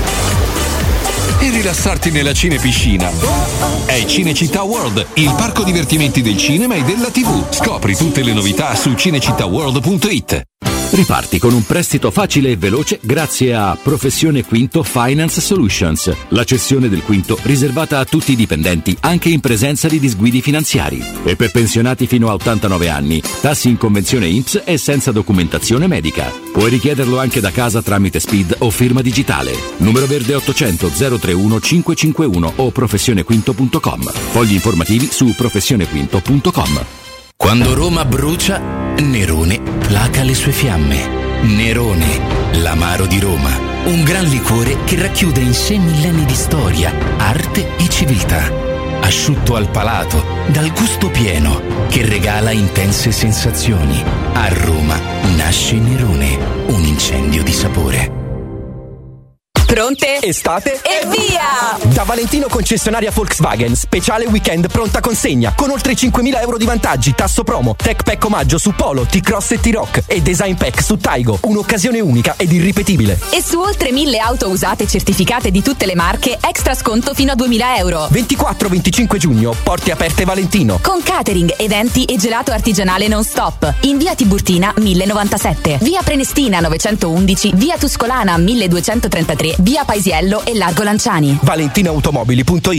e rilassarti nella cinepiscina. È Cinecittà World, il parco divertimenti del cinema e della tivù. Scopri tutte le novità su cinecittà world punto it. Riparti con un prestito facile e veloce grazie a Professione Quinto Finance Solutions, la cessione del quinto riservata a tutti i dipendenti anche in presenza di disguidi finanziari. E per pensionati fino a ottantanove anni, tassi in convenzione I N P S e senza documentazione medica. Puoi richiederlo anche da casa tramite S P I D o firma digitale. Numero verde ottocento zero trentuno cinquecentocinquantuno o professionequinto punto com. Fogli informativi su professionequinto punto com. Quando Roma brucia, Nerone placa le sue fiamme. Nerone, l'amaro di Roma. Un gran liquore che racchiude in sé millenni di storia, arte e civiltà. Asciutto al palato, dal gusto pieno, che regala intense sensazioni. A Roma nasce Nerone, un incendio di sapore. Pronte? Estate? E via! Da Valentino concessionaria Volkswagen, speciale weekend pronta consegna, con oltre cinquemila euro di vantaggi, tasso promo, tech pack omaggio su Polo, T-Cross e T-Rock e design pack su Taigo, un'occasione unica ed irripetibile. E su oltre mille auto usate certificate di tutte le marche, extra sconto fino a duemila euro. ventiquattro venticinque giugno, porte aperte Valentino. Con catering, eventi e gelato artigianale non stop. In via Tiburtina mille novantasette, via Prenestina novecentoundici, via Tuscolana milleduecentotrentatré, via Paisiello e Largo Lanciani. valentinoautomobili punto it.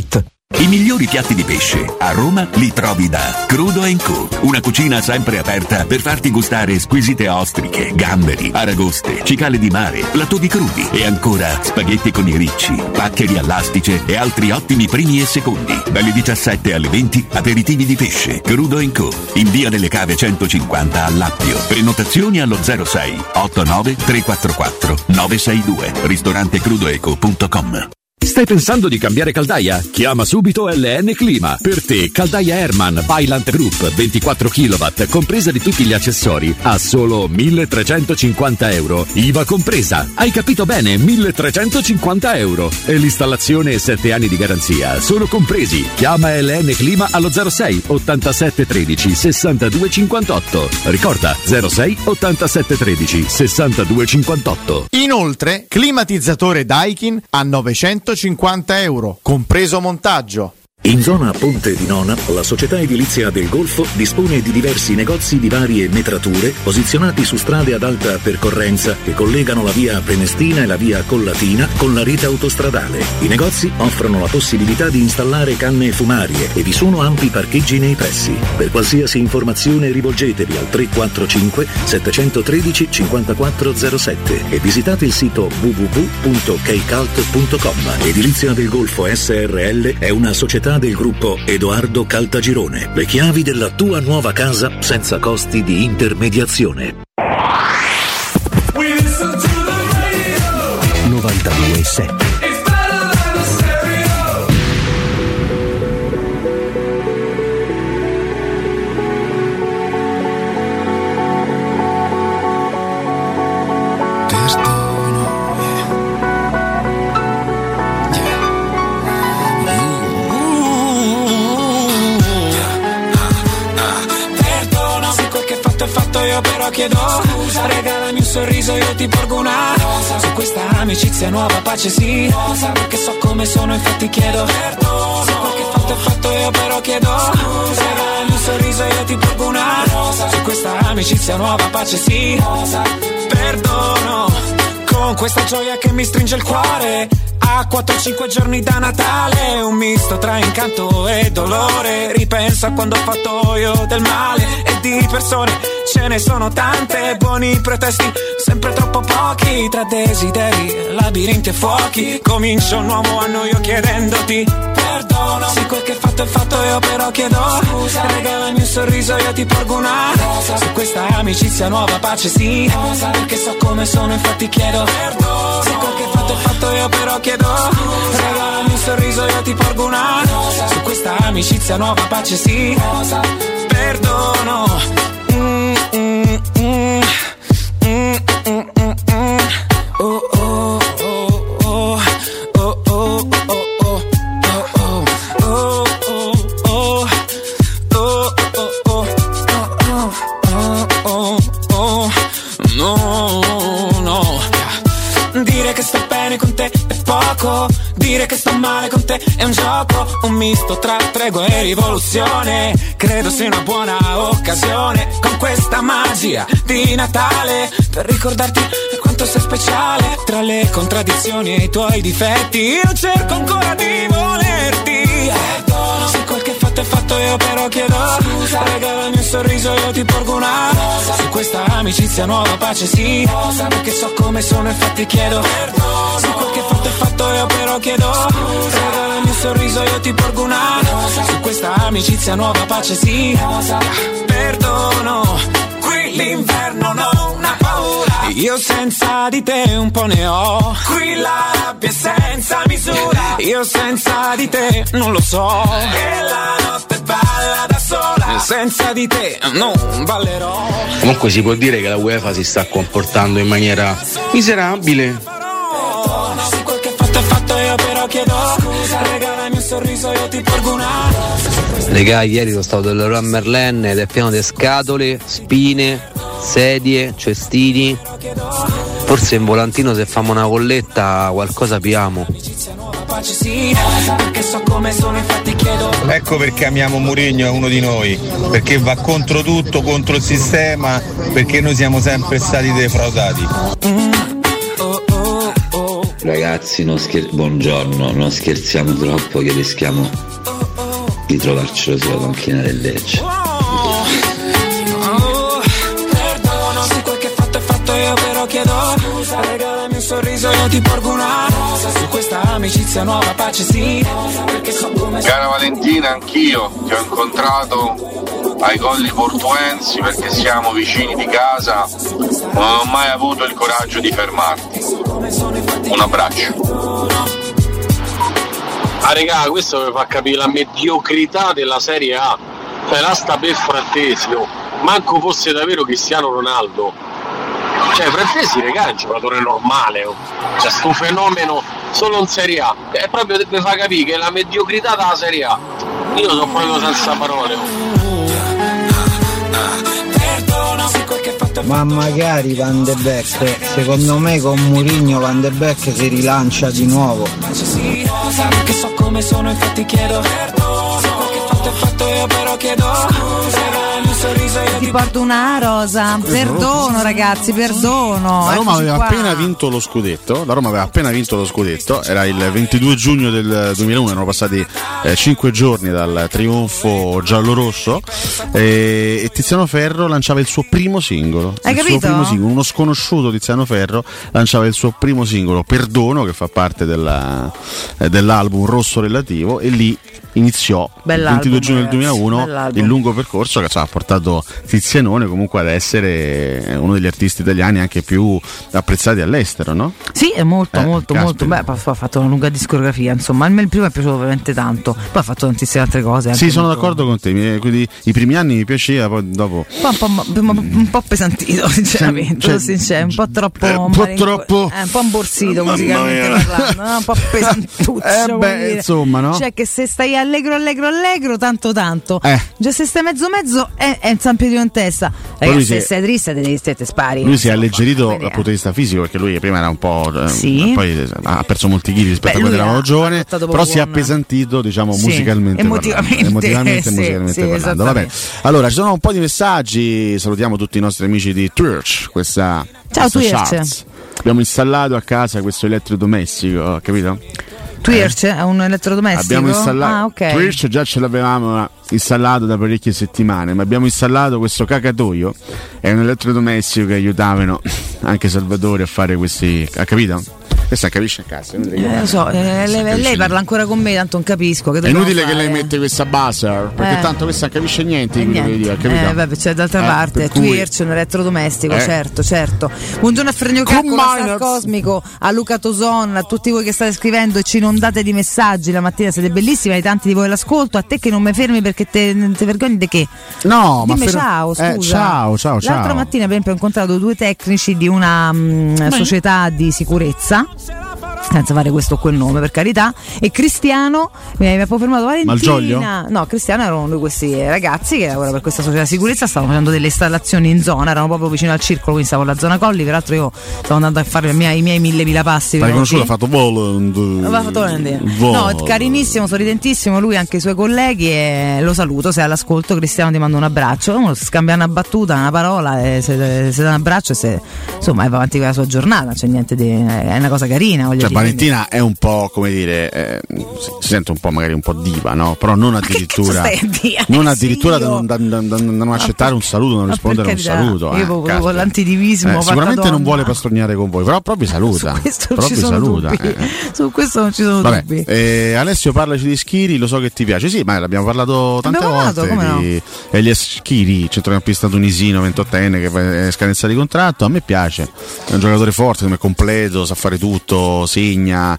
I migliori piatti di pesce a Roma li trovi da Crudo and Co. Una cucina sempre aperta per farti gustare squisite ostriche, gamberi, aragoste, cicale di mare, platò di crudi e ancora spaghetti con i ricci, paccheri all'astice e altri ottimi primi e secondi. Dalle diciassette alle venti aperitivi di pesce. Crudo and Co. In via delle Cave centocinquanta a Lappio. Prenotazioni allo zero sei otto nove tre quattro quattro nove sei due. ristorante crudoeco punto com. Stai pensando di cambiare caldaia? Chiama subito L N Clima. Per te, caldaia Herman Vaillant Group ventiquattro chilowatt, compresa di tutti gli accessori, a solo milletrecentocinquanta euro, I V A compresa. Hai capito bene, milletrecentocinquanta euro. E l'installazione e sette anni di garanzia sono compresi. Chiama L N Clima allo zero sei ottantasette tredici sessantadue cinquantotto. Ricorda, zero sei ottantasette tredici sessantadue cinquantotto. Inoltre, climatizzatore Daikin a novecentocinquanta euro, compreso montaggio. In zona Ponte di Nona, la società edilizia del Golfo dispone di diversi negozi di varie metrature posizionati su strade ad alta percorrenza che collegano la via Prenestina e la via Collatina con la rete autostradale. I negozi offrono la possibilità di installare canne fumarie e vi sono ampi parcheggi nei pressi. Per qualsiasi informazione rivolgetevi al tre quattro cinque sette uno tre cinque zero sette e visitate il sito w w w punto keicalt punto com. Edilizia del Golfo S R L è una società del gruppo Edoardo Caltagirone. Le chiavi della tua nuova casa senza costi di intermediazione. novantadue sette. Però chiedo scusa, regalami un sorriso, io ti porgo una rosa. Su questa amicizia nuova pace sì, rosa. Perché so come sono, infatti chiedo perdono. Se quel che fatto è fatto, io però chiedo scusa, regalami un sorriso, io ti porgo una rosa. Su questa amicizia nuova pace sì, rosa. Perdono. Con questa gioia che mi stringe il cuore, a quattro cinque giorni da Natale, un misto tra incanto e dolore. Ripenso a quando ho fatto io del male, e di persone ce ne sono tante. Buoni pretesti, sempre troppo pochi. Tra desideri, labirinti e fuochi. Comincio un nuovo anno io chiedendoti perdono. Se quel che fatto è fatto, io però chiedo scusa, regalami un sorriso, io ti porgo una rosa. Su questa amicizia nuova pace sì, rosa. Perché so come sono, infatti chiedo perdono. Se quel che fatto è fatto, io però chiedo scusa, regalami un sorriso, io ti porgo una rosa. Su questa amicizia nuova pace sì, rosa. Perdono. Mm, mm, mm, mm, mm, mm, mm. Oh, oh, oh, oh, oh, oh, oh, oh, oh, oh, oh, oh, oh, no, no. Dire che sto bene con te è poco, dire che sto male con te è un gioco, un misto tra tregua e rivoluzione. Credo sia una buona occasione, con questa magia di Natale, per ricordarti quanto sei speciale. Tra le contraddizioni e i tuoi difetti, io cerco ancora di volerti. Perdono. Se quel che fatto è fatto, io però chiedo scusa, regalami un sorriso, io ti porgo una rosa. Su questa amicizia nuova pace sì, rosa. Perché so come sono, infatti chiedo perdono. Se quel che fatto è fatto, io però chiedo scusa, regalami un sorriso, io ti porgo una rosa. Su questa amicizia nuova pace sì, rosa. Perdono. Qui l'inverno non ha paura, io senza di te un po' ne ho. Qui la rabbia è senza misura, io senza di te non lo so. E la notte balla da sola, senza di te non ballerò. Comunque si può dire che la UEFA si sta comportando in maniera miserabile. Perdono, se quel che fatto è fatto, io però chiedo scusa, regalami un sorriso, io ti porgo una rosa. Regà, ieri sono stato dell'Eroe Merlin ed è pieno di scatole, spine, sedie, cestini. Forse in volantino, se famo una colletta, qualcosa abbiamo. Ecco perché amiamo Mourinho, è uno di noi, perché va contro tutto, contro il sistema, perché noi siamo sempre stati defraudati. Ragazzi, non scher- buongiorno, non scherziamo troppo che rischiamo di trovarcelo sulla panchina del Lecce. Oh, perdono se quel che fatto è fatto, io però chiedo scusa. Regalami un sorriso, io ti porgo una rosa. Su questa amicizia nuova pace sì, perché so come. Cara Valentina, anch'io ti ho incontrato ai Colli Portuensi perché siamo vicini di casa, ma non ho mai avuto il coraggio di fermarti. Un abbraccio. Ah regà, questo mi fa capire la mediocrità della Serie A. Cioè la sta per Frattesi, oh. Manco fosse davvero Cristiano Ronaldo. Cioè Frattesi regà è un giocatore normale, oh. Cioè sto fenomeno solo in Serie A. È proprio mi fa capire che la mediocrità della Serie A. Io sono proprio senza parole, oh. Ma magari Van de Beek, secondo me con Mourinho Van de Beek si rilancia di nuovo. Che so come sono, infatti chiedo perdono. Quel che fatto è fatto, io però chiedo scusa. Ti porto una rosa. Perdono ragazzi, perdono. La Roma Eccoci aveva qua. appena vinto lo scudetto. La Roma aveva appena vinto lo scudetto. Era il ventidue giugno del duemilauno. Erano passati eh, cinque giorni dal trionfo giallorosso. E, e Tiziano Ferro lanciava il suo primo singolo. Hai il capito? suo primo singolo. Uno sconosciuto Tiziano Ferro lanciava il suo primo singolo, Perdono, che fa parte della, eh, dell'album Rosso Relativo. E lì iniziò Bell'album, il ventidue giugno del ragazzi, duemilauno bell'album. il lungo percorso che insomma, ha portato Tizianone comunque ad essere uno degli artisti italiani anche più apprezzati all'estero, no? Sì, è molto, Eh, molto, caspita. molto. Beh, poi ha fatto una lunga discografia, insomma. Il primo è piaciuto veramente tanto. Poi ha fatto tantissime altre cose. anche Sì, sono molto- d'accordo con te. mi- Quindi i primi anni mi piaceva, poi dopo. Un po', un po', un po' pesantito, sinceramente. Cioè, Sì, sincero, un po' troppo. eh, un po' malinco- troppo- eh, un po' imborsito Mamma musicalmente mia. parlando, no? Un po' pesantuccio. Eh, come beh, dire. insomma, no? Cioè, che se stai allegro, allegro, allegro, tanto, tanto. Eh. Già se stai mezzo, mezzo, è, è un zampino in testa. Poi lui Ragazzi, si se è- sei triste, te, te, te spari. Lui si è insomma. alleggerito Quindi, dal punto di vista fisico perché lui prima era un po'. eh, Sì. Poi ha perso molti chili rispetto Beh, a quando lui eravamo ha- giovane. ha lottato Però poco si è con- appesantito, diciamo, Sì, musicalmente. emotivamente, parlando. Emotivamente e sì, musicalmente sì, parlando. Vabbè. esattamente. Allora, ci sono un po' di messaggi. Salutiamo tutti i nostri amici di Twitch. Questa, Ciao, questa Twitch. charts. Abbiamo installato a casa questo elettrodomestico, capito? Twitch è un elettrodomestico? Abbiamo installato Ah, ok. Twitch già ce l'avevamo installato da parecchie settimane, ma abbiamo installato questo cacatoio, è un elettrodomestico che aiutavano anche Salvatore a fare questi, ha capito? Questa capisce a casa, è inutile che- Eh, lo so, eh, lei, capisce lei niente. parla ancora con me, tanto non capisco. Che È dobbiamo inutile che fare? lei mette questa buzzer, perché Eh. tanto questa non capisce niente di quello che Niente. dico, ha capito? Eh, vabbè, c'è d'altra Eh, parte, per cui- Twitch, un elettrodomestico, Eh. certo, certo. Buongiorno a Frenio Cacco, Good a Star minutes. Cosmico, a Luca Toson, a tutti voi che state scrivendo e ci inondate di messaggi la mattina, siete bellissimi, ai tanti di voi l'ascolto, a te che non mi fermi perché te, te vergogni di che? No, ma Dimmi fer- ciao, scusa. eh, ciao, ciao, L'altra ciao. mattina, per esempio, ho incontrato due tecnici di una mh, società di sicurezza, senza fare questo o quel nome per carità, e Cristiano mi ha confermato Valentina. Malgioglio? No, Cristiano erano due questi ragazzi che lavorano per questa società di sicurezza, stavano facendo delle installazioni in zona, erano proprio vicino al circolo, quindi stavo alla zona Colli, peraltro io stavo andando a fare i miei, i miei mille mila passi. L'hai veloci. conosciuto, ha fatto Voland. Aveva fatto volentieri. Vol- No, carinissimo, sorridentissimo, lui e anche i suoi colleghi, e lo saluto, se è all'ascolto. Cristiano, ti mando un abbraccio, uno si scambia una battuta, una parola, e se, se dà un abbraccio e se, insomma, va avanti con la sua giornata, c'è niente di, è una cosa carina, voglio Cioè, dire. Valentina è un po', come dire, eh, si si sente un po' magari un po' diva, no? Però non addirittura, stai a dire? non addirittura Sì, da, non- da- da- da non accettare un saluto, non Ma rispondere a un per carità, saluto. io eh, proprio caspita. con l'antidivismo fatta sicuramente non donna. vuole pastognare con voi, però proprio saluta. Questo non proprio ci sono saluta. dubbi. eh. Su questo non ci sono Vabbè, dubbi. eh, Alessio, parlaci di Schiri, lo so che ti piace. Sì, ma l'abbiamo parlato tante Abbiamo volte parlato, come di Elias Schiri, centrocampista tunisino, ventottenne, che fa- è scadenza di contratto. A me piace, è un giocatore forte, come completo, sa fare tutto, segna.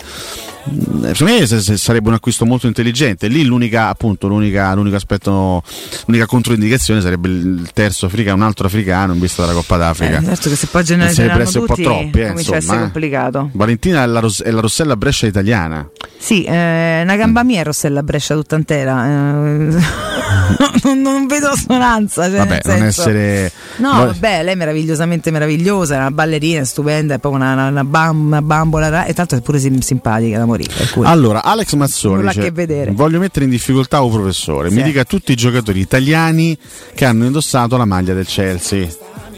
Mm, Secondo me se- se sarebbe un acquisto molto intelligente. Lì l'unica, appunto, l'unica, l'unico aspetto, l'unica controindicazione sarebbe il terzo africano, un altro africano in vista della Coppa d'Africa. Eh, certo che se poi Eh, sarebbe generalizzano essere un po' tutti troppi, eh, comincia a insomma, essere eh. complicato. Valentina è la, Ros- è la Rossella Brescia italiana. Sì, eh, una gamba mia è Rossella Brescia tutta intera. eh, non, non vedo assonanza. Cioè, Vabbè, nel non senso- essere. No, Vuoi- vabbè, lei è meravigliosamente meravigliosa, è una ballerina stupenda, è proprio una, una, una bam- una bambola, ra- e tanto è pure sim- simpatica da morire. per cui- Allora, Alex Mazzoni Nulla a dice, che vedere. voglio mettere in difficoltà un professore, Sì. mi dica tutti i giocatori italiani che hanno indossato la maglia del Chelsea.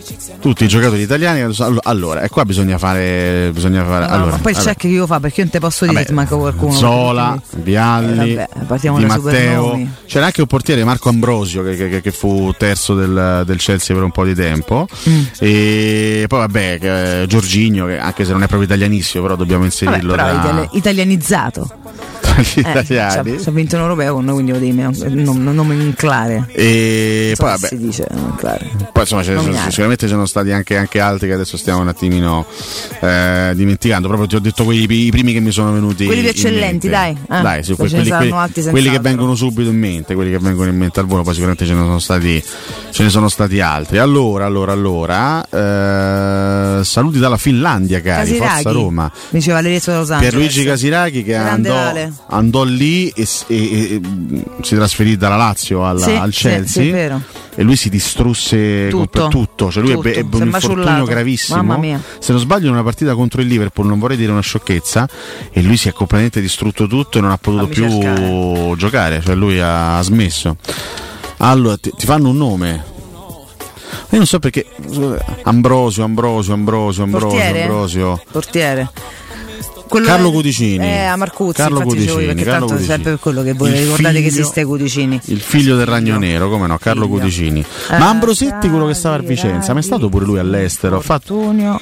tutti i giocatori italiani. Allora, e qua bisogna fare. Bisogna fare no, allora, ma poi il allora. check che io fa, perché io non te posso dire Vabbè, se manca qualcuno. Zola, Vialli, eh, vabbè, Di Matteo. C'era anche un portiere, Marco Ambrosio, che, che, che fu terzo del, del Chelsea per un po' di tempo. Mm. E poi vabbè, che, Giorginio, che anche se non è proprio italianissimo, però dobbiamo inserirlo. Vabbè, però tra... italianizzato. Gli italiani. Ci ha vinto un europeo con noi, quindi devo dire non, non, non inclare. E poi vabbè, si dice inclare. Poi insomma ce sono, sicuramente ce ne sono stati anche, anche altri che adesso stiamo un attimino eh, dimenticando. Proprio ti ho detto quelli, i primi che mi sono venuti. Quelli più eccellenti, dai. Ah, dai, sì, quelli, quelli, quelli che vengono subito in mente, quelli che vengono in mente al volo, poi sicuramente ce ne sono stati, ce ne sono stati altri. Allora, allora, allora, eh, saluti dalla Finlandia, cari. Casiraghi, Forza Roma. Diceva Lorenzo Los Angeles. Pierluigi Casiraghi che andò, andò lì e, e, e si trasferì dalla Lazio alla, sì, al Chelsea. Sì, sì, è vero. E lui si distrusse tutto, tutto. Cioè lui tutto. ebbe, ebbe un infortunio gravissimo. Mamma mia. Se non sbaglio, in una partita contro il Liverpool, non vorrei dire una sciocchezza, e lui si è completamente distrutto tutto e non ha potuto Fammi più cercare. giocare. Cioè lui ha smesso. Allora ti, ti fanno un nome. Io non so perché. Ambrosio, Ambrosio, Ambrosio, Ambrosio, Portiere? Ambrosio. Portiere. Quello Carlo è, Cudicini. Eh, a Marcuzzi, Carlo infatti Cudicini, dicevo, perché Carlo tanto Cudicini. sempre per quello che voi ricordate figlio, che esiste Cudicini. Il figlio del Ragno Nero, come no, Carlo Figlio. Cudicini. Eh, Ma Ambrosetti, quello che stava a Vicenza, ma è stato pure lui all'estero. Ha fatto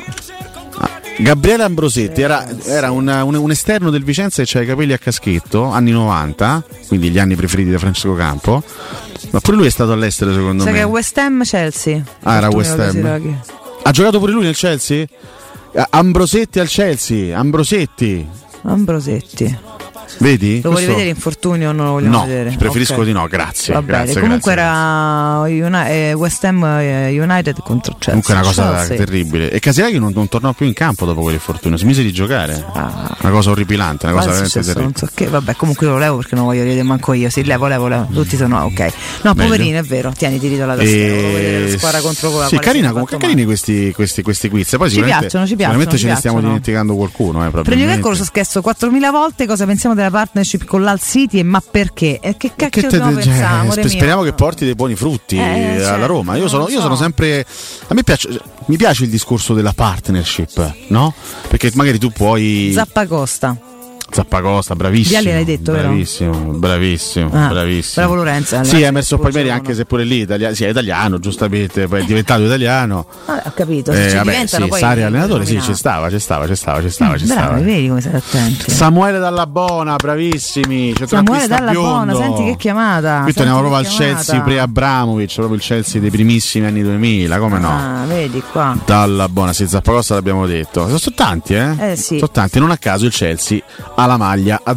Gabriele Ambrosetti era, era una, un, un esterno del Vicenza che c'ha i capelli a caschetto, anni novanta, quindi gli anni preferiti da Francesco Campo. Ma pure lui è stato all'estero, secondo Sai me. che è West Ham Chelsea. Ah, era West Ham. Ha giocato pure lui nel Chelsea? Ambrosetti al Chelsea, Ambrosetti. Ambrosetti. Vedi? Lo vuoi vedere infortunio o non lo vogliamo no, vedere? preferisco okay. di no, grazie. Va grazie bene. Comunque grazie, era Uni- eh, West Ham eh, United contro Chelsea. Comunque è una cosa Chelsea. terribile. E Casiraghi non, non tornò più in campo dopo quell'infortunio, smise di giocare. Ah. Una cosa orripilante, una cosa veramente terribile. Non so che, vabbè, comunque io lo levo perché non voglio vedere manco io. Sì, levo, levo, levo. Tutti sono ok. No, Meglio. poverino, è vero. Tieni, ti ridò la tastiera. E... La squadra contro quella. Sì, carina, comunque carini questi, questi, questi quiz. Poi ci sicuramente, piacciono, ci piacciono. sicuramente ci ce ne piacciono. stiamo dimenticando qualcuno. Eh, Premio che lo so chiesto quattromila volte cosa pensiamo della partnership con l'Al City e ma perché? E che cacchio te, dobbiamo cioè, pensare, amore speriamo mio? che porti dei buoni frutti eh, alla certo, Roma. Io sono, io so. sono sempre. A me piace, mi piace il discorso della partnership, no? Perché magari tu puoi. Zappacosta. Zappacosta, bravissimo. Vialli l'hai detto, bravissimo, vero? Bravissimo, ah, bravissimo. Bravo Lorenzo. Sì, Emerson Palmieri, anche se pure lì italiano, sì, è italiano, giustamente, poi è diventato italiano. Ah, ho capito. Eh, ci vabbè, sì, poi Sari allenatore, sì, ci stava, ci stava, ci stava, ci stava, ci stava. Bravo, vedi come sei attento. Samuele Dalla Bona, bravissimi. C'è Samuele Dalla Bona, senti che chiamata. Qui torniamo proprio al Chelsea pre-Abramovic, proprio il Chelsea dei primissimi anni duemila, come no? Ah, vedi qua. Dalla Bona, sì, Zappacosta l'abbiamo detto. Sono, sono tanti, eh? Eh sì. Sono tanti, non a caso il Chelsea ha la maglia azzurra.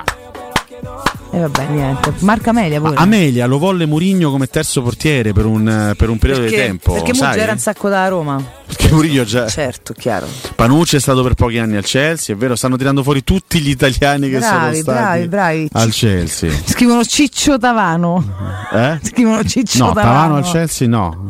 E eh vabbè, niente. Marca Amelia pure. Amelia lo volle Mourinho come terzo portiere per un, per un periodo perché, di tempo. Perché Mourinho era un sacco da Roma. Perché Mourinho già. Certo, chiaro. Panucci è stato per pochi anni al Chelsea, è vero, stanno tirando fuori tutti gli italiani che bravi, sono stati bravi, bravi. al Chelsea. Scrivono Ciccio Tavano. Eh? Scrivono Ciccio no, Tavano. Tavano al Chelsea no.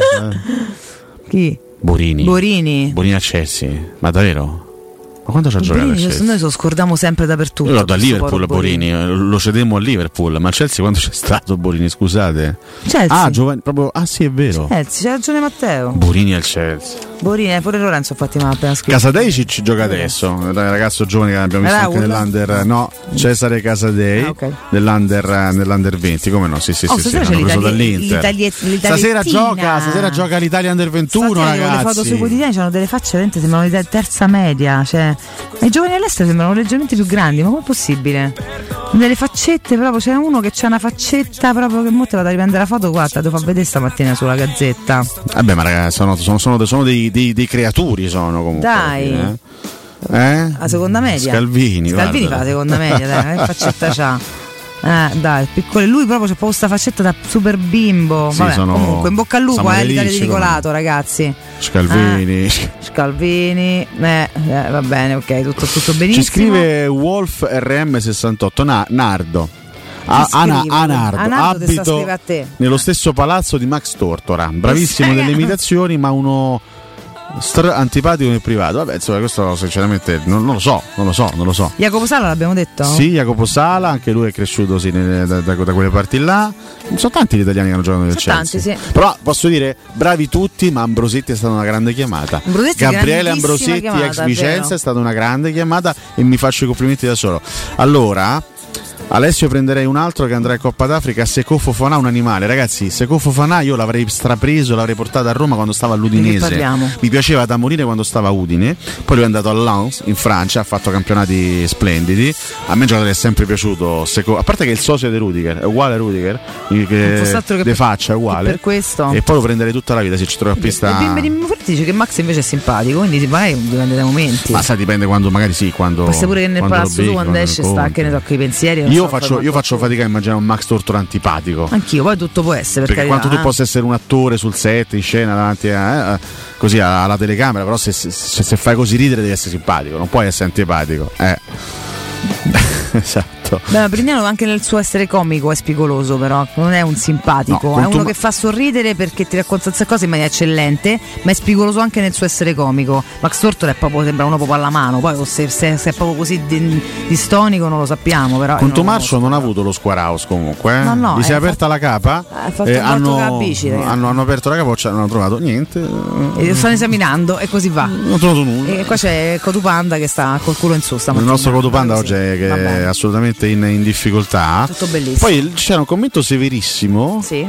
Eh. Chi? Borini. Borini. Borini al Chelsea. Ma davvero? Ma quando ci ha giocato al Chelsea? Noi lo scordiamo sempre dappertutto. Io da Liverpool Borini, Borini, lo cedemmo a Liverpool, ma al Chelsea quando c'è stato Borini, scusate? Chelsea. Ah, giovane, proprio ah sì, è vero. Chelsea, c'ha ragione Matteo. Borini al Chelsea. Borini, pure Lorenzo infatti mi ha appena scritto. Casadei ci, ci gioca adesso, un ragazzo giovane che abbiamo visto Raul? anche nell'Under, no, Cesare Casadei, ah, okay. nell'Under, nell'Under venti, come no? Sì, sì, oh, sì, sì, l'hanno preso dall'Inter. L'Italia, stasera gioca, stasera gioca l'Italia Under ventuno, stasera ragazzi. Le foto sui quotidiani hanno delle facce veramente sembrano di terza media, cioè i giovani all'estero sembrano leggermente più grandi, ma com'è possibile? Delle faccette proprio, c'è uno che c'ha una faccetta proprio che mo te vado a riprendere la foto, guarda, devo far vedere stamattina sulla Gazzetta. Vabbè, ma ragazzi, sono, sono, sono, sono dei, dei, dei creaturi, sono comunque. Dai. Eh? Eh? La seconda media. Scalvini. Scalvini fa la seconda media, dai, che faccetta c'ha? Eh, dai, piccolo. Lui proprio c'ha proprio questa faccetta da super bimbo. Sì, vabbè, sono comunque in bocca al lupo, eh, l'Italia di Nicolato, ragazzi. Scalvini. Eh, Scalvini, eh, eh, va bene, ok, tutto, tutto benissimo. Ci scrive Wolf R M sessantotto, Na, Nardo. A, Ana, Anardo, Anardo abito a te. nello stesso palazzo di Max Tortora. Bravissimo delle imitazioni, ma uno Str antipatico nel privato. Vabbè, insomma, questo sinceramente non, non lo so, non lo so, non lo so. Jacopo Sala l'abbiamo detto? Sì, Jacopo Sala, anche lui è cresciuto sì, da, da, da quelle parti là. Sono tanti gli italiani che hanno giocato nel Sono Chelsea. tanti, sì. Però posso dire, bravi tutti, ma Ambrosetti è stata una grande chiamata. Ambrosetti, Gabriele Ambrosetti, chiamata, ex Vicenza, è stata una grande chiamata e mi faccio i complimenti da solo. Allora, Alessio, prenderei un altro che andrà in Coppa d'Africa. Secco Fofana, un animale. Ragazzi, Secco Fofana io l'avrei strapreso, l'avrei portato a Roma quando stava all'Udinese. Mi piaceva da morire quando stava a Udine. Poi lui è andato a Lens in Francia, ha fatto campionati splendidi. A me il giocatore è sempre piaciuto Secco, a parte che il socio di Rudiger è uguale a Rudiger, che de faccia è uguale. Per questo. E poi lo prenderei tutta la vita se ci trova a pista. E Bimbe di Forti dice che Max invece è simpatico, quindi magari dipende dai momenti. Ma sa, dipende quando, magari sì, quando. Forse pure che nel quando palazzo tu quando esce sta, che ne so, che i pensieri. Io faccio, io faccio fatica a immaginare un Max Tortora antipatico. Anch'io, poi tutto può essere. Perché per quanto carità, tu eh. possa essere un attore sul set, in scena, davanti a, eh, così alla telecamera, però se, se, se fai così ridere devi essere simpatico, non puoi essere antipatico. Eh. Esatto. Beh, ma Brignano anche nel suo essere comico è spigoloso, però non è un simpatico, no, è uno ma... che fa sorridere perché ti racconta queste cose in maniera eccellente, ma è spigoloso anche nel suo essere comico. Max Tortor è proprio, sembra uno proprio alla mano, poi se, se, se è proprio così di, distonico non lo sappiamo, però con Tomarcio non ha avuto lo square house comunque, eh? No, no, gli si è aperta fatto, la capa, eh, hanno, bici, hanno, hanno aperto la capoccia, non hanno trovato niente e lo stanno esaminando e così va. Non ho trovato nulla. E qua c'è Cotupanda che sta col culo in su stamattina. Il nostro Cotupanda oggi è, che è assolutamente in, in difficoltà. Tutto bellissimo. Poi c'era un commento severissimo. Sì.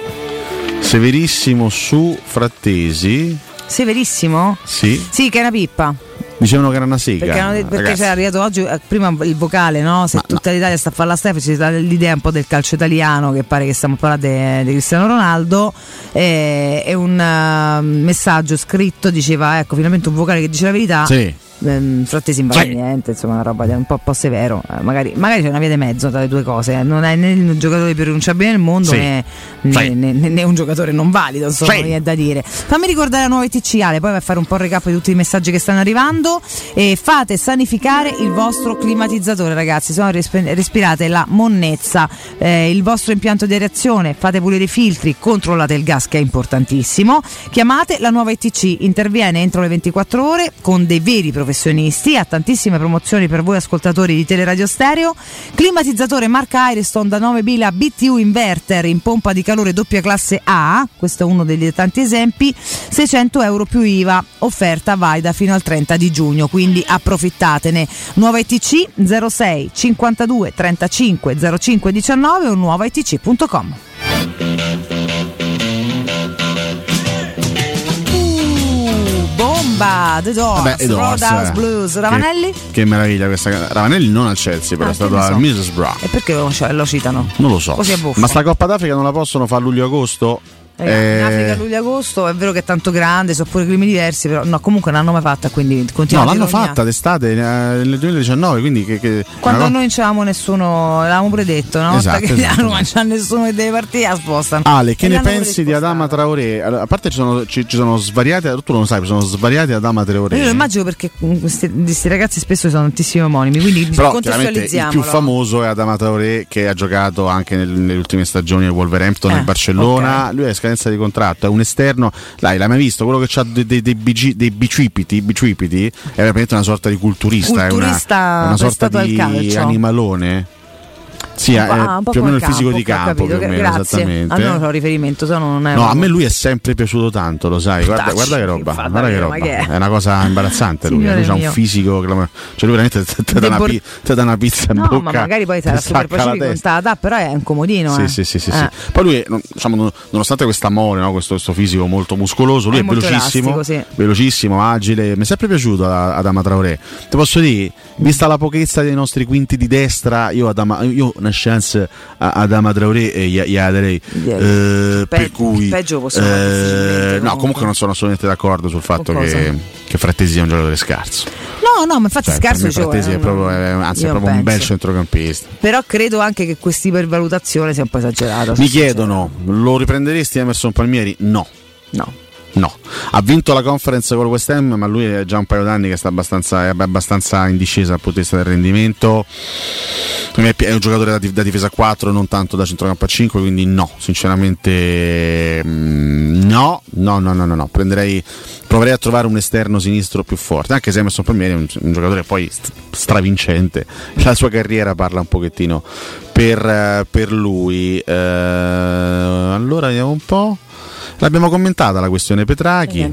Severissimo su Frattesi. Severissimo? Sì. Sì, che è una pippa. Dicevano che era una sega. Perché, hanno, perché c'era arrivato oggi prima il vocale, no? Se Ma tutta no. l'Italia sta a fare la Stefano, c'è l'idea un po' del calcio italiano, che pare che stiamo parlando di Cristiano Ronaldo. E, e un uh, messaggio scritto diceva: ecco, finalmente un vocale che dice la verità. Sì. Frattesi in vale niente, insomma, una roba un po', un po' severo. Eh, magari, magari c'è una via di mezzo tra le due cose. Eh. Non è né il giocatore più rinunciabile nel mondo, sì. né, sì. né, né, né un giocatore non valido, insomma, sì. mi è da dire. Fammi ricordare la nuova I T C, Ale, poi vai a fare un po' il recap di tutti i messaggi che stanno arrivando. E fate sanificare il vostro climatizzatore, ragazzi, se no respirate la monnezza. Eh, il vostro impianto di aerazione, fate pulire i filtri, controllate il gas che è importantissimo. Chiamate la nuova I T C, interviene entro le ventiquattro ore con dei veri professionisti. Ha tantissime promozioni per voi ascoltatori di Teleradio Stereo. Climatizzatore marca Ariston da nove mila B T U inverter in pompa di calore doppia classe A, questo è uno degli tanti esempi, seicento euro più I V A, offerta valida fino al trenta di giugno, quindi approfittatene. Nuova I T C zero sei cinquantadue trentacinque zero cinque diciannove o nuova I T C punto com. Bomba, The Doors, Vabbè, Roadhouse eh. Blues, Ravanelli? Che, che meraviglia questa. Ravanelli non al Chelsea, però ah, è stato al so. Middlesbrough. E perché lo, cioè, lo citano? Non lo so. Così è buffo. Ma sta Coppa d'Africa non la possono fare luglio-agosto? Eh, eh, in Africa luglio-agosto è vero che è tanto grande, sono pure climi diversi, però no, comunque non l'hanno mai fatta, quindi continua. No, l'hanno fatta d'estate eh, nel duemiladiciannove, quindi che, che quando no? noi non c'avevamo nessuno, l'avevamo predetto, una volta esatto, che esatto. non c'è nessuno che deve partire, la spostano. Ale, che ne pensi di Adama Traoré? Allora, a parte ci sono, ci, ci sono svariati, tu non lo sai, sono svariati Adama Traoré. Io lo immagino perché questi, questi ragazzi spesso sono tantissimi omonimi, quindi però chiaramente il più famoso è Adama Traoré, che ha giocato anche nel, nelle ultime stagioni nel Wolverhampton, eh, nel Barcellona. Okay. Lui è scadenza di contratto, è un esterno, dai, l'hai mai visto? Quello che ha dei, dei, dei, bici, dei bicipiti, bicipiti è veramente una sorta di culturista, culturista è una, è una sorta di animalone. Sì, ah, è più o meno il fisico di campo, più o meno, grazie. Esattamente. A me non ho riferimento, se no non è. No, a me lui è sempre piaciuto tanto, lo sai. Guarda, Tacci, guarda che roba, guarda guarda che roba. Che è? è una cosa imbarazzante lui. Lui ha un fisico, cioè lui veramente ti dà una, bor- una pizza in no, bocca. No, ma magari poi sarà super pacifico in tata, però è un comodino. Sì, eh. sì, sì, sì, eh. sì. Poi lui, diciamo, nonostante questa mole, no, questo, questo fisico molto muscoloso, lui è, è velocissimo, elastico, sì. velocissimo, agile. Mi è sempre piaciuto Adama Traoré. Ti posso dire, vista la pochezza dei nostri quinti di destra, io Adama, io una chance Adama Traoré e gli darei yeah. eh, Pe- per cui peggio possiamo eh, no, comunque non sono assolutamente d'accordo sul fatto che, che Frattesi è un giocatore scarso. No, no, ma infatti cioè, scarso dicevo, Frattesi eh, è proprio, è, anzi è proprio penso. un bel centrocampista. Però credo anche che questa ipervalutazione sia un po' esagerata. Mi chiedono, lo riprenderesti Emerson Palmieri? No. No. No, ha vinto la conference con il West Ham, ma lui è già un paio d'anni che sta abbastanza, è abbastanza in discesa dal punto di vista del rendimento. È un giocatore da, da difesa a quattro, non tanto da centrocampo a cinque, quindi no, sinceramente no, no, no, no, no, no. Prenderei, proverei a trovare un esterno sinistro più forte, anche se Emerson Palmieri è un, un giocatore poi stravincente, la sua carriera parla un pochettino per, per lui. Eh, allora vediamo un po'. L'abbiamo commentata la questione Petrachi.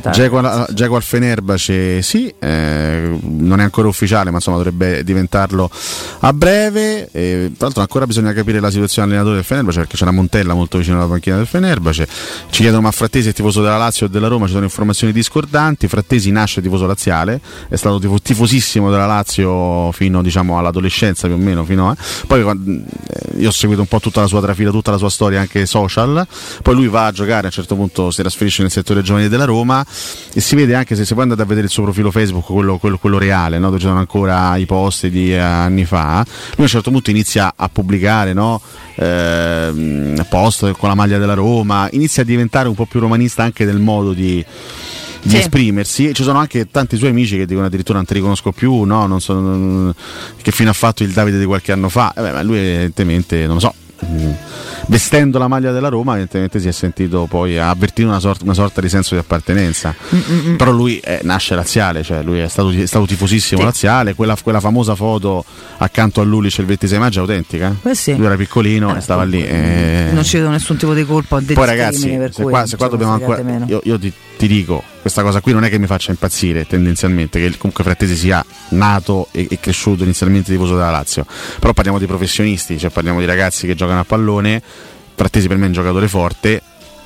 Dzeko al Fenerbahce sì, eh, non è ancora ufficiale, ma insomma dovrebbe diventarlo a breve. E, tra l'altro ancora bisogna capire la situazione dell'allenatore del Fenerbahce, perché c'è una Montella molto vicino alla panchina del Fenerbahce. Ci chiedono: ma Frattesi è tifoso della Lazio o della Roma? Ci sono informazioni discordanti. Frattesi nasce tifoso laziale, è stato tifo- tifosissimo della Lazio fino, diciamo, all'adolescenza più o meno, fino a... poi eh, io ho seguito un po' tutta la sua trafila, tutta la sua storia anche social. Poi lui va a giocare, a un certo punto si trasferisce nel settore giovanile della Roma e si vede, anche se si può andare a vedere il suo profilo Facebook, quello, quello, quello reale, no? Dove ci sono ancora i post di eh, anni fa. Lui a un certo punto inizia a pubblicare, no? eh, post con la maglia della Roma, inizia a diventare un po' più romanista anche del modo di di sì. esprimersi. Ci sono anche tanti suoi amici che dicono addirittura: non ti riconosco più, no? Non so, non... che fine ha fatto il Davide di qualche anno fa. Eh beh, ma lui evidentemente, non lo so, vestendo la maglia della Roma evidentemente si è sentito, poi ha avvertito una sorta, una sorta di senso di appartenenza. Mm-mm. Però lui eh, nasce laziale, cioè lui è stato, è stato tifosissimo sì. laziale. Quella, quella famosa foto accanto a Lulic il ventisei maggio è autentica, eh? sì. Lui era piccolino eh, e stava lì e... non ci vedo nessun tipo di colpa. Poi ragazzi, per se, qua, se qua dobbiamo ancora io, io ti, ti dico, questa cosa qui non è che mi faccia impazzire tendenzialmente, che comunque Frattesi sia nato e, e cresciuto inizialmente tifoso della Lazio, però parliamo di professionisti, cioè parliamo di ragazzi che giocano a pallone. Frattesi per me è un giocatore forte,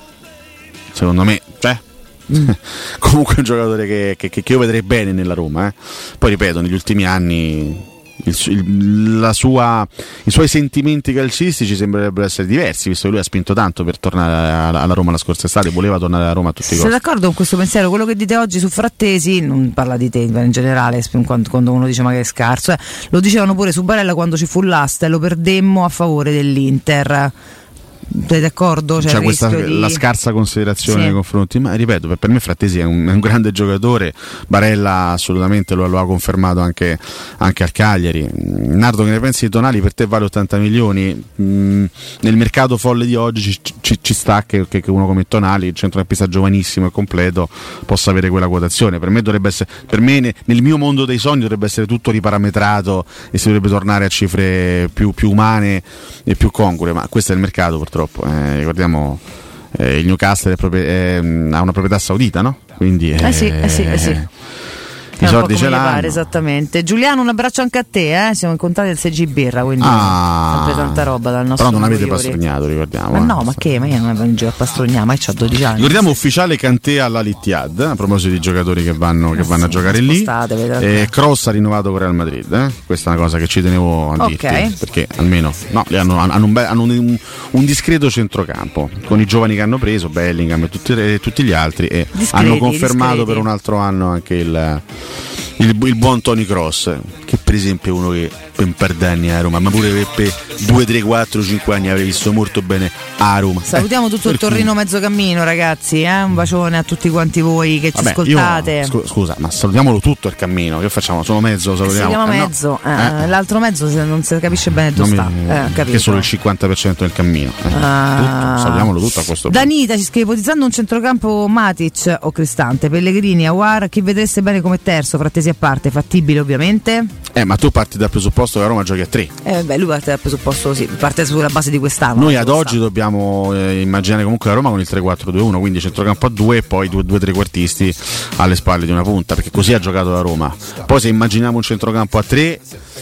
secondo me, cioè mm. comunque è un giocatore che, che, che io vedrei bene nella Roma, eh. Poi ripeto, negli ultimi anni il, il, la sua, i suoi sentimenti calcistici sembrerebbero essere diversi, visto che lui ha spinto tanto per tornare alla Roma la scorsa estate, voleva tornare alla Roma a tutti i costi. Sei d'accordo con questo pensiero? Quello che dite oggi su Frattesi, non parla di te in generale, quando uno dice ma che è scarso, eh. Lo dicevano pure su Barella quando ci fu l'asta e lo perdemmo a favore dell'Inter. Sei d'accordo? C'è, c'è questa, di... la scarsa considerazione sì. nei confronti, ma ripeto, per me Frattesi è un, è un grande giocatore. Barella assolutamente lo, lo ha confermato anche, anche al Cagliari. Nardo, che ne pensi di Tonali? Per te vale ottanta milioni? Mm, nel mercato folle di oggi ci, ci, ci sta che, che uno come Tonali, il centrocampista giovanissimo e completo, possa avere quella quotazione. Per me dovrebbe essere, per me ne, nel mio mondo dei sogni dovrebbe essere tutto riparametrato e si dovrebbe tornare a cifre più, più umane e più congrue, ma questo è il mercato purtroppo. Eh, ricordiamo eh, il Newcastle è proprie, eh, ha una proprietà saudita, no? Quindi eh, eh sì, eh sì, eh sì. i soldi ce l'hanno. Pare, esattamente. Giuliano, un abbraccio anche a te, eh? Siamo incontrati al sei G Birra, quindi ah, sempre tanta roba dal nostro. però non avete pastrognato, ricordiamo. Ma no, ma che? Ma io non avevo in giro a pastrugnare, ma io ho dodici anni. Ricordiamo ufficiale Kanté all'Al-Ittihad, a proposito di giocatori che vanno, che vanno sì, a giocare lì. Eh, Kroos ha rinnovato con Real Madrid, eh? Questa è una cosa che ci tenevo a dirti, okay. Perché almeno no, hanno, hanno, un, be- hanno un, un discreto centrocampo con i giovani che hanno preso, Bellingham e tutti, e tutti gli altri, e discreti, hanno confermato discreti. Per un altro anno anche il Il, il buon Toni Kroos, che per esempio è uno che per un par d'anni a Roma, ma pure per, per due, tre, quattro, cinque anni avrei visto molto bene a Roma. Salutiamo tutto eh, il Torino mezzo cammino, ragazzi, eh? Un bacione a tutti quanti voi che Vabbè, ci ascoltate. Io, scu- scusa, ma salutiamolo tutto il cammino, che facciamo? Solo mezzo salutiamo. Salutiamo eh, mezzo, no. eh, eh. L'altro mezzo se non si capisce bene dove sta. Mi, eh, che è solo il cinquanta per cento del cammino. Eh. Ah. Tutto, salutiamolo tutto a questo punto. Danita ci scrive: ipotizzando un centrocampo Matic o Cristante, Pellegrini, Aouar, chi vedreste bene come terzo, Frattesi a parte, fattibile ovviamente? Eh, ma tu parti dal presupposto che a Roma giochi a tre. Eh, beh, lui parte dal presupposto, sì, parte sulla base di quest'anno. Noi ad oggi dobbiamo eh, immaginare comunque la Roma con il tre quattro due uno, quindi centrocampo a due e poi due, due trequartisti alle spalle di una punta, perché così ha giocato la Roma. Poi se immaginiamo un centrocampo a tre,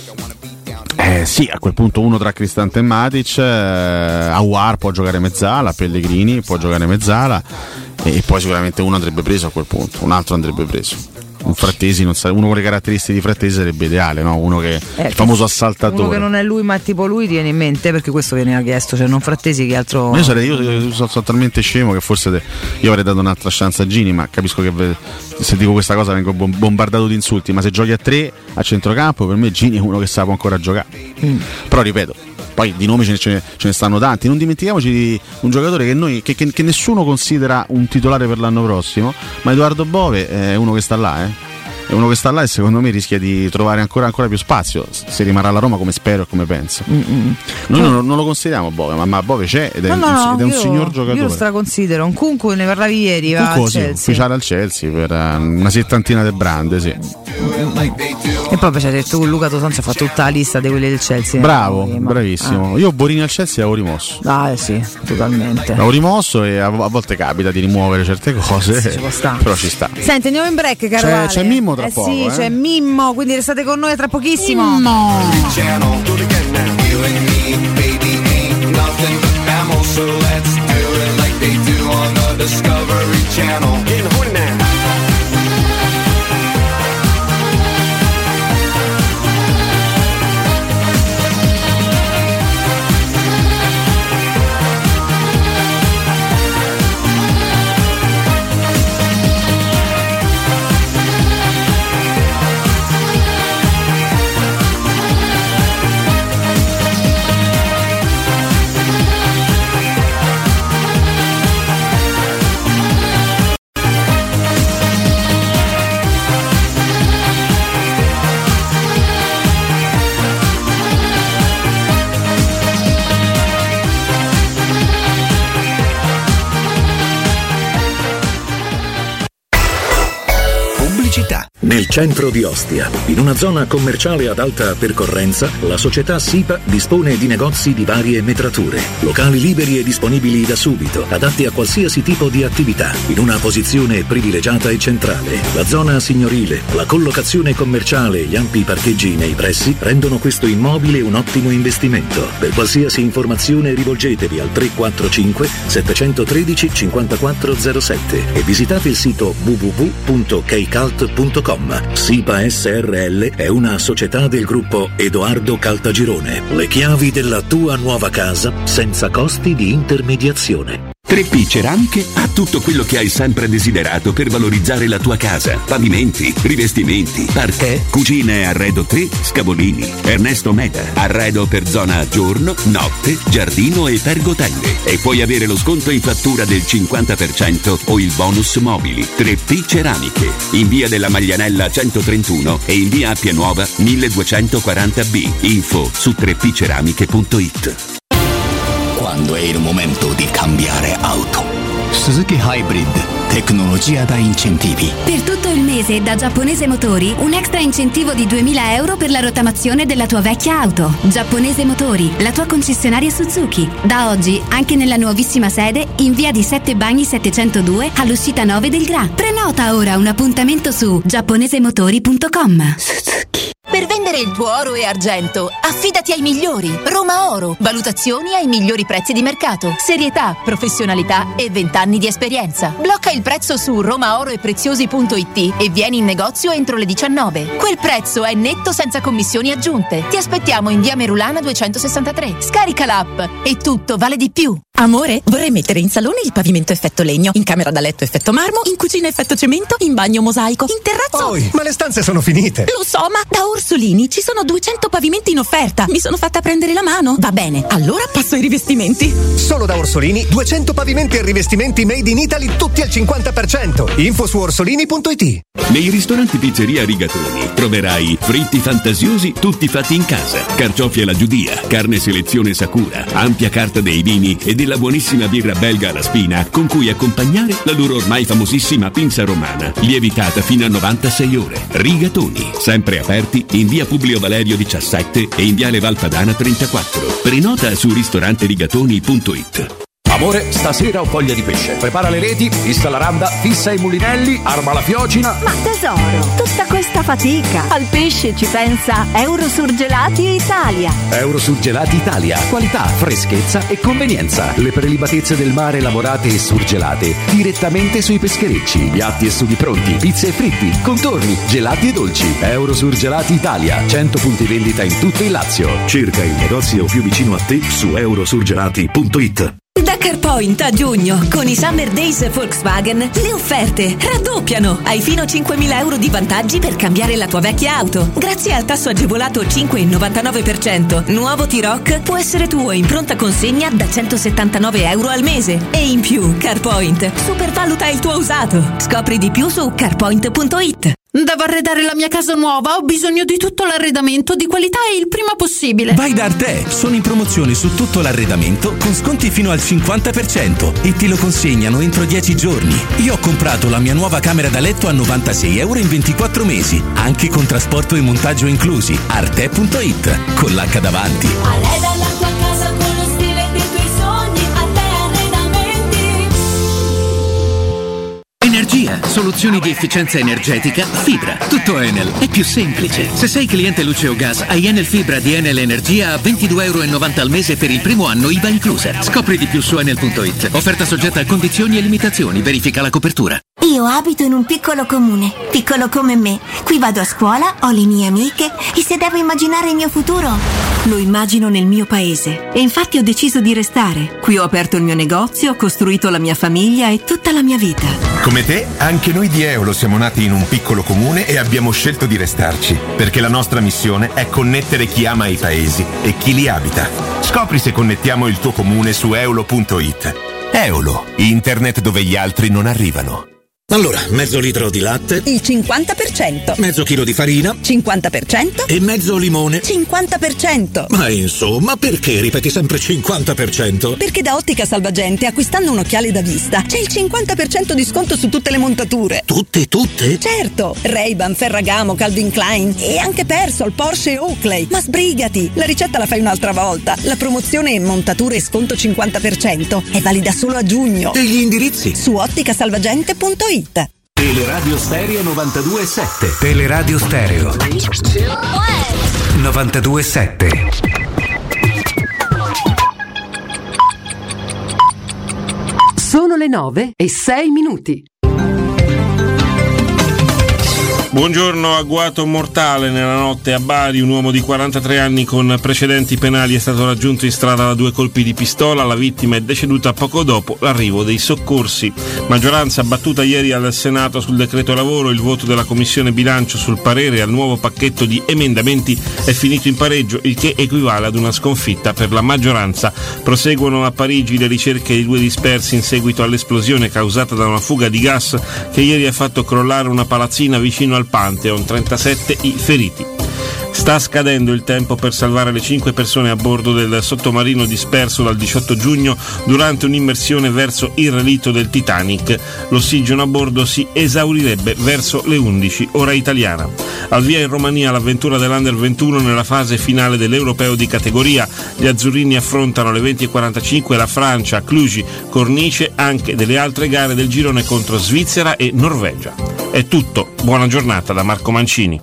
eh sì, a quel punto uno tra Cristante e Matic, eh, Aouar può giocare mezzala, Pellegrini può giocare mezzala, e, e poi sicuramente uno andrebbe preso a quel punto, un altro andrebbe preso. Un Frattesi, non sa, uno con le caratteristiche di Frattesi sarebbe ideale, no? Uno che eh, il famoso assaltatore. Uno che non è lui, ma tipo lui, tiene in mente, perché questo veniva chiesto, cioè non Frattesi, che altro. Io sarei, io, io sono, sono talmente scemo che forse te, io avrei dato un'altra chance a Gini, ma capisco che se dico questa cosa vengo bombardato di insulti, ma se giochi a tre a centrocampo, per me Gini è uno che sa può ancora giocare. Mm. Però ripeto, poi di nomi ce ne, ce ne stanno tanti. Non dimentichiamoci di un giocatore che, noi, che, che, che nessuno considera un titolare per l'anno prossimo, ma Edoardo Bove è uno che sta là, eh. È uno che sta là e secondo me rischia di trovare ancora, ancora più spazio se rimarrà alla Roma, come spero e come penso. Mm-mm. Noi non, non lo consideriamo Bove, ma, ma Bove c'è ed è, no, un, no, ed è un io, signor giocatore. Io lo straconsidero. Un Kunku, ne parlavi ieri, va al Chelsea. Ufficiale al Chelsea per una settantina di brand, sì. E poi c'è detto con Luca Tosanzi ha fatto tutta la lista di quelli del Chelsea. Bravo, eh, bravissimo. Ah. Io Borini al Chelsea l'avevo rimosso. Ah, sì, totalmente. L'avevo rimosso e a, a volte capita di rimuovere certe cose, sì, ci può stare. Però ci sta. Senti, andiamo in break, caro. C'è, c'è Mimmo tra eh poco. Sì, eh. c'è Mimmo, quindi restate con noi tra pochissimo. Mimmo. Nel centro di Ostia, in una zona commerciale ad alta percorrenza, la società SIPA dispone di negozi di varie metrature, locali liberi e disponibili da subito, adatti a qualsiasi tipo di attività, in una posizione privilegiata e centrale. La zona signorile, la collocazione commerciale e gli ampi parcheggi nei pressi rendono questo immobile un ottimo investimento. Per qualsiasi informazione rivolgetevi al tre quattro cinque sette uno tre cinque quattro zero sette e visitate il sito w w w punto keycult punto com. SIPA S R L è una società del gruppo Edoardo Caltagirone. Le chiavi della tua nuova casa senza costi di intermediazione. tre P Ceramiche ha tutto quello che hai sempre desiderato per valorizzare la tua casa. Pavimenti, rivestimenti, parquet, cucina e arredo tre, Scavolini. Ernesto Meda, arredo per zona giorno, notte, giardino e pergotelle. E puoi avere lo sconto in fattura del cinquanta per cento o il bonus mobili. tre P Ceramiche, in via della Maglianella centotrentuno e in via Appia Nuova milleduecentoquaranta B. Info su tre p ceramiche punto it. Quando è il momento di cambiare auto. Suzuki Hybrid, tecnologia da incentivi. Per tutto il mese da Giapponese Motori un extra incentivo di duemila euro per la rottamazione della tua vecchia auto. Giapponese Motori, la tua concessionaria Suzuki. Da oggi anche nella nuovissima sede in via di Sette Bagni settecentodue all'uscita nove del Gra. Prenota ora un appuntamento su giapponesemotori punto com. Suzuki. Per vendere il tuo oro e argento, affidati ai migliori. Roma Oro. Valutazioni ai migliori prezzi di mercato. Serietà, professionalità e vent'anni di esperienza. Blocca il prezzo su romaoroepreziosi punto it e vieni in negozio entro le diciannove. Quel prezzo è netto senza commissioni aggiunte. Ti aspettiamo in via Merulana duecentosessantatré. Scarica l'app e tutto vale di più. Amore, vorrei mettere in salone il pavimento effetto legno, in camera da letto effetto marmo, in cucina effetto cemento, in bagno mosaico, in terrazzo... Poi, ma le stanze sono finite! Lo so, ma da Orsolini ci sono duecento pavimenti in offerta. Mi sono fatta prendere la mano. Va bene, allora passo ai rivestimenti. Solo da Orsolini, duecento pavimenti e rivestimenti made in Italy, tutti al cinquanta per cento. Info su orsolini punto it. Nei ristoranti Pizzeria Rigatoni troverai fritti fantasiosi tutti fatti in casa, carciofi alla giudia, carne selezione Sakura, ampia carta dei vini e della buonissima birra belga alla spina con cui accompagnare la loro ormai famosissima pinza romana, lievitata fino a novantasei ore. Rigatoni, sempre aperti in via Publio Valerio diciassette e in viale Valpadana trentaquattro. Prenota su ristoranterigatoni punto it. Amore, stasera ho voglia di pesce. Prepara le reti, fissa la randa, fissa i mulinelli, arma la fiocina. Ma tesoro, tutta questa fatica. Al pesce ci pensa Eurosurgelati Italia. Eurosurgelati Italia. Qualità, freschezza e convenienza. Le prelibatezze del mare lavorate e surgelate direttamente sui pescherecci. Piatti e sughi pronti, pizze e fritti, contorni, gelati e dolci. Eurosurgelati Italia. cento punti vendita in tutto il Lazio. Cerca il negozio più vicino a te su eurosurgelati punto it. Da CarPoint a giugno, con i Summer Days Volkswagen, le offerte raddoppiano. Hai fino a cinquemila euro di vantaggi per cambiare la tua vecchia auto. Grazie al tasso agevolato cinque virgola novantanove per cento, nuovo T-Roc può essere tuo in pronta consegna da centosettantanove euro al mese. E in più, CarPoint supervaluta il tuo usato. Scopri di più su carpoint punto it. Devo arredare la mia casa nuova, ho bisogno di tutto l'arredamento di qualità e il prima possibile. Vai da Arte, sono in promozione su tutto l'arredamento con sconti fino al cinquanta per cento e ti lo consegnano entro dieci giorni. Io ho comprato la mia nuova camera da letto a novantasei euro in ventiquattro mesi, anche con trasporto e montaggio inclusi. Arte punto it, con l'H davanti. Arreda la tua casa con lo stile dei tuoi sogni, Arte Arredamenti. Energia, soluzioni di efficienza energetica, fibra. Tutto Enel è più semplice. Se sei cliente luce o gas, hai Enel Fibra di Enel Energia a ventidue euro e novanta al mese per il primo anno I V A inclusa. Scopri di più su enel punto it. Offerta soggetta a condizioni e limitazioni. Verifica la copertura. Io abito in un piccolo comune, piccolo come me. Qui vado a scuola, ho le mie amiche e se devo immaginare il mio futuro, lo immagino nel mio paese. E infatti ho deciso di restare. Qui ho aperto il mio negozio, ho costruito la mia famiglia e tutta la mia vita. Come te, anche noi di Eolo siamo nati in un piccolo comune e abbiamo scelto di restarci, perché la nostra missione è connettere chi ama i paesi e chi li abita. Scopri se connettiamo il tuo comune su eolo punto it. Eolo, internet dove gli altri non arrivano. Allora, mezzo litro di latte. Il cinquanta per cento. Mezzo chilo di farina. cinquanta per cento. E mezzo limone. cinquanta per cento. Ma insomma, perché ripeti sempre cinquanta per cento? Perché da Ottica Salvagente, acquistando un occhiale da vista, c'è il cinquanta per cento di sconto su tutte le montature. Tutte, tutte? Certo, Ray-Ban, Ferragamo, Calvin Klein e anche Persol, Porsche e Oakley. Ma sbrigati, la ricetta la fai un'altra volta. La promozione montature e sconto cinquanta per cento è valida solo a giugno. E gli indirizzi? Su ottica salvagente punto it. Teleradio Stereo novantadue virgola sette. Teleradio Stereo novantadue virgola sette. Sono le nove e sei minuti. Buongiorno. Agguato mortale nella notte a Bari. Un uomo di quarantatré anni con precedenti penali è stato raggiunto in strada da due colpi di pistola. La vittima è deceduta poco dopo l'arrivo dei soccorsi. Maggioranza battuta ieri al Senato sul decreto lavoro. Il voto della Commissione Bilancio sul parere al nuovo pacchetto di emendamenti è finito in pareggio, il che equivale ad una sconfitta per la maggioranza. Proseguono a Parigi le ricerche di due dispersi in seguito all'esplosione causata da una fuga di gas che ieri ha fatto crollare una palazzina vicino al Pantheon, trentasette i feriti. Sta scadendo il tempo per salvare le cinque persone a bordo del sottomarino disperso dal diciotto giugno durante un'immersione verso il relitto del Titanic. L'ossigeno a bordo si esaurirebbe verso le undici, ora italiana. Al via in Romania l'avventura dell'Under ventuno nella fase finale dell'Europeo di categoria. Gli azzurrini affrontano alle venti e quarantacinque la Francia a Cluj, cornice anche delle altre gare del girone contro Svizzera e Norvegia. È tutto, buona giornata da Marco Mancini.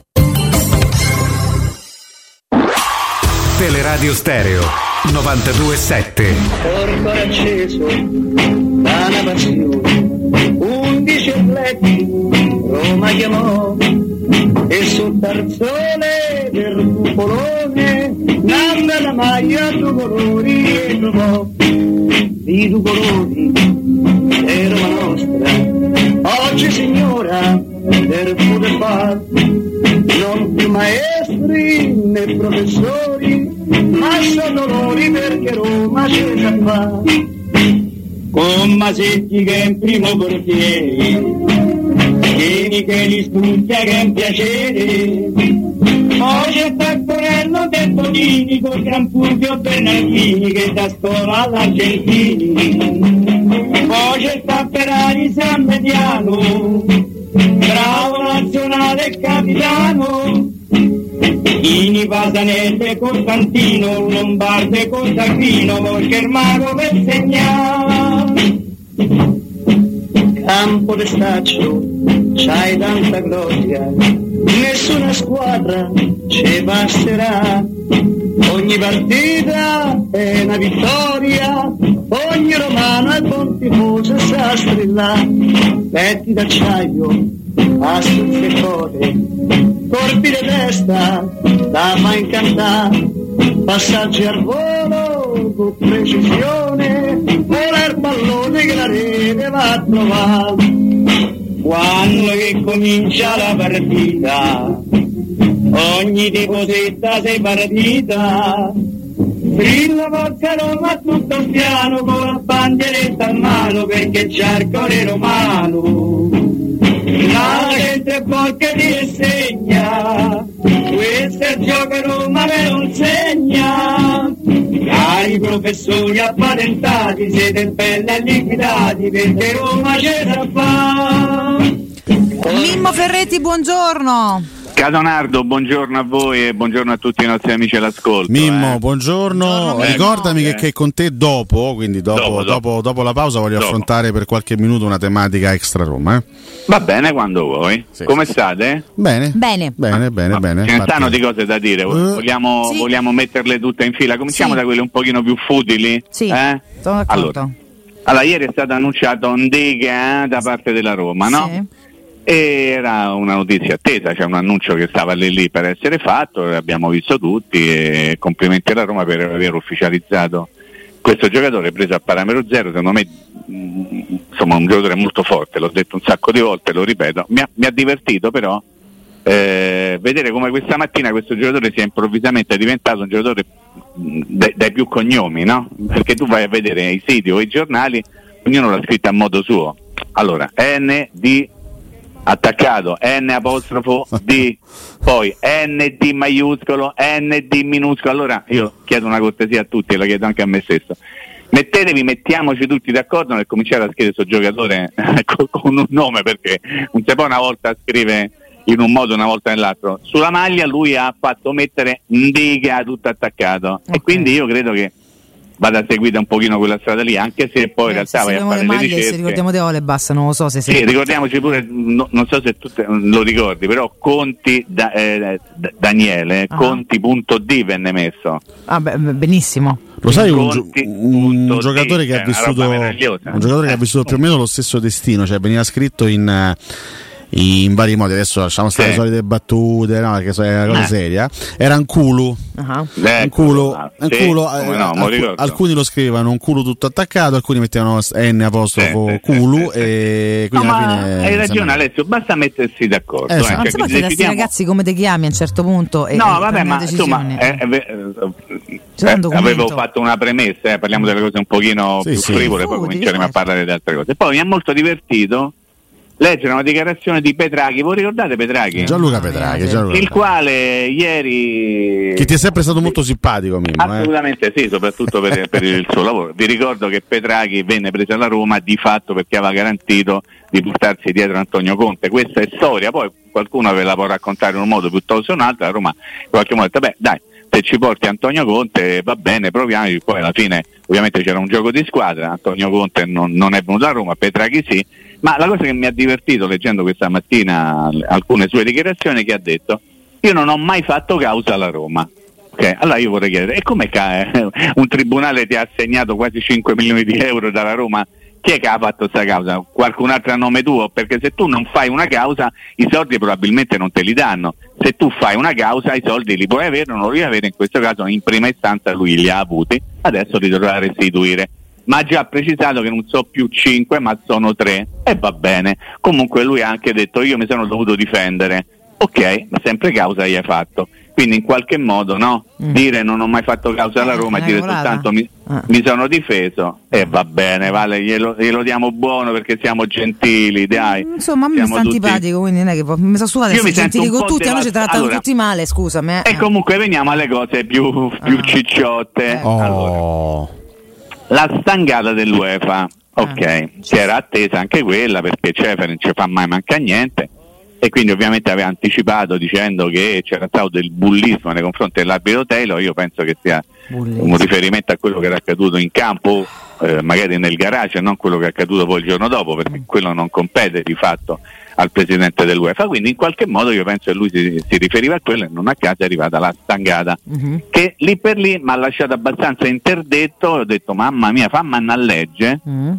Teleradio Stereo novantadue virgola sette. Corpo acceso da una passione, undici atleti Roma chiamò e sul tarzone del cupolone nanda la maglia due colori e trovò di due colori è Roma nostra. Oggi signora del pure far non più maestri né professori, ma sono dolori perché Roma c'è già fa. Con Masetti che è in primo portiere, Vieni che li studia che è un piacere. Poi c'è Taccorello del Bonini con Gran Fulvio Bernardini che da scuola all'Argentini. Poi c'è Tapperari San Mediano, bravo nazionale capitano. Ini Pasanelle Costantino, Lombarde con Sacchino, perché il mago per segnare. Campo de staccio, c'hai tanta gloria, nessuna squadra ci passerà. Ogni partita è una vittoria, ogni romano è buon tifoso e sa strillare. Petti d'acciaio, astuzze code, colpi di testa da fa incantare, passaggi al volo con precisione, vola il pallone che la rete va a trovare. Quando che comincia la partita, ogni tiposetta sei partita, brilla forza Roma tutto piano con la bandieretta a mano perché c'è il cuore romano. La gente porca ti insegna, questo è il gioco Roma me lo insegna. Cari professori appatentati, siete belli e liquidati perché Roma ce la fa. Mimmo Ferretti, buongiorno. Catonardo, buongiorno a voi e buongiorno a tutti i nostri amici all'ascolto. Mimmo, eh. buongiorno. buongiorno Ricordami eh. che, che con te dopo, quindi dopo, Dopo, dopo, dopo. dopo la pausa voglio Dopo. affrontare per qualche minuto una tematica extra Roma. Eh? Va bene quando vuoi. Sì, Come sì, state? Bene. Bene. Bene, bene, Ma bene. Ce ne Parti- stanno di cose da dire. Vogliamo, Sì. vogliamo metterle tutte in fila? Cominciamo Sì. da quelle un pochino più futili? Sì, Eh? sono d'accordo. Allora, allora, ieri è stato annunciato un Dega eh, da parte della Roma, no? Sì. E era una notizia attesa, c'è un annuncio che stava lì lì per essere fatto, l'abbiamo visto tutti e complimenti alla Roma per aver ufficializzato questo giocatore preso a parametro zero. Secondo me mh, insomma un giocatore molto forte, l'ho detto un sacco di volte, lo ripeto. Mi ha, mi ha divertito però eh, vedere come questa mattina questo giocatore sia improvvisamente diventato un giocatore mh, dai, dai più cognomi, no? Perché tu vai a vedere i siti o i giornali, ognuno l'ha scritta a modo suo. Allora, N D attaccato, N apostrofo D, poi N D maiuscolo, N D minuscolo. Allora io chiedo una cortesia a tutti e la chiedo anche a me stesso: mettetevi, mettiamoci tutti d'accordo nel cominciare a scrivere questo giocatore con un nome, perché non si può una volta scrive in un modo, una volta nell'altro. Sulla maglia lui ha fatto mettere Ndiga tutto attaccato, okay. E quindi io credo che vada seguita un pochino quella strada lì, anche se poi in realtà vai a fare le ricerche. Se ricordiamo di Olebas, non lo so se sì, ricordiamoci pure, no, non so se tu te, lo ricordi, però Conti da, eh, da, Daniele ah. Conti punto D venne messo. Ah, beh, benissimo. Lo sai, un, gio- un giocatore che ha vissuto un giocatore che ha vissuto più o meno lo stesso destino, cioè veniva scritto in in vari modi, adesso lasciamo stare sì. le solite battute, no, perché è una cosa eh. seria. Era un culo, uh-huh. un culo, ah, un sì, culo no, eh, alc- alcuni lo scrivevano un culo tutto attaccato, alcuni mettevano N apostrofo sì, culo sì, sì, e quindi no, alla ma fine hai ragione Alessio, basta mettersi d'accordo. Eh, eh, sì. cioè, poi ti decidiamo... ragazzi come ti chiami a un certo punto e no vabbè ma insomma eh, eh, eh, avevo fatto una premessa, eh, parliamo delle cose un pochino sì, più sì. frivole, poi cominceremo a parlare di altre cose. Poi mi ha molto divertito leggere una dichiarazione di Petraghi. Voi ricordate Petraghi? Gianluca Petraghi, Gianluca il quale ieri, che ti è sempre stato molto simpatico, Mimmo, assolutamente eh? sì, soprattutto per, per il suo lavoro. Vi ricordo che Petraghi venne preso alla Roma di fatto perché aveva garantito di portarsi dietro Antonio Conte. Questa è storia, poi qualcuno ve la può raccontare in un modo piuttosto in un altro. La Roma in qualche modo ha detto beh dai, se ci porti Antonio Conte va bene, proviamo. Poi alla fine ovviamente c'era un gioco di squadra, Antonio Conte non, non è venuto a Roma, Petraghi sì. Ma la cosa che mi ha divertito leggendo questa mattina alcune sue dichiarazioni, che ha detto: io non ho mai fatto causa alla Roma. Okay? Allora io vorrei chiedere, e come ca- un tribunale ti ha assegnato quasi cinque milioni di euro dalla Roma? Chi è che ha fatto questa causa? Qualcun altro a nome tuo? Perché se tu non fai una causa i soldi probabilmente non te li danno. Se tu fai una causa i soldi li puoi avere o non li puoi avere. In questo caso in prima istanza lui li ha avuti, adesso li dovrà restituire. Ma ha già precisato che non so più cinque ma sono tre, e va bene. Comunque lui ha anche detto io mi sono dovuto difendere. Ok, ma sempre causa gli hai fatto. Quindi in qualche modo no, mm. dire non ho mai fatto causa alla Roma e dire soltanto mi, ah. mi sono difeso, e eh, va bene, vale, glielo, glielo diamo buono perché siamo gentili, dai. Mm, insomma a me mi sta tutti... antipatico, quindi non è che mi sono sudata essere gentili con tutti, a noi ci trattano allora, tutti male, scusami. Eh. E comunque veniamo alle cose più, più ah. cicciotte. Oh. Allora, la stangata dell'UEFA, ok, ah. che era attesa anche quella perché Ceferin non ci fa mai manca niente, e quindi ovviamente aveva anticipato dicendo che c'era stato del bullismo nei confronti dell'arbitro Taylor. Io penso che sia bullismo. Un riferimento a quello che era accaduto in campo, eh, magari nel garage, non quello che è accaduto poi il giorno dopo, perché quello non compete di fatto al presidente dell'UEFA. Quindi in qualche modo io penso che lui si, si riferiva a quello, e non a caso è arrivata la stangata, uh-huh. che lì per lì mi ha lasciato abbastanza interdetto. Ho detto mamma mia, fammi una legge uh-huh.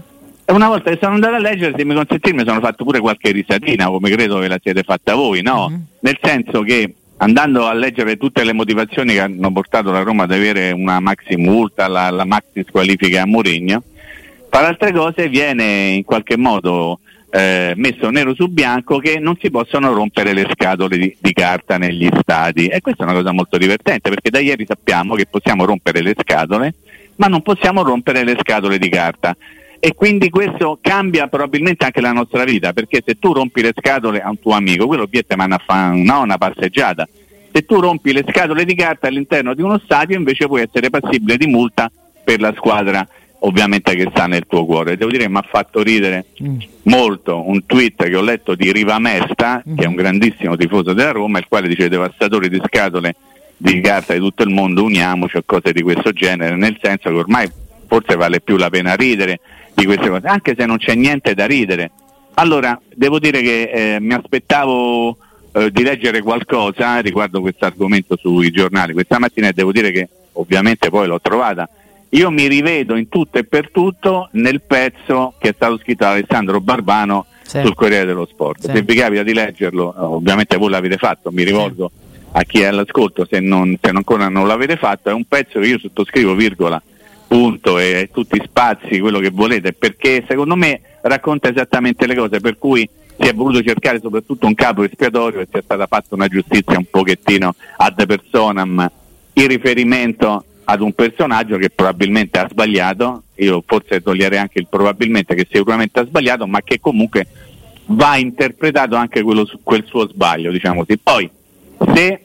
E una volta che sono andato a leggere, se mi consentite, mi sono fatto pure qualche risatina, come credo che la siete fatta voi, no? Mm-hmm. Nel senso che andando a leggere tutte le motivazioni che hanno portato la Roma ad avere una maxi multa, la, la maxi squalifica a Mourinho, per altre cose viene in qualche modo eh, messo nero su bianco che non si possono rompere le scatole di, di carta negli stadi, e questa è una cosa molto divertente, perché da ieri sappiamo che possiamo rompere le scatole ma non possiamo rompere le scatole di carta, e quindi questo cambia probabilmente anche la nostra vita, perché se tu rompi le scatole a un tuo amico, quello obietta manda a fare no, una passeggiata. Se tu rompi le scatole di carta all'interno di uno stadio, invece puoi essere passibile di multa per la squadra ovviamente che sta nel tuo cuore. Devo dire che mi ha fatto ridere mm. molto un tweet che ho letto di Riva Mesta, mm. che è un grandissimo tifoso della Roma, il quale dice: devastatori di scatole di carta di tutto il mondo, uniamoci, o cose di questo genere, nel senso che ormai forse vale più la pena ridere di queste cose, anche se non c'è niente da ridere. Allora, devo dire che eh, mi aspettavo eh, di leggere qualcosa riguardo questo argomento sui giornali questa mattina, e devo dire che ovviamente poi l'ho trovata. Io mi rivedo in tutto e per tutto nel pezzo che è stato scritto da Alessandro Barbano sì. sul Corriere dello Sport. Sì. Se vi capita di leggerlo, ovviamente voi l'avete fatto, mi rivolgo sì. a chi è all'ascolto se non, se ancora non l'avete fatto. È un pezzo che io sottoscrivo virgola, punto e tutti spazi, quello che volete, perché secondo me racconta esattamente le cose per cui si è voluto cercare soprattutto un capo espiatorio e sia stata fatta una giustizia un pochettino ad personam in riferimento ad un personaggio che probabilmente ha sbagliato. Io forse toglierei anche il probabilmente, che sicuramente ha sbagliato, ma che comunque va interpretato anche quello, quel suo sbaglio, diciamo così. Poi se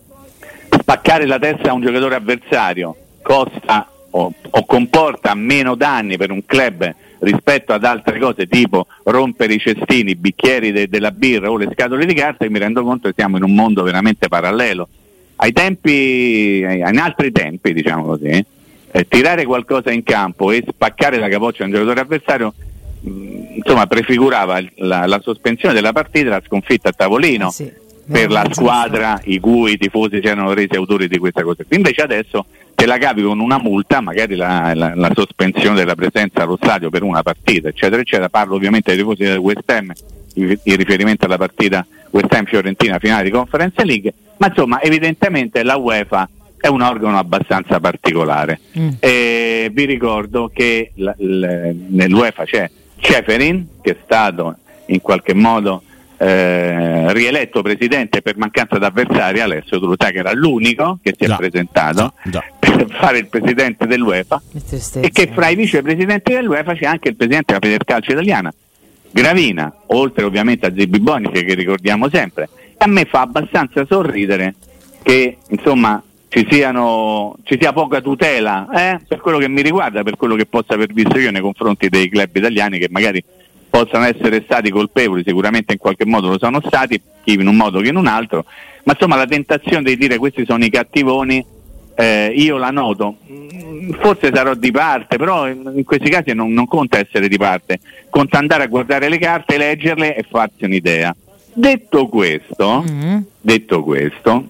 spaccare la testa a un giocatore avversario costa o, o comporta meno danni per un club rispetto ad altre cose tipo rompere i cestini, i bicchieri de, della birra o le scatole di carta, mi rendo conto che siamo in un mondo veramente parallelo. Ai tempi, in altri tempi, diciamo così, eh, tirare qualcosa in campo e spaccare la capoccia a un giocatore avversario mh, insomma prefigurava la, la sospensione della partita, la sconfitta a tavolino eh sì, per la squadra i cui i tifosi si erano resi autori di questa cosa. Invece adesso te la capi con una multa, magari la, la, la sospensione della presenza allo stadio per una partita, eccetera eccetera. Parlo ovviamente dei tifosi del West Ham in riferimento alla partita West Ham Fiorentina finale di Conference League, ma insomma evidentemente la UEFA è un organo abbastanza particolare. Mm. E vi ricordo che la, la, nell'UEFA c'è Ceferin, che è stato in qualche modo eh, rieletto presidente per mancanza d'avversari. Alessio, tu lo sai che era l'unico che si è già, presentato già, già. per fare il presidente dell'UEFA, e che fra i vicepresidenti dell'UEFA c'è anche il presidente della Federcalcio italiana, Gravina, oltre ovviamente a Zibi Bonici, che ricordiamo sempre. A me fa abbastanza sorridere che insomma ci siano ci sia poca tutela eh, per quello che mi riguarda, per quello che possa aver visto io nei confronti dei club italiani che magari possano essere stati colpevoli, sicuramente in qualche modo lo sono stati, chi in un modo che in un altro, ma insomma la tentazione di dire questi sono i cattivoni eh, io la noto. Forse sarò di parte, però in questi casi non, non conta essere di parte, conta andare a guardare le carte, leggerle e farsi un'idea. Detto questo, mm-hmm. detto questo,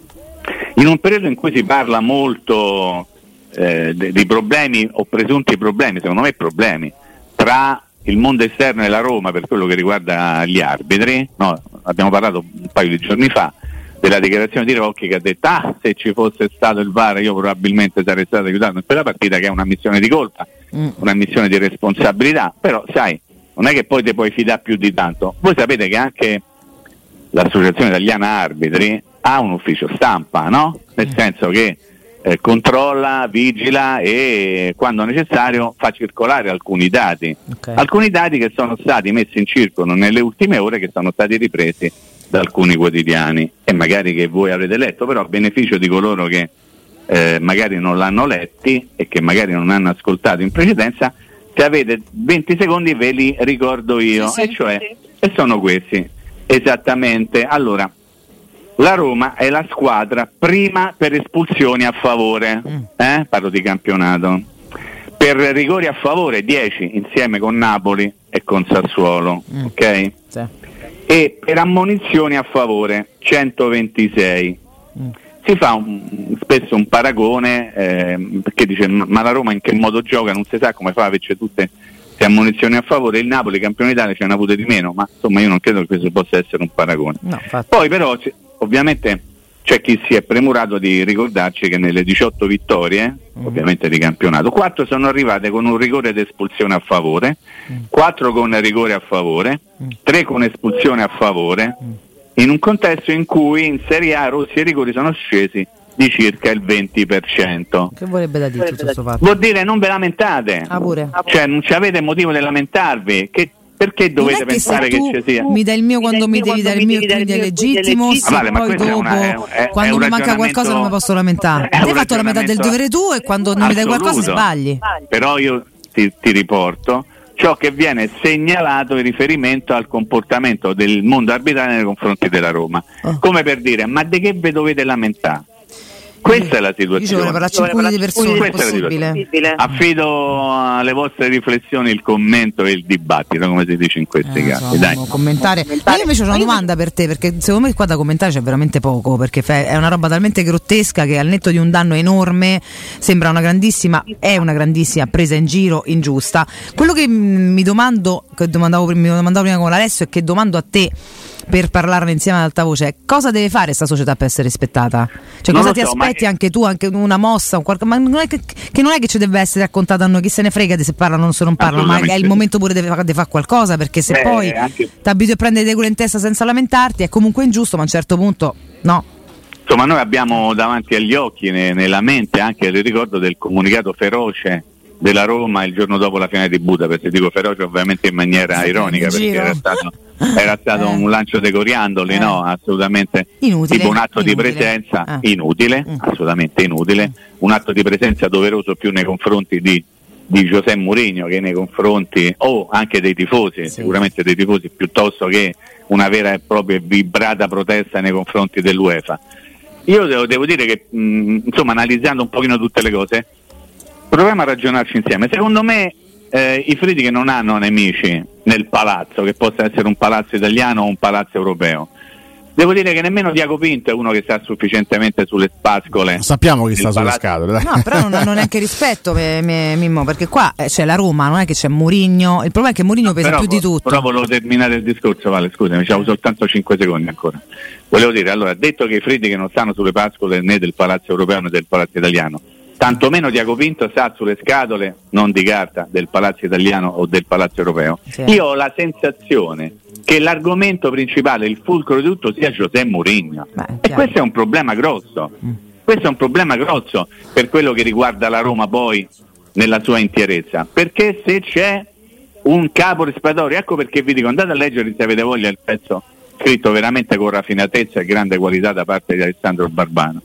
in un periodo in cui si parla molto eh, di, di problemi o presunti problemi, secondo me problemi, tra il mondo esterno e la Roma per quello che riguarda gli arbitri, no, abbiamo parlato un paio di giorni fa della dichiarazione di Rocchi che ha detto ah, se ci fosse stato il V A R io probabilmente sarei stato aiutato in quella partita, che è una missione di colpa, mm. una missione di responsabilità, però sai, non è che poi ti puoi fidare più di tanto. Voi sapete che anche l'Associazione Italiana Arbitri ha un ufficio stampa, no? Nel senso che eh, controlla, vigila e quando necessario fa circolare alcuni dati, okay. alcuni dati che sono stati messi in circolo nelle ultime ore, che sono stati ripresi da alcuni quotidiani e magari che voi avrete letto, però a beneficio di coloro che eh, magari non l'hanno letti e che magari non hanno ascoltato in precedenza, se avete venti secondi ve li ricordo io, sì, sì, e cioè sì. e sono questi esattamente. Allora, la Roma è la squadra prima per espulsioni a favore, mm. eh? parlo di campionato, per rigori a favore dieci insieme con Napoli e con Sassuolo, mm. ok? Sì. E per ammonizioni a favore centoventisei. Mm. Si fa un, spesso un paragone eh, perché dice ma la Roma in che modo gioca, non si sa come fa a averci tutte se ha munizioni a favore, il Napoli campione d'Italia ce ne ha avute di meno, ma insomma io non credo che questo possa essere un paragone. No, poi però c- ovviamente c'è chi si è premurato di ricordarci che nelle diciotto vittorie mm. ovviamente di campionato, quattro sono arrivate con un rigore d'espulsione a favore, mm. quattro con rigore a favore, mm. tre con espulsione a favore, mm. in un contesto in cui in Serie A rossi e rigori sono scesi di circa il venti per cento. Che vorrebbe da dire tutto questo fatto? Vuol dire non ve lamentate, ah, pure. Cioè non ci avete motivo di lamentarvi, che, perché dovete pensare che, che ci sia? Mi dai il mio quando mi devi dare il mio e quindi è legittimo, se vale, poi dopo una, è, è, quando è mi manca qualcosa non mi posso lamentare. Hai fatto la metà del dovere tu e quando non mi dai qualcosa sbagli. Però io ti, ti riporto ciò che viene segnalato in riferimento al comportamento del mondo arbitrale nei confronti della Roma, oh. come per dire, ma di che ve dovete lamentare? Questa è la situazione. Io parlare a di persone, possibile. Affido alle vostre riflessioni il commento e il dibattito, come si dice in questi eh, casi. So, Dai. Commentare. Ma io invece ho una domanda per te, perché secondo me qua da commentare c'è veramente poco, perché è una roba talmente grottesca che al netto di un danno enorme sembra una grandissima, è una grandissima presa in giro ingiusta. Quello che mi domando, che domandavo, mi domandavo prima con Alessio e che domando a te per parlarne insieme ad alta voce, cosa deve fare questa società per essere rispettata? Cioè non cosa ti so, aspetti ma... anche tu, anche una mossa, un qualcosa, ma non è che, che non è che ci deve essere raccontata a noi, chi se ne frega di se parlano o se non parlano, ma è il momento pure di fare qualcosa, perché se Beh, poi anche... ti abitui a prendere dei culo in testa senza lamentarti è comunque ingiusto, ma a un certo punto no. Insomma, noi abbiamo davanti agli occhi, ne, nella mente anche il ricordo del comunicato feroce della Roma il giorno dopo la finale di Budapest. Dico feroce ovviamente in maniera sì, ironica, perché era stato, era stato eh. un lancio dei coriandoli, eh. no? Assolutamente inutile, tipo un atto inutile. di presenza ah. inutile, mm. assolutamente inutile, mm. un atto di presenza doveroso più nei confronti di, di José Mourinho che nei confronti o oh, anche dei tifosi, sì. sicuramente dei tifosi, piuttosto che una vera e propria vibrata protesta nei confronti dell'UEFA. Io devo, devo dire che mh, insomma, analizzando un pochino tutte le cose, proviamo a ragionarci insieme. Secondo me eh, i Friedkin non hanno nemici nel palazzo, che possa essere un palazzo italiano o un palazzo europeo. Devo dire che nemmeno Diaco Pinto è uno che sta sufficientemente sulle spascole. Sappiamo chi sta sulle scatole. Dai. No, però non ha neanche rispetto, me, me, Mimmo, perché qua c'è la Roma, non è che c'è Mourinho. Il problema è che Mourinho pesa però, più di tutto. Però volevo terminare il discorso, Vale, scusami, c'avevo soltanto cinque secondi ancora. Volevo dire, allora, detto che i Friedkin non stanno sulle pascole né del palazzo europeo né del palazzo italiano, tantomeno Diaco Pinto sta sulle scatole, non di carta, del palazzo italiano o del palazzo europeo. Sì. Io ho la sensazione che l'argomento principale, il fulcro di tutto, sia José Mourinho. Beh, e questo è un problema grosso. Mm. Questo è un problema grosso per quello che riguarda la Roma poi nella sua interezza. Perché se c'è un capo espiatorio, ecco perché vi dico, andate a leggere se avete voglia il pezzo scritto veramente con raffinatezza e grande qualità da parte di Alessandro Barbano.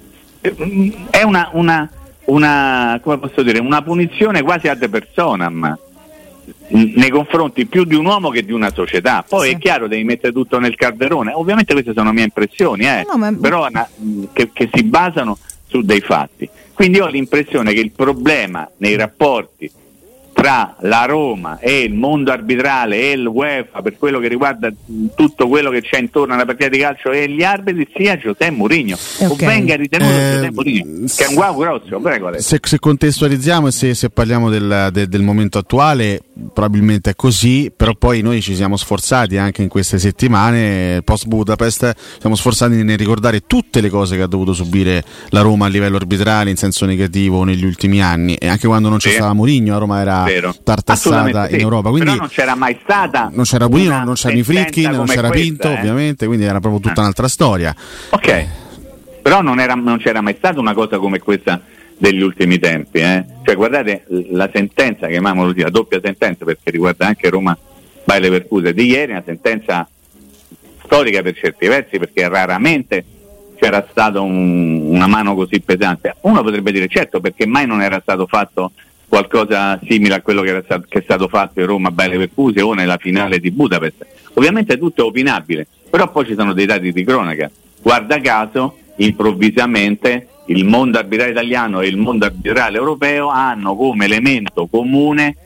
È una, una, una come posso dire, una punizione quasi ad personam nei confronti più di un uomo che di una società. Poi sì. È chiaro, devi mettere tutto nel calderone. Ovviamente queste sono mie impressioni, eh, no, ma... però na, che, che si basano su dei fatti. Quindi ho l'impressione che il problema nei rapporti tra la Roma e il mondo arbitrale e il UEFA, per quello che riguarda tutto quello che c'è intorno alla partita di calcio e gli arbitri, sia José Mourinho, okay. O venga ritenuto eh, José Mourinho, che è un guau grosso. Prego, se, se contestualizziamo e se, se parliamo del, del, del momento attuale, probabilmente è così, però poi noi ci siamo sforzati anche in queste settimane post Budapest, siamo sforzati nel ricordare tutte le cose che ha dovuto subire la Roma a livello arbitrale in senso negativo negli ultimi anni, e anche quando non c'è sì. stata Mourinho a Roma era Vero. tartassata in sì. Europa, quindi però non c'era mai stata, non c'era Mourinho, non c'erano i Friedkin, non c'era questa, Pinto eh. ovviamente, quindi era proprio tutta ah. un'altra storia. Ok, però non, era, non c'era mai stata una cosa come questa degli ultimi tempi, eh? Cioè guardate la sentenza, chiamiamola così, la doppia sentenza, perché riguarda anche Roma Bayer Leverkusen di ieri, una sentenza storica per certi versi, perché raramente c'era stata un, una mano così pesante. Uno potrebbe dire certo, perché mai non era stato fatto qualcosa simile a quello che, era stato, che è stato fatto in Roma Bayer Leverkusen o nella finale di Budapest. Ovviamente tutto è opinabile, però poi ci sono dei dati di cronaca. Guarda caso, improvvisamente il mondo arbitrale italiano e il mondo arbitrale europeo hanno come elemento comune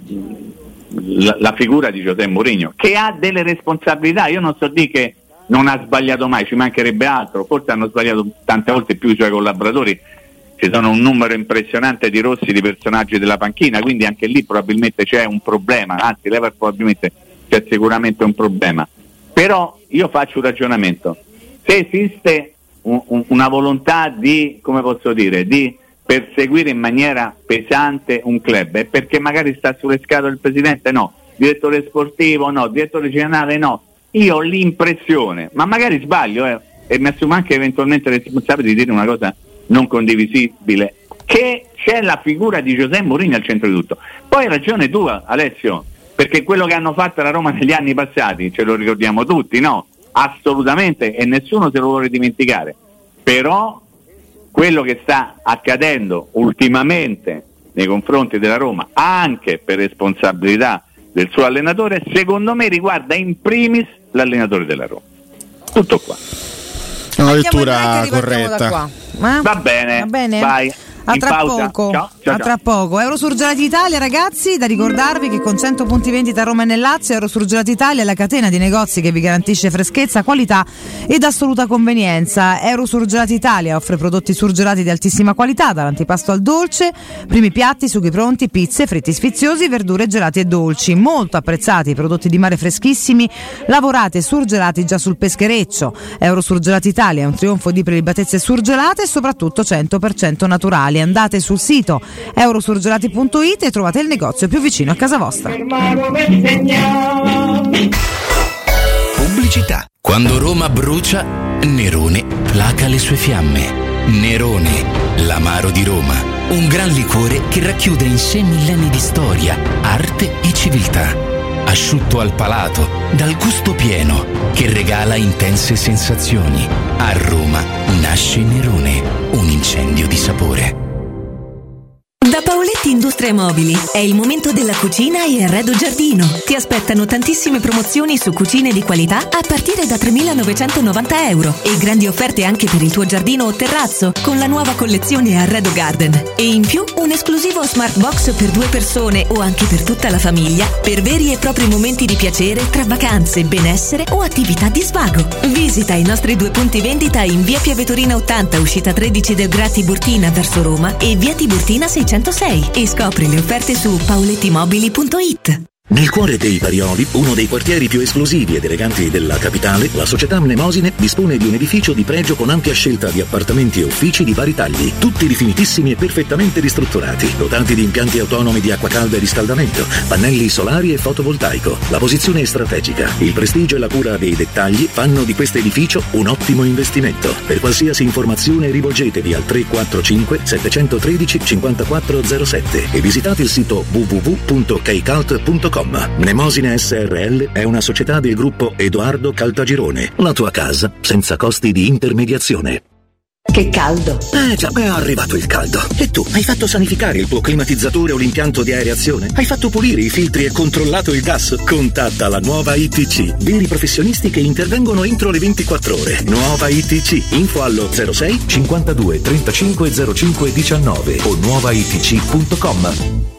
la, la figura di José Mourinho, che ha delle responsabilità. Io non so dire che non ha sbagliato mai, ci mancherebbe altro, forse hanno sbagliato tante volte più i suoi collaboratori ci sono un numero impressionante di rossi di personaggi della panchina, quindi anche lì probabilmente c'è un problema, anzi l'Ever probabilmente c'è sicuramente un problema. Però io faccio un ragionamento: se esiste un, un, una volontà di, come posso dire, di perseguire in maniera pesante un club, è perché magari sta sulle scatole del presidente? No. Direttore sportivo? No. Direttore generale? No. Io ho l'impressione, ma magari sbaglio, eh, e mi assumo anche eventualmente responsabile di dire una cosa non condivisibile, che c'è la figura di José Mourinho al centro di tutto. Poi hai ragione tu, Alessio, perché quello che hanno fatto la Roma negli anni passati ce lo ricordiamo tutti, no? Assolutamente, e nessuno se lo vuole dimenticare. Però quello che sta accadendo ultimamente nei confronti della Roma, anche per responsabilità del suo allenatore, secondo me riguarda in primis l'allenatore della Roma. Tutto qua. Una lettura corretta. Eh? Va bene, Va bene. vai. A In tra pausa. poco, Ciao, ciao, a ciao. tra poco. Eurosurgelati Italia, ragazzi, da ricordarvi che con cento punti vendita a Roma e nel Lazio, Eurosurgelati Italia è la catena di negozi che vi garantisce freschezza, qualità ed assoluta convenienza. Eurosurgelati Italia offre prodotti surgelati di altissima qualità, dall'antipasto al dolce, primi piatti, sughi pronti, pizze, fritti sfiziosi, verdure gelati e dolci. Molto apprezzati, prodotti di mare freschissimi, lavorati e surgelati già sul peschereccio. Eurosurgelati Italia è un trionfo di prelibatezze surgelate e soprattutto cento per cento naturali. Andate sul sito eurosurgelati punto it e trovate il negozio più vicino a casa vostra. Pubblicità. Quando Roma brucia, Nerone placa le sue fiamme. Nerone, l'amaro di Roma. Un gran liquore che racchiude in sé millenni di storia, arte e civiltà. Asciutto al palato, dal gusto pieno, che regala intense sensazioni. A Roma nasce Nerone, un incendio di sapore. Da Paoletti Industrie Mobili è il momento della cucina e arredo giardino. Ti aspettano tantissime promozioni su cucine di qualità a partire da tremilanovecentonovanta euro e grandi offerte anche per il tuo giardino o terrazzo con la nuova collezione Arredo Garden. E in più un esclusivo smart box per due persone o anche per tutta la famiglia per veri e propri momenti di piacere tra vacanze, benessere o attività di svago. Visita i nostri due punti vendita in via Piavetorina ottanta, uscita tredici del Gra Tiburtina verso Roma e via Tiburtina seicentosei e scopri le offerte su paolettimobili punto it. Nel cuore dei Parioli, uno dei quartieri più esclusivi ed eleganti della capitale, la società Mnemosine dispone di un edificio di pregio con ampia scelta di appartamenti e uffici di vari tagli, tutti rifinitissimi e perfettamente ristrutturati, dotati di impianti autonomi di acqua calda e riscaldamento, pannelli solari e fotovoltaico. La posizione è strategica, il prestigio e la cura dei dettagli fanno di questo edificio un ottimo investimento. Per qualsiasi informazione rivolgetevi al tre quattro cinque sette uno tre cinque quattro zero sette e visitate il sito w w w punto keicalt punto com. Mnemosine S R L è una società del gruppo Edoardo Caltagirone. La tua casa senza costi di intermediazione. Che caldo! Eh già, è arrivato il caldo. E tu, hai fatto sanificare il tuo climatizzatore o l'impianto di areazione? Hai fatto pulire i filtri e controllato il gas? Contatta la Nuova I T C. Veri professionisti che intervengono entro le ventiquattro ore. Nuova I T C. Info allo zero sei cinquantadue trentacinque zero cinque diciannove o nuova i t c punto com.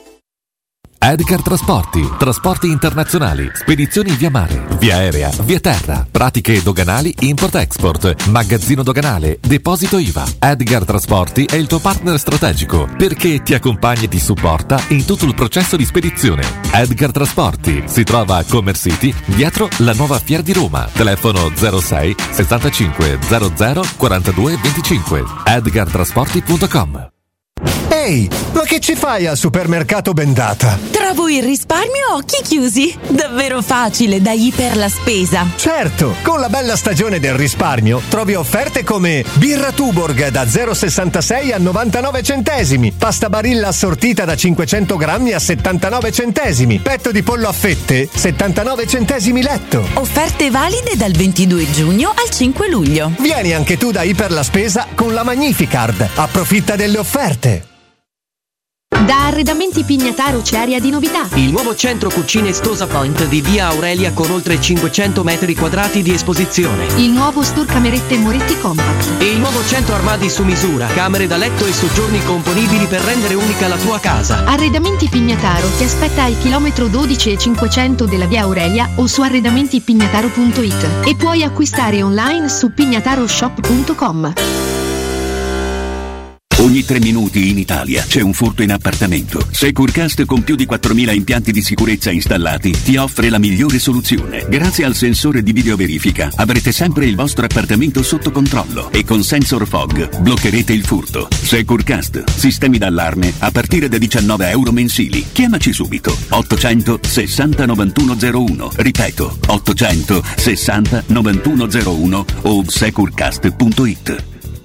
Edgar Trasporti, trasporti internazionali, spedizioni via mare, via aerea, via terra, pratiche doganali import-export, magazzino doganale, deposito I V A. Edgar Trasporti è il tuo partner strategico perché ti accompagna e ti supporta in tutto il processo di spedizione. Edgar Trasporti si trova a Commerce City, dietro la nuova Fiera di Roma. Telefono zero sei sessantacinque zero zero quarantadue venticinque. edgar trasporti punto com. Ehi, ma che ci fai al supermercato Bendata? Trovo il risparmio a occhi chiusi. Davvero facile da Iper la Spesa. Certo, con la bella stagione del risparmio trovi offerte come birra Tuborg da zero virgola sessantasei a novantanove centesimi, pasta Barilla assortita da cinquecento grammi a settantanove centesimi, petto di pollo a fette settantanove centesimi letto. Offerte valide dal ventidue giugno al cinque luglio. Vieni anche tu da Iper la Spesa con la Magnificard. Approfitta delle offerte. Da Arredamenti Pignataro c'è aria di novità. Il nuovo centro cucine Stosa Point di via Aurelia con oltre cinquecento metri quadrati di esposizione. Il nuovo store camerette Moretti Compact. E il nuovo centro armadi su misura, camere da letto e soggiorni componibili per rendere unica la tua casa. Arredamenti Pignataro ti aspetta al chilometro dodici e cinquecento della via Aurelia o su arredamenti pignataro punto it e puoi acquistare online su pignataroshop punto com. Ogni tre minuti in Italia c'è un furto in appartamento. Securcast, con più di quattromila impianti di sicurezza installati, ti offre la migliore soluzione. Grazie al sensore di videoverifica avrete sempre il vostro appartamento sotto controllo e con Sensor Fog bloccherete il furto. Securcast, sistemi d'allarme a partire da diciannove euro mensili. Chiamaci subito. ottocento sessanta novantuno zero uno. Ripeto, ottocento sessanta novantuno zero uno o securcast punto it.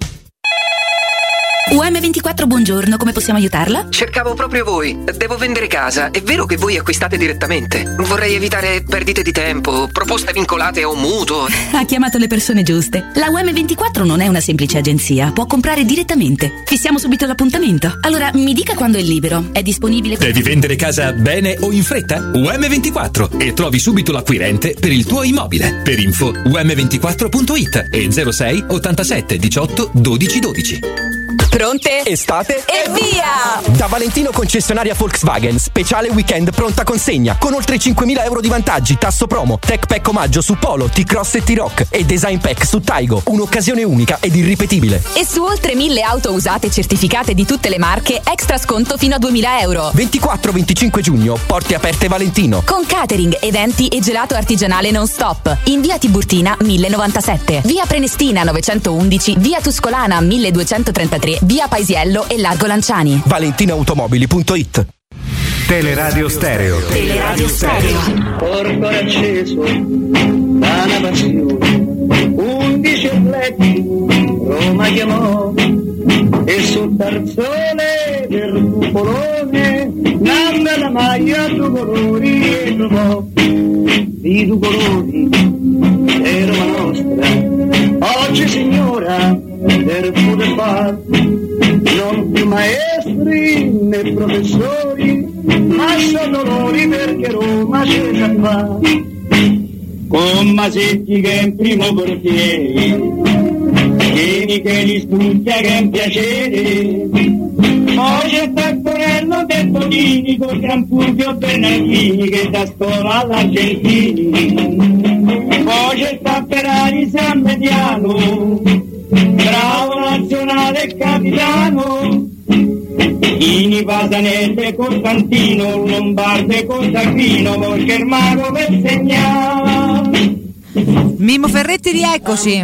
U M ventiquattro, buongiorno, come possiamo aiutarla? Cercavo proprio voi. Devo vendere casa. È vero che voi acquistate direttamente? Vorrei evitare perdite di tempo, proposte vincolate a un mutuo. Ha chiamato le persone giuste. La U M ventiquattro non è una semplice agenzia, può comprare direttamente. Fissiamo subito l'appuntamento. Allora, mi dica quando è libero. È disponibile? Devi vendere casa bene o in fretta? U M ventiquattro e trovi subito l'acquirente per il tuo immobile. Per info u m ventiquattro punto it e zero sei ottantasette diciotto dodici dodici. Pronte? Estate? E via! Da Valentino concessionaria Volkswagen, speciale weekend pronta consegna, con oltre cinquemila euro di vantaggi, tasso promo, tech pack omaggio su Polo, T-Cross e T-Rock e design pack su Taigo. Un'occasione unica ed irripetibile. E su oltre mille auto usate certificate di tutte le marche, extra sconto fino a duemila euro. ventiquattro venticinque giugno, porte aperte Valentino. Con catering, eventi e gelato artigianale non stop. In via Tiburtina mille novantasette, via Prenestina novecentoundici, via Tuscolana milleduecentotrentatré, via Paisiello e Largo Lanciani. valentinoautomobili punto it. Teleradio Stereo. Teleradio Stereo. Porto acceso da una passione, undici atleti Roma chiamò e sul tarzone del cupolone nanda la maglia due colori e trovò di due colori è Roma nostra. Oggi signora del football non più maestri né professori, ma sono loro perché Roma c'è già fa. Con Masetti che è in primo portiere, Vieni che li studia che è un piacere. Poi c'è Taccorello del Tonini con Gran Fulvio Bernardini che da scuola all'Argentini. Poi c'è Tapperari San Mediano, bravo nazionale capitano. Ini Pasanelle Costantino, Lombarde con Sacchino, perché il mago per segnare. Mimmo Ferretti, rieccoci.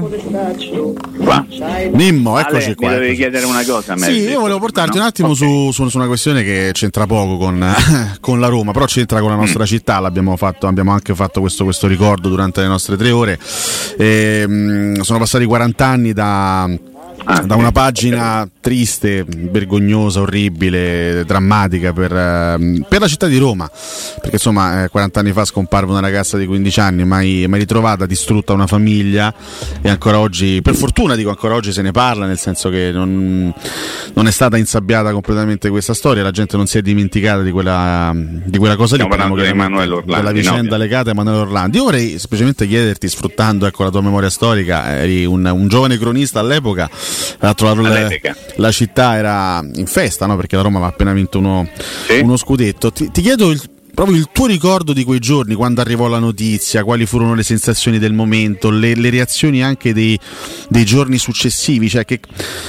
Qua. Mimmo, eccoci Ale, qua. Mi dovevi eccoci. chiedere una cosa. Sì, io volevo portarti no? un attimo okay. su, su, su una questione che c'entra poco con, con la Roma, però c'entra con la nostra mm. città. L'abbiamo fatto, abbiamo anche fatto questo, questo ricordo durante le nostre tre ore. E, mh, sono passati quaranta anni da. Ah, da una pagina triste, vergognosa, orribile, drammatica per, per la città di Roma, perché insomma eh, quaranta anni fa scomparve una ragazza di quindici anni mai, mai ritrovata, distrutta una famiglia, e ancora oggi, per fortuna dico ancora oggi se ne parla, nel senso che non, non è stata insabbiata completamente questa storia, la gente non si è dimenticata di quella, di quella cosa lì. Stiamo parlando di Emanuele Orlandi, della vicenda no? legata a Emanuele Orlandi. Io vorrei semplicemente chiederti, sfruttando ecco, la tua memoria storica, eri un, un giovane cronista all'epoca, ha trovato la, la città era in festa, no? Perché la Roma aveva appena vinto uno, sì. uno scudetto. Ti, ti chiedo il, proprio il tuo ricordo di quei giorni, quando arrivò la notizia, quali furono le sensazioni del momento, le, le reazioni anche dei, dei giorni successivi, cioè che,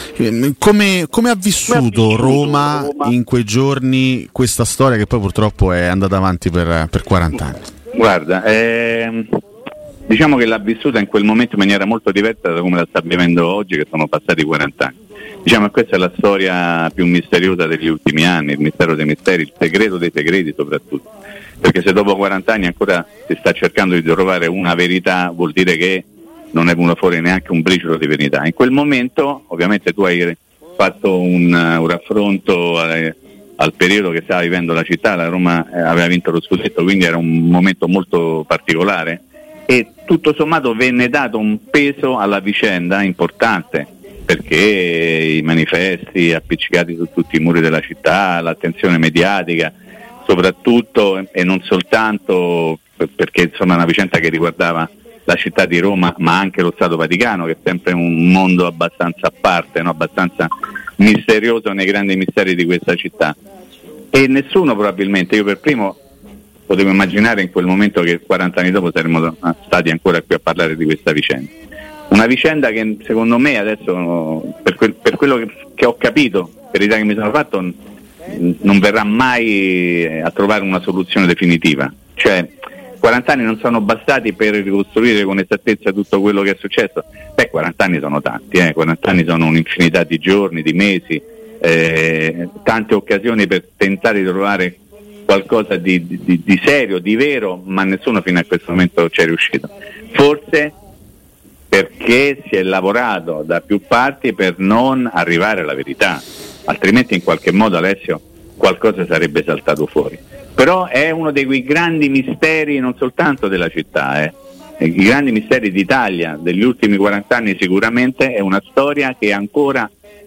come, come ha vissuto Roma in quei giorni questa storia che poi purtroppo è andata avanti per, per quaranta anni? Guarda, ehm... diciamo che l'ha vissuta in quel momento in maniera molto diversa da come la sta vivendo oggi, che sono passati quaranta anni. Diciamo che questa è la storia più misteriosa degli ultimi anni, il mistero dei misteri, il segreto dei segreti soprattutto. Perché se dopo quaranta anni ancora si sta cercando di trovare una verità, vuol dire che non è venuto fuori neanche un briciolo di verità. In quel momento, ovviamente tu hai fatto un, un raffronto al, al periodo che stava vivendo la città, la Roma aveva vinto lo scudetto, quindi era un momento molto particolare. E tutto sommato venne dato un peso alla vicenda importante, perché i manifesti appiccicati su tutti i muri della città, l'attenzione mediatica soprattutto, e non soltanto perché insomma è una vicenda che riguardava la città di Roma ma anche lo Stato Vaticano, che è sempre un mondo abbastanza a parte, no? Abbastanza misterioso nei grandi misteri di questa città, e nessuno probabilmente, io per primo, potevo immaginare in quel momento che quaranta anni dopo saremmo stati ancora qui a parlare di questa vicenda. una vicenda che secondo me adesso, per, quel, per quello che, che ho capito, per l'idea che mi sono fatto, n- non verrà mai a trovare una soluzione definitiva. Cioè, quaranta anni non sono bastati per ricostruire con esattezza tutto quello che è successo. Beh, quaranta anni sono tanti, eh? quaranta anni sono un'infinità di giorni, di mesi, eh, tante occasioni per tentare di trovare qualcosa di, di, di serio, di vero, ma nessuno fino a questo momento ci è riuscito. Forse perché si è lavorato da più parti per non arrivare alla verità, altrimenti in qualche modo, Alessio, qualcosa sarebbe saltato fuori. Però è uno dei quei grandi misteri non soltanto della città, eh. i grandi misteri d'Italia degli ultimi quaranta anni. Sicuramente è una storia che ha ancora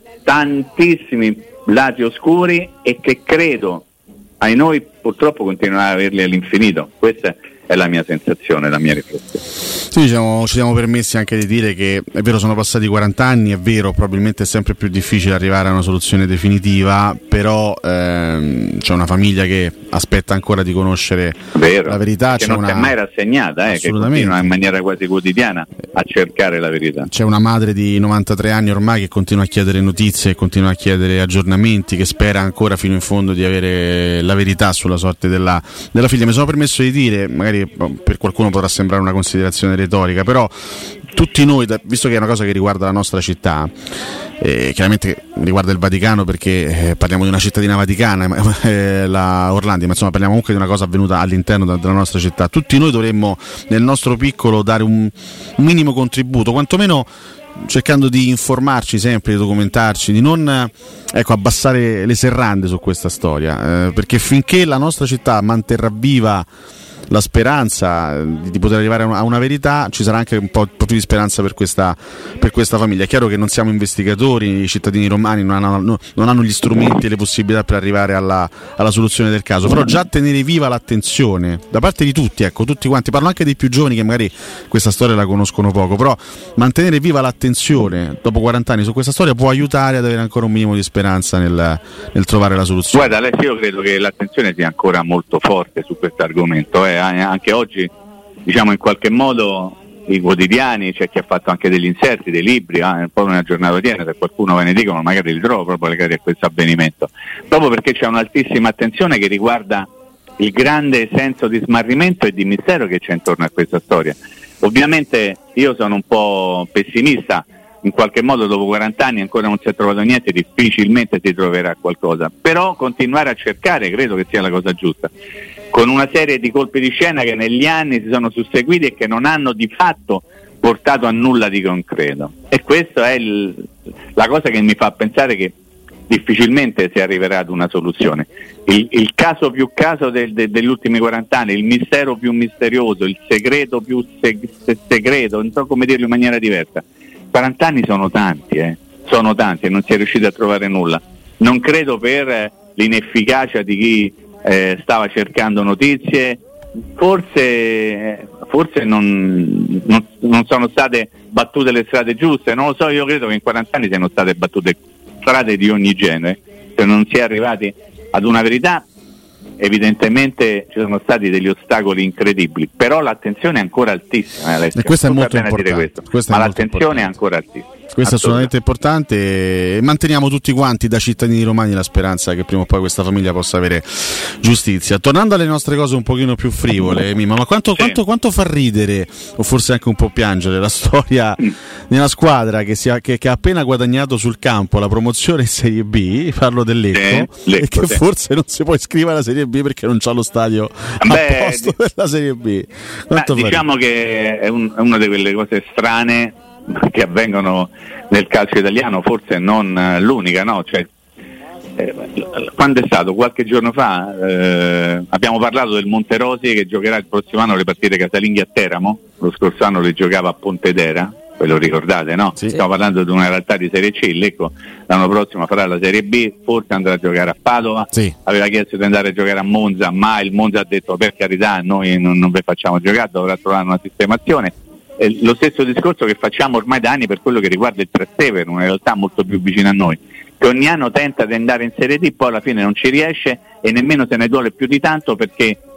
tantissimi lati oscuri e che credo ai noi purtroppo continuerà ad averli all'infinito. Questa è la mia sensazione, la mia riflessione. Sì, diciamo, ci siamo permessi anche di dire che è vero, sono passati quaranta anni, è vero, probabilmente è sempre più difficile arrivare a una soluzione definitiva, però ehm, c'è una famiglia che aspetta ancora di conoscere vero, la verità. Che c'è non una... si è mai rassegnata, eh, che continua in maniera quasi quotidiana a cercare la verità. C'è una madre di novantatré anni ormai che continua a chiedere notizie, continua a chiedere aggiornamenti, che spera ancora fino in fondo di avere la verità sulla sorte della, della figlia. Mi sono permesso di dire, magari per qualcuno potrà sembrare una considerazione retorica, però tutti noi, visto che è una cosa che riguarda la nostra città, eh, chiaramente riguarda il Vaticano perché eh, parliamo di una cittadina vaticana, eh, la Orlandi, ma insomma parliamo comunque di una cosa avvenuta all'interno della nostra città. Tutti noi dovremmo nel nostro piccolo dare un, un minimo contributo, quantomeno cercando di informarci sempre, di documentarci, di non ecco, abbassare le serrande su questa storia, eh, perché finché la nostra città manterrà viva la speranza di, di poter arrivare a una, a una verità, ci sarà anche un po', un po' più di speranza per questa, per questa famiglia. È chiaro che non siamo investigatori, i cittadini romani non hanno, non hanno gli strumenti e le possibilità per arrivare alla, alla soluzione del caso, però già tenere viva l'attenzione da parte di tutti, ecco, tutti quanti, parlo anche dei più giovani che magari questa storia la conoscono poco, però mantenere viva l'attenzione dopo quaranta anni su questa storia può aiutare ad avere ancora un minimo di speranza nel, nel trovare la soluzione. Guarda Alessio, io credo che l'attenzione sia ancora molto forte su questo argomento, eh. Anche oggi, diciamo, in qualche modo i quotidiani, c'è chi ha fatto anche degli inserti, dei libri, eh, poi una giornata odierna, se qualcuno ve ne dicono magari li trovo proprio legati a questo avvenimento, proprio perché c'è un'altissima attenzione che riguarda il grande senso di smarrimento e di mistero che c'è intorno a questa storia. Ovviamente io sono un po' pessimista, in qualche modo dopo quaranta anni ancora non si è trovato niente, difficilmente si troverà qualcosa, però continuare a cercare credo che sia la cosa giusta, con una serie di colpi di scena che negli anni si sono susseguiti e che non hanno di fatto portato a nulla di concreto, e questa è il, la cosa che mi fa pensare che difficilmente si arriverà ad una soluzione. Il, il caso più caso del, de, degli ultimi quaranta anni, il mistero più misterioso, il segreto più seg- segreto, non so come dirlo in maniera diversa. quaranta anni sono tanti, eh? sono tanti e non si è riusciti a trovare nulla. Non credo per eh, l'inefficacia di chi eh, stava cercando notizie, forse, eh, forse non, non, non sono state battute le strade giuste, non lo so, io credo che in quaranta anni siano state battute strade di ogni genere, se non si è arrivati ad una verità. Evidentemente ci sono stati degli ostacoli incredibili, però l'attenzione è ancora altissima, Alessio. E questo è tu molto importante, questo. Questo ma è molto l'attenzione importante. è ancora altissima. Questo è assolutamente importante, e manteniamo tutti quanti da cittadini romani la speranza che prima o poi questa famiglia possa avere giustizia. Tornando alle nostre cose un pochino più frivole, Mimmo, ma quanto, sì. quanto, quanto fa ridere, o forse anche un po' piangere, la storia di una squadra che, si ha, che, che ha appena guadagnato sul campo la promozione in Serie B, parlo del Lecco, sì, Lecco e che sì. forse non si può iscrivere alla Serie B perché non c'ha lo stadio Beh, a posto per la Serie B. Quanto diciamo che è, un, è una di quelle cose strane che avvengono nel calcio italiano, forse non l'unica, no? Cioè, eh, quando è stato? Qualche giorno fa eh, abbiamo parlato del Monterosi che giocherà il prossimo anno le partite casalinghe a Teramo, lo scorso anno le giocava a Pontedera, ve lo ricordate, no? Sì. Stiamo parlando di una realtà di Serie C, Lecco l'anno prossimo farà la Serie B, forse andrà a giocare a Padova, sì. aveva chiesto di andare a giocare a Monza, ma il Monza ha detto per carità noi non, non vi facciamo giocare, dovrà trovare una sistemazione. Eh, lo stesso discorso che facciamo ormai da anni per quello che riguarda il Trastevere, una realtà molto più vicina a noi, che ogni anno tenta di andare in Serie D, poi alla fine non ci riesce e nemmeno se ne duole più di tanto perché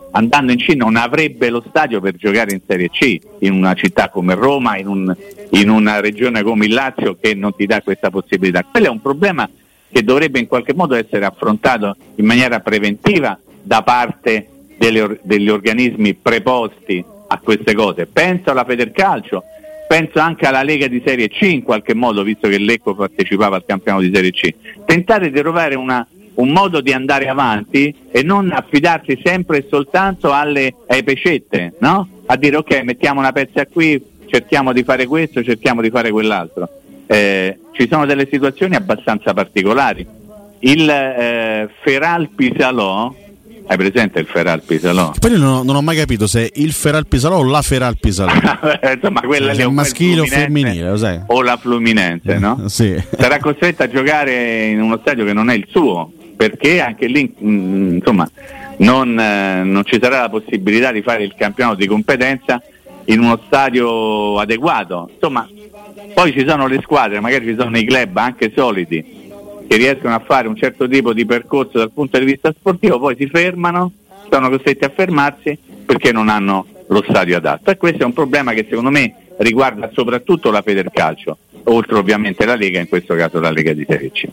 andando in C non avrebbe lo stadio per giocare in Serie C, in una città come Roma, in, un, in una regione come il Lazio che non ti dà questa possibilità. Quello è un problema che dovrebbe in qualche modo essere affrontato in maniera preventiva da parte delle, degli organismi preposti a queste cose. Penso alla Federcalcio, penso anche alla Lega di Serie C in qualche modo, visto che Lecco partecipava al campionato di Serie C. Tentare di trovare una, un modo di andare avanti e non affidarsi sempre e soltanto alle, alle pecette, no? A dire ok, mettiamo una pezza qui, cerchiamo di fare questo, cerchiamo di fare quell'altro. Eh, ci sono delle situazioni abbastanza particolari. Il eh, Feral Pisalò, hai presente il Feral Pisalò? Poi io non ho, non ho mai capito se è il Feral Pisalò o la Feral Pisalò. Insomma, quella lì è un maschile o femminile, lo sai? O la Fluminense, no? Sì. Sarà costretto a giocare in uno stadio che non è il suo, perché anche lì mh, insomma non, eh, non ci sarà la possibilità di fare il campionato di competenza in uno stadio adeguato. Insomma, poi ci sono le squadre, magari ci sono i club anche solidi che riescono a fare un certo tipo di percorso dal punto di vista sportivo, poi si fermano, sono costretti a fermarsi perché non hanno lo stadio adatto, e questo è un problema che secondo me riguarda soprattutto la Federcalcio, oltre ovviamente la Lega, in questo caso la Lega di Serie C.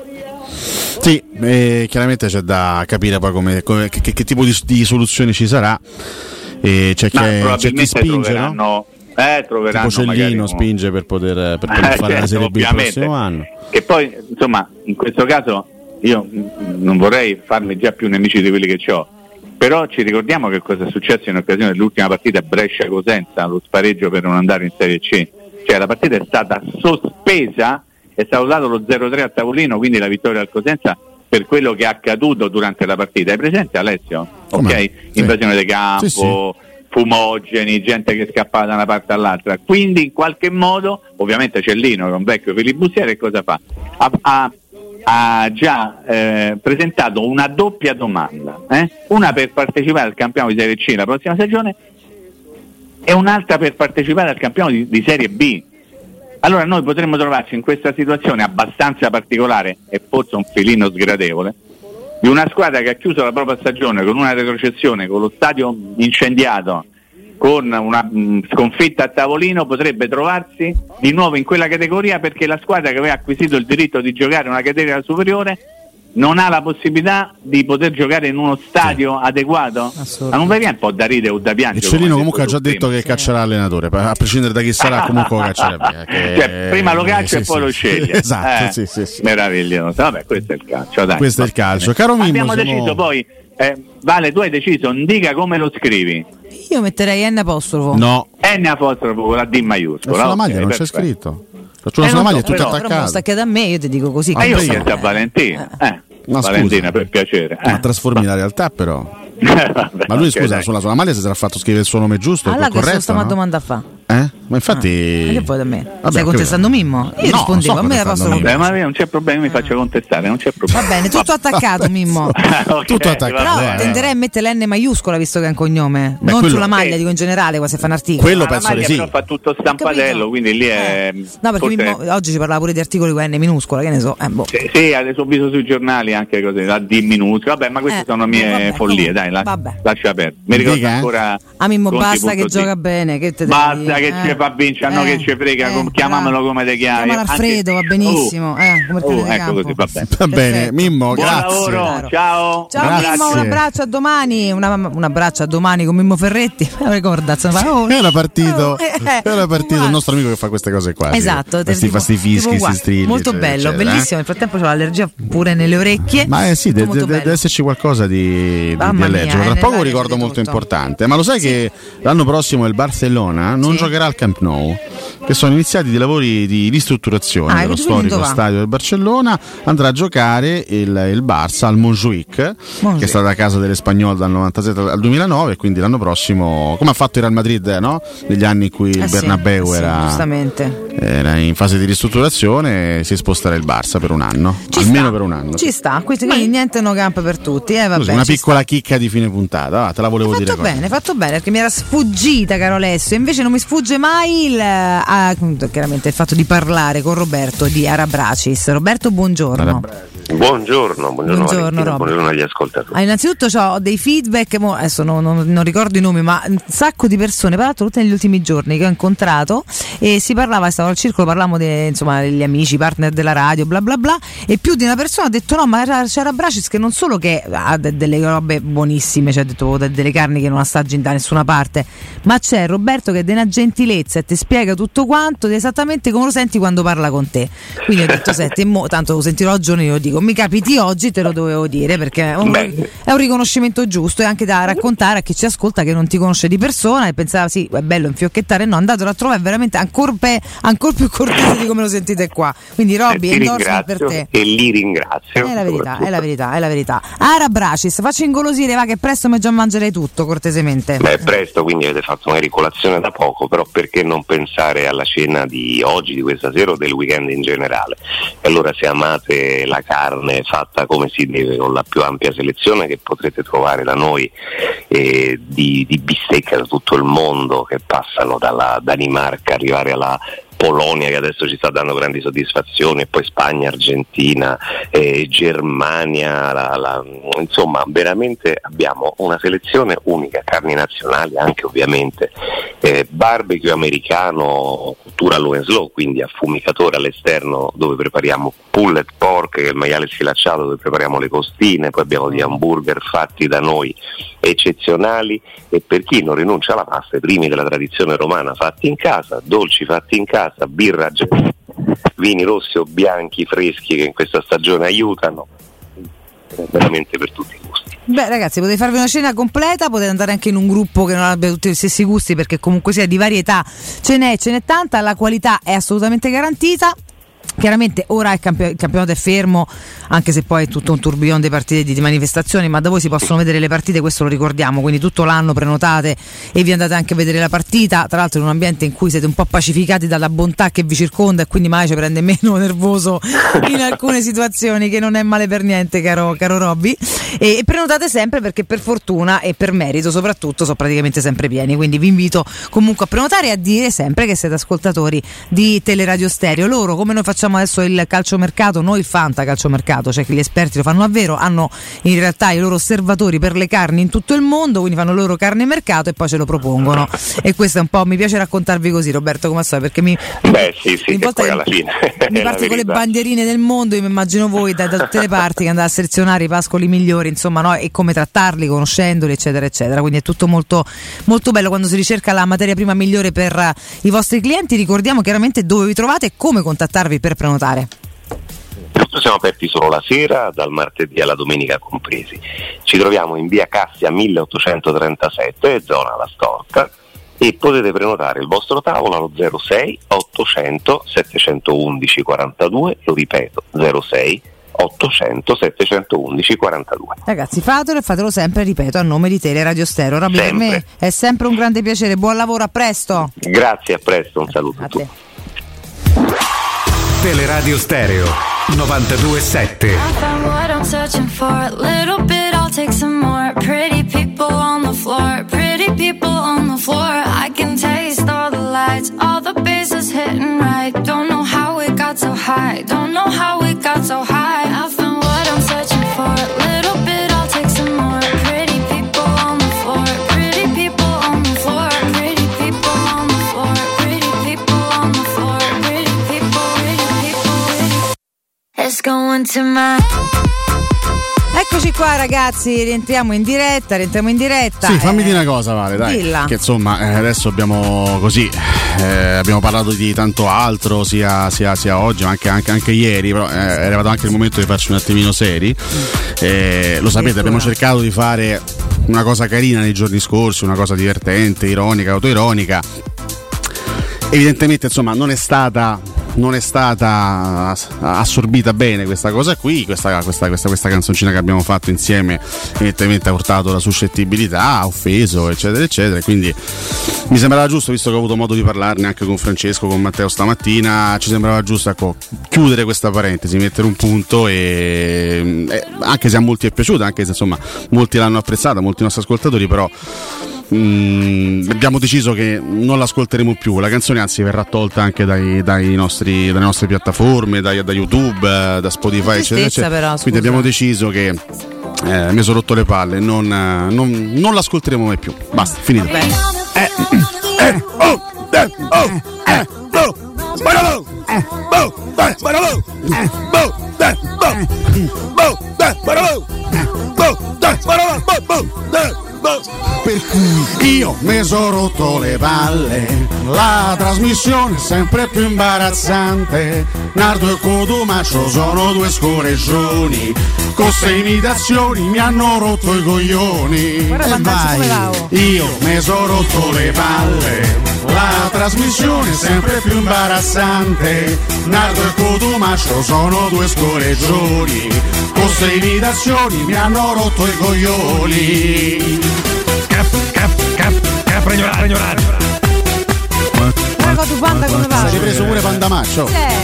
Sì, eh, chiaramente c'è da capire poi come, come, che, che tipo di, di soluzione ci sarà, e c'è, che, c'è chi spinge, no? Eh, troveranno tipo Cellino magari, spinge per poter, per poter eh, fare certo, la Serie B il ovviamente. prossimo anno. Che poi insomma in questo caso io mh, non vorrei farmi già più nemici di quelli che ho, però ci ricordiamo che cosa è successo in occasione dell'ultima partita Brescia-Cosenza, lo spareggio per non andare in Serie C. Cioè la partita è stata sospesa, è stato dato lo zero tre a tavolino, quindi la vittoria al Cosenza per quello che è accaduto durante la partita. Hai presente, Alessio? Come? Ok, sì. Invasione di campo, sì, sì. Fumogeni, gente che scappava da una parte all'altra, quindi in qualche modo ovviamente Cellino, che è un vecchio filibustiere, cosa fa? Ha, ha, ha già eh, presentato una doppia domanda, eh? Una per partecipare al campionato di Serie C la prossima stagione e un'altra per partecipare al campionato di, di Serie B. Allora noi potremmo trovarci in questa situazione abbastanza particolare e forse un filino sgradevole di una squadra che ha chiuso la propria stagione con una retrocessione, con lo stadio incendiato, con una mh, sconfitta a tavolino, potrebbe trovarsi di nuovo in quella categoria perché la squadra che aveva acquisito il diritto di giocare una categoria superiore non ha la possibilità di poter giocare in uno stadio sì. adeguato. Ma non vi viene un po' da ridere o da piangere? E Cellino comunque ha già detto prima. Che caccerà l'allenatore, a prescindere da chi sarà, comunque lo caccerebbe. Che... Cioè, prima lo caccia eh, e sì, poi sì, lo sceglie. Esatto, eh, sì, sì, sì. Meraviglioso. Vabbè, questo è il calcio. Dai, questo è il calcio. Caro Mimmo, abbiamo siamo... deciso poi, eh, Vale, tu hai deciso, dica come lo scrivi. Io metterei N apostrofo. No. N apostrofo con la D maiuscola. Sulla okay, maglia non perfetto. C'è scritto. Faccio una eh, maglia so, è tutta attaccata. Però stacca da me, io ti dico così. Ma io ho chiesto a Valentina. Eh. Ma Valentina, scusa, per piacere. Ma eh. trasformi la realtà però. Vabbè, ma lui okay, scusa, sulla sua maglia si sarà fatto scrivere il suo nome giusto, allora corretto, che stiamo no? a domanda a fa. Eh? Ma infatti ah, che poi da me? Vabbè, stai contestando Mimmo? Io no, rispondevo, so a me la posso Beh, ma non c'è problema, io mi faccio contestare, non c'è problema. Va bene, tutto attaccato Mimmo. Okay, tutto attaccato. Però eh. tenderei a mettere l'N maiuscola visto che è un cognome. Beh, non quello... sulla maglia, eh. dico in generale, quando si fa un articolo. Quello ma penso la maglia di sì. però fa tutto stampatello, quindi lì è eh. No, perché forse... Mimmo, oggi si parlava pure di articoli con N minuscola, che ne so. Eh, boh. Sì, sì, adesso ho visto sui giornali anche così, la D minuscola. Vabbè, ma queste eh. sono mie vabbè, follie, dai, la... lascia perdere. Mi ricordo Dica, ancora a Mimmo basta che punto gioca bene, che te basta che eh. ci fa vincere, no eh. che ci frega, Eh. chiamamelo come te chiami. Chiamalo Alfredo, anche... va benissimo. Oh. Eh, come oh, ecco così, va bene. Va bene, Mimmo, Buon grazie. lavoro, ciao. Ciao grazie. Mimmo, un abbraccio a domani, una, un abbraccio a domani con Mimmo Ferretti. Ricorda, oh. Era partito, oh, eh, era partito il nostro amico che fa queste cose qua. Esatto, sì. Questi fa sti fischi, questi strilli. Molto eccetera, bello, eccetera, bellissimo. Nel frattempo c'ho l'allergia pure nelle orecchie. Ma eh sì, de- de- bello. deve esserci qualcosa di, di, di allergico. Tra eh, poco un ricordo molto tutto. importante. Ma lo sai sì. che l'anno prossimo il Barcellona non sì. giocherà al Camp Nou? Che sono iniziati dei lavori di ristrutturazione ah, dello storico stadio del Barcellona. Andrà a giocare il, il Barça al Montjuic, Montjuic, che è stata a casa delle Spagnole dal novantasette al duemilanove, quindi l'anno prossimo, come ha fatto il Real Madrid, no? Negli anni in cui eh il Bernabeu sì, era, giustamente. era in fase di ristrutturazione, si sposterà il Barça per un anno, ci almeno sta, per un anno. Ci sì. sta, quindi Ma... niente no campo per tutti. Eh, vabbè, una piccola sta. chicca di fine puntata, va, te la volevo fatto dire. Fatto bene, fatto bene, perché mi era sfuggita, caro Alessio. Invece non mi sfugge mai il, ah, chiaramente il fatto di parlare con Roberto di Arabracis. Roberto, buongiorno. Arabracis. Buongiorno, buongiorno, buongiorno, Rob. Buongiorno agli ascoltatori. Ah, innanzitutto ho dei feedback, mo, adesso non, non, non ricordo i nomi, ma un sacco di persone, tra l'altro tutti negli ultimi giorni che ho incontrato, e si parlava, stavo al circolo, parlavamo de, insomma, degli amici, partner della radio, bla bla bla, e più di una persona ha detto no, ma c'era, c'era Bracis che non solo che ha de, delle robe buonissime, cioè ha detto de, delle carni che non assaggi da nessuna parte, ma c'è Roberto che è di una gentilezza e ti spiega tutto quanto esattamente come lo senti quando parla con te. Quindi ho detto senti, mo, tanto lo sentirò a giorni, io dico mi capiti oggi, te lo dovevo dire, perché è un, è un riconoscimento giusto, e anche da raccontare a chi ci ascolta che non ti conosce di persona e pensava sì, è bello infiocchettare, no, andatelo a trovare, è veramente ancora, pe- ancora più cortese di come lo sentite qua. Quindi Robby, endorsement per te. E li ringrazio. È la verità, è la verità, è la verità. Ara Bracis, facci ingolosire, va che presto mi già mangerei tutto, cortesemente. Beh, è presto, quindi avete fatto magari colazione da poco, però perché non pensare alla cena di oggi, di questa sera o del weekend in generale? E allora se amate la carne fatta come si deve, con la più ampia selezione che potrete trovare da noi, eh, di, di bistecche da tutto il mondo, che passano dalla Danimarca, arrivare alla Polonia, che adesso ci sta dando grandi soddisfazioni, e poi Spagna, Argentina, eh, Germania, la, la, insomma veramente abbiamo una selezione unica, carni nazionali anche ovviamente, eh, barbecue americano, cottura low and slow, quindi affumicatore all'esterno dove prepariamo pulled pork, che è il maiale sfilacciato dove prepariamo le costine, poi abbiamo gli hamburger fatti da noi eccezionali, e per chi non rinuncia alla pasta, i primi della tradizione romana fatti in casa, dolci fatti in casa, birra, vini rossi o bianchi freschi che in questa stagione aiutano, veramente per tutti i gusti. Beh ragazzi, potete farvi una cena completa, potete andare anche in un gruppo che non abbia tutti gli stessi gusti, perché comunque sia di varietà ce n'è, ce n'è tanta, la qualità è assolutamente garantita. Chiaramente ora il, campi- il campionato è fermo, anche se poi è tutto un tourbillon di partite, di, di manifestazioni, ma da voi si possono vedere le partite, questo lo ricordiamo, quindi tutto l'anno prenotate e vi andate anche a vedere la partita, tra l'altro in un ambiente in cui siete un po' pacificati dalla bontà che vi circonda, e quindi magari ci prende meno nervoso in alcune situazioni, che non è male per niente, caro, caro Robby, e, e prenotate sempre, perché per fortuna e per merito soprattutto sono praticamente sempre pieni, quindi vi invito comunque a prenotare e a dire sempre che siete ascoltatori di Teleradio Stereo. Loro, come noi facciamo adesso il calciomercato, noi il Fanta calciomercato, cioè che gli esperti lo fanno davvero, hanno in realtà i loro osservatori per le carni in tutto il mondo, quindi fanno il loro carne mercato e poi ce lo propongono, e questo è un po', mi piace raccontarvi così, Roberto, come sai, perché mi beh sì sì, che poi alla fine mi parti con le bandierine del mondo, io mi immagino voi da, da tutte le parti che andate a selezionare i pascoli migliori, insomma, no? E come trattarli, conoscendoli, eccetera eccetera, quindi è tutto molto molto bello quando si ricerca la materia prima migliore per uh, i vostri clienti. Ricordiamo chiaramente dove vi trovate e come contattarvi per prenotare. Siamo aperti solo la sera, dal martedì alla domenica compresi. Ci troviamo in via Cassia milleottocentotrentasette, zona La Storca, e potete prenotare il vostro tavolo allo zero sei ottocento settecentoudici quarantadue, lo ripeto, zero sei ottocento settecentoudici quarantadue. Ragazzi, fatelo e fatelo sempre, ripeto, a nome di Teleradio Stereo. Robby, per me è sempre un grande piacere, buon lavoro, a presto. Grazie, a presto, un saluto a, a tutti. Teleradio Stereo novantadue sette. I found what I'm searching for. A little bit, I'll take some more. Pretty people on the floor. Pretty people on the floor. I can taste all the lights. All the bases hitting right. Don't know how it got so high. Don't know how it got so high. I found what I'm searching for. A little bit, I'll take some more. Pretty people on the floor. Pretty people on the floor. Pretty people on the floor. Pretty people on the floor. Pretty people, pretty people, pretty. Let's go into my. Eccoci qua ragazzi, rientriamo in diretta, rientriamo in diretta. Sì, fammi eh, dire una cosa, Vale, dai. Dilla. Che insomma, eh, adesso abbiamo così, eh, abbiamo parlato di tanto altro, sia, sia, sia oggi, ma anche, anche, anche ieri, però eh, è arrivato anche il momento di farci un attimino seri. Eh, lo sapete, abbiamo cercato di fare una cosa carina nei giorni scorsi, una cosa divertente, ironica, autoironica. Evidentemente, insomma, non è stata non è stata assorbita bene questa cosa qui, questa, questa, questa, questa canzoncina che abbiamo fatto insieme evidentemente ha portato la suscettibilità, ha offeso, eccetera eccetera, quindi mi sembrava giusto, visto che ho avuto modo di parlarne anche con Francesco, con Matteo stamattina, ci sembrava giusto, ecco, chiudere questa parentesi, mettere un punto, e, e anche se a molti è piaciuta, anche se insomma molti l'hanno apprezzata, molti nostri ascoltatori, però Mm, abbiamo deciso che non l'ascolteremo più. La canzone anzi verrà tolta anche dai, dai nostri, dalle nostre piattaforme, dai, da YouTube, da Spotify, eccetera, eccetera. Però, quindi abbiamo deciso che eh, mi sono rotto le palle, non, non, non l'ascolteremo mai più. Basta, finito. Eh, eh, oh, eh, oh, eh, oh, oh, eh, oh, eh, oh, eh, oh, eh, per cui io mi sono rotto le palle, la trasmissione è sempre più imbarazzante. Nardo e Cotumaccio sono due scoreggioni, con queste imitazioni mi hanno rotto i coglioni. Guarda, e vai, io mi sono rotto le palle, la trasmissione è sempre più imbarazzante. Nardo e Cotumaccio sono due scoreggioni, con queste imitazioni mi hanno rotto i coglioni. Cap, cap, cap, capra ignorare, ignorare. Ma Cotupanda come va? Hai ripreso pure Pandamaccio?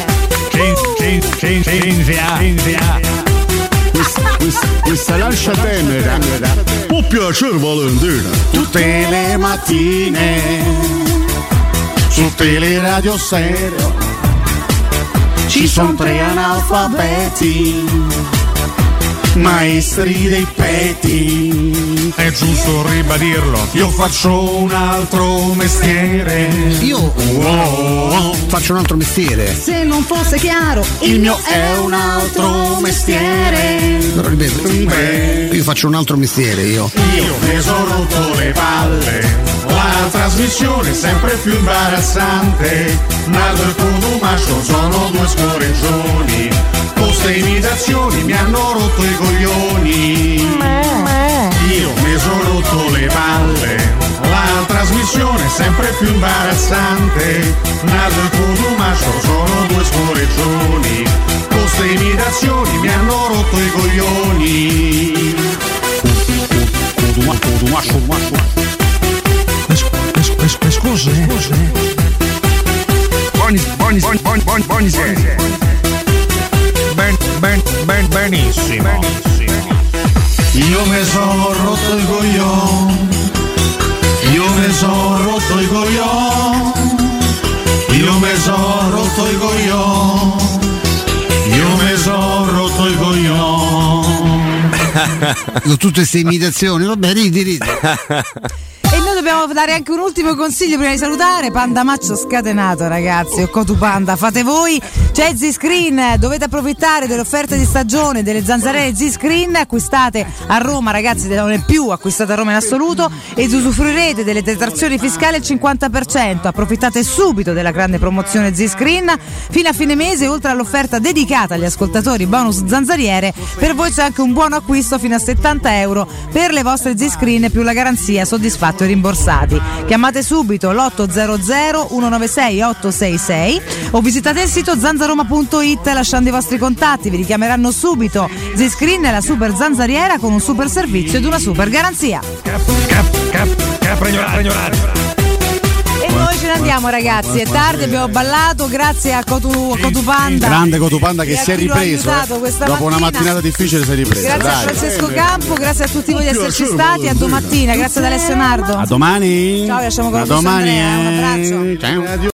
Questa lascia tenera può piacere Valentina. Tutte le mattine su Teleradio Stereo ci sono tre analfabeti, maestri dei peti. È giusto ribadirlo. Io faccio un altro mestiere. Io wow. faccio un altro mestiere. Se non fosse chiaro, il mio è un altro mestiere. Però ripeto, Beh. io faccio un altro mestiere. Io Io mi sono rotto le palle, la trasmissione è sempre più imbarazzante. Nardo e Cotumaccio sono due scoreggioni, con ste imitazioni mi hanno rotto i coglioni. Io mi sono rotto le palle, la trasmissione è sempre più imbarazzante. Nardo e Cotumaccio sono due scoreggioni, con ste imitazioni mi hanno rotto i coglioni. Cotumaccio, scusa, scusa. Buoni, buoni, buoni, buoni, buoni, buoni, ben, ben, ben, benissimo. benissimo. Io mi sono rotto i coglioni, io mi sono rotto i coglioni, io mi sono rotto i coglioni, io mi sono rotto i coglioni. Tutte queste imitazioni, vabbè, ridi, ridi. E noi dobbiamo dare anche un ultimo consiglio prima di salutare. Pandamaccio scatenato, ragazzi, o Cotupanda, fate voi. C'è Z-Screen, dovete approfittare delle offerte di stagione delle zanzariere Z-Screen. Acquistate a Roma, ragazzi, non è più acquistate a Roma in assoluto, ed usufruirete delle detrazioni fiscali al cinquanta per cento. Approfittate subito della grande promozione Z-Screen fino a fine mese. Oltre all'offerta dedicata agli ascoltatori bonus zanzariere, per voi c'è anche un buono acquisto fino a settanta euro per le vostre Z-Screen più la garanzia soddisfatto e rimborsati. Chiamate subito l'otto zero zero uno nove sei otto sei sei o visitate il sito zanzaroma punto it lasciando i vostri contatti, vi richiameranno subito. Z-Screen è la super zanzariera con un super servizio ed una super garanzia. Cap, cap, cap, capra ignorare, ignorare. E noi ce ne andiamo, ragazzi, è tardi, abbiamo ballato, grazie a Cotu, a Cotupanda. Grande Cotupanda che si è ripreso, eh. Dopo mattina. una mattinata difficile si è ripreso. Grazie Dai. a Francesco Campo, grazie a tutti voi di esserci stati, a domattina, grazie ad Alessio Nardo. A domani. Ciao, vi lasciamo con a la domani. Andrea, un abbraccio. Ciao.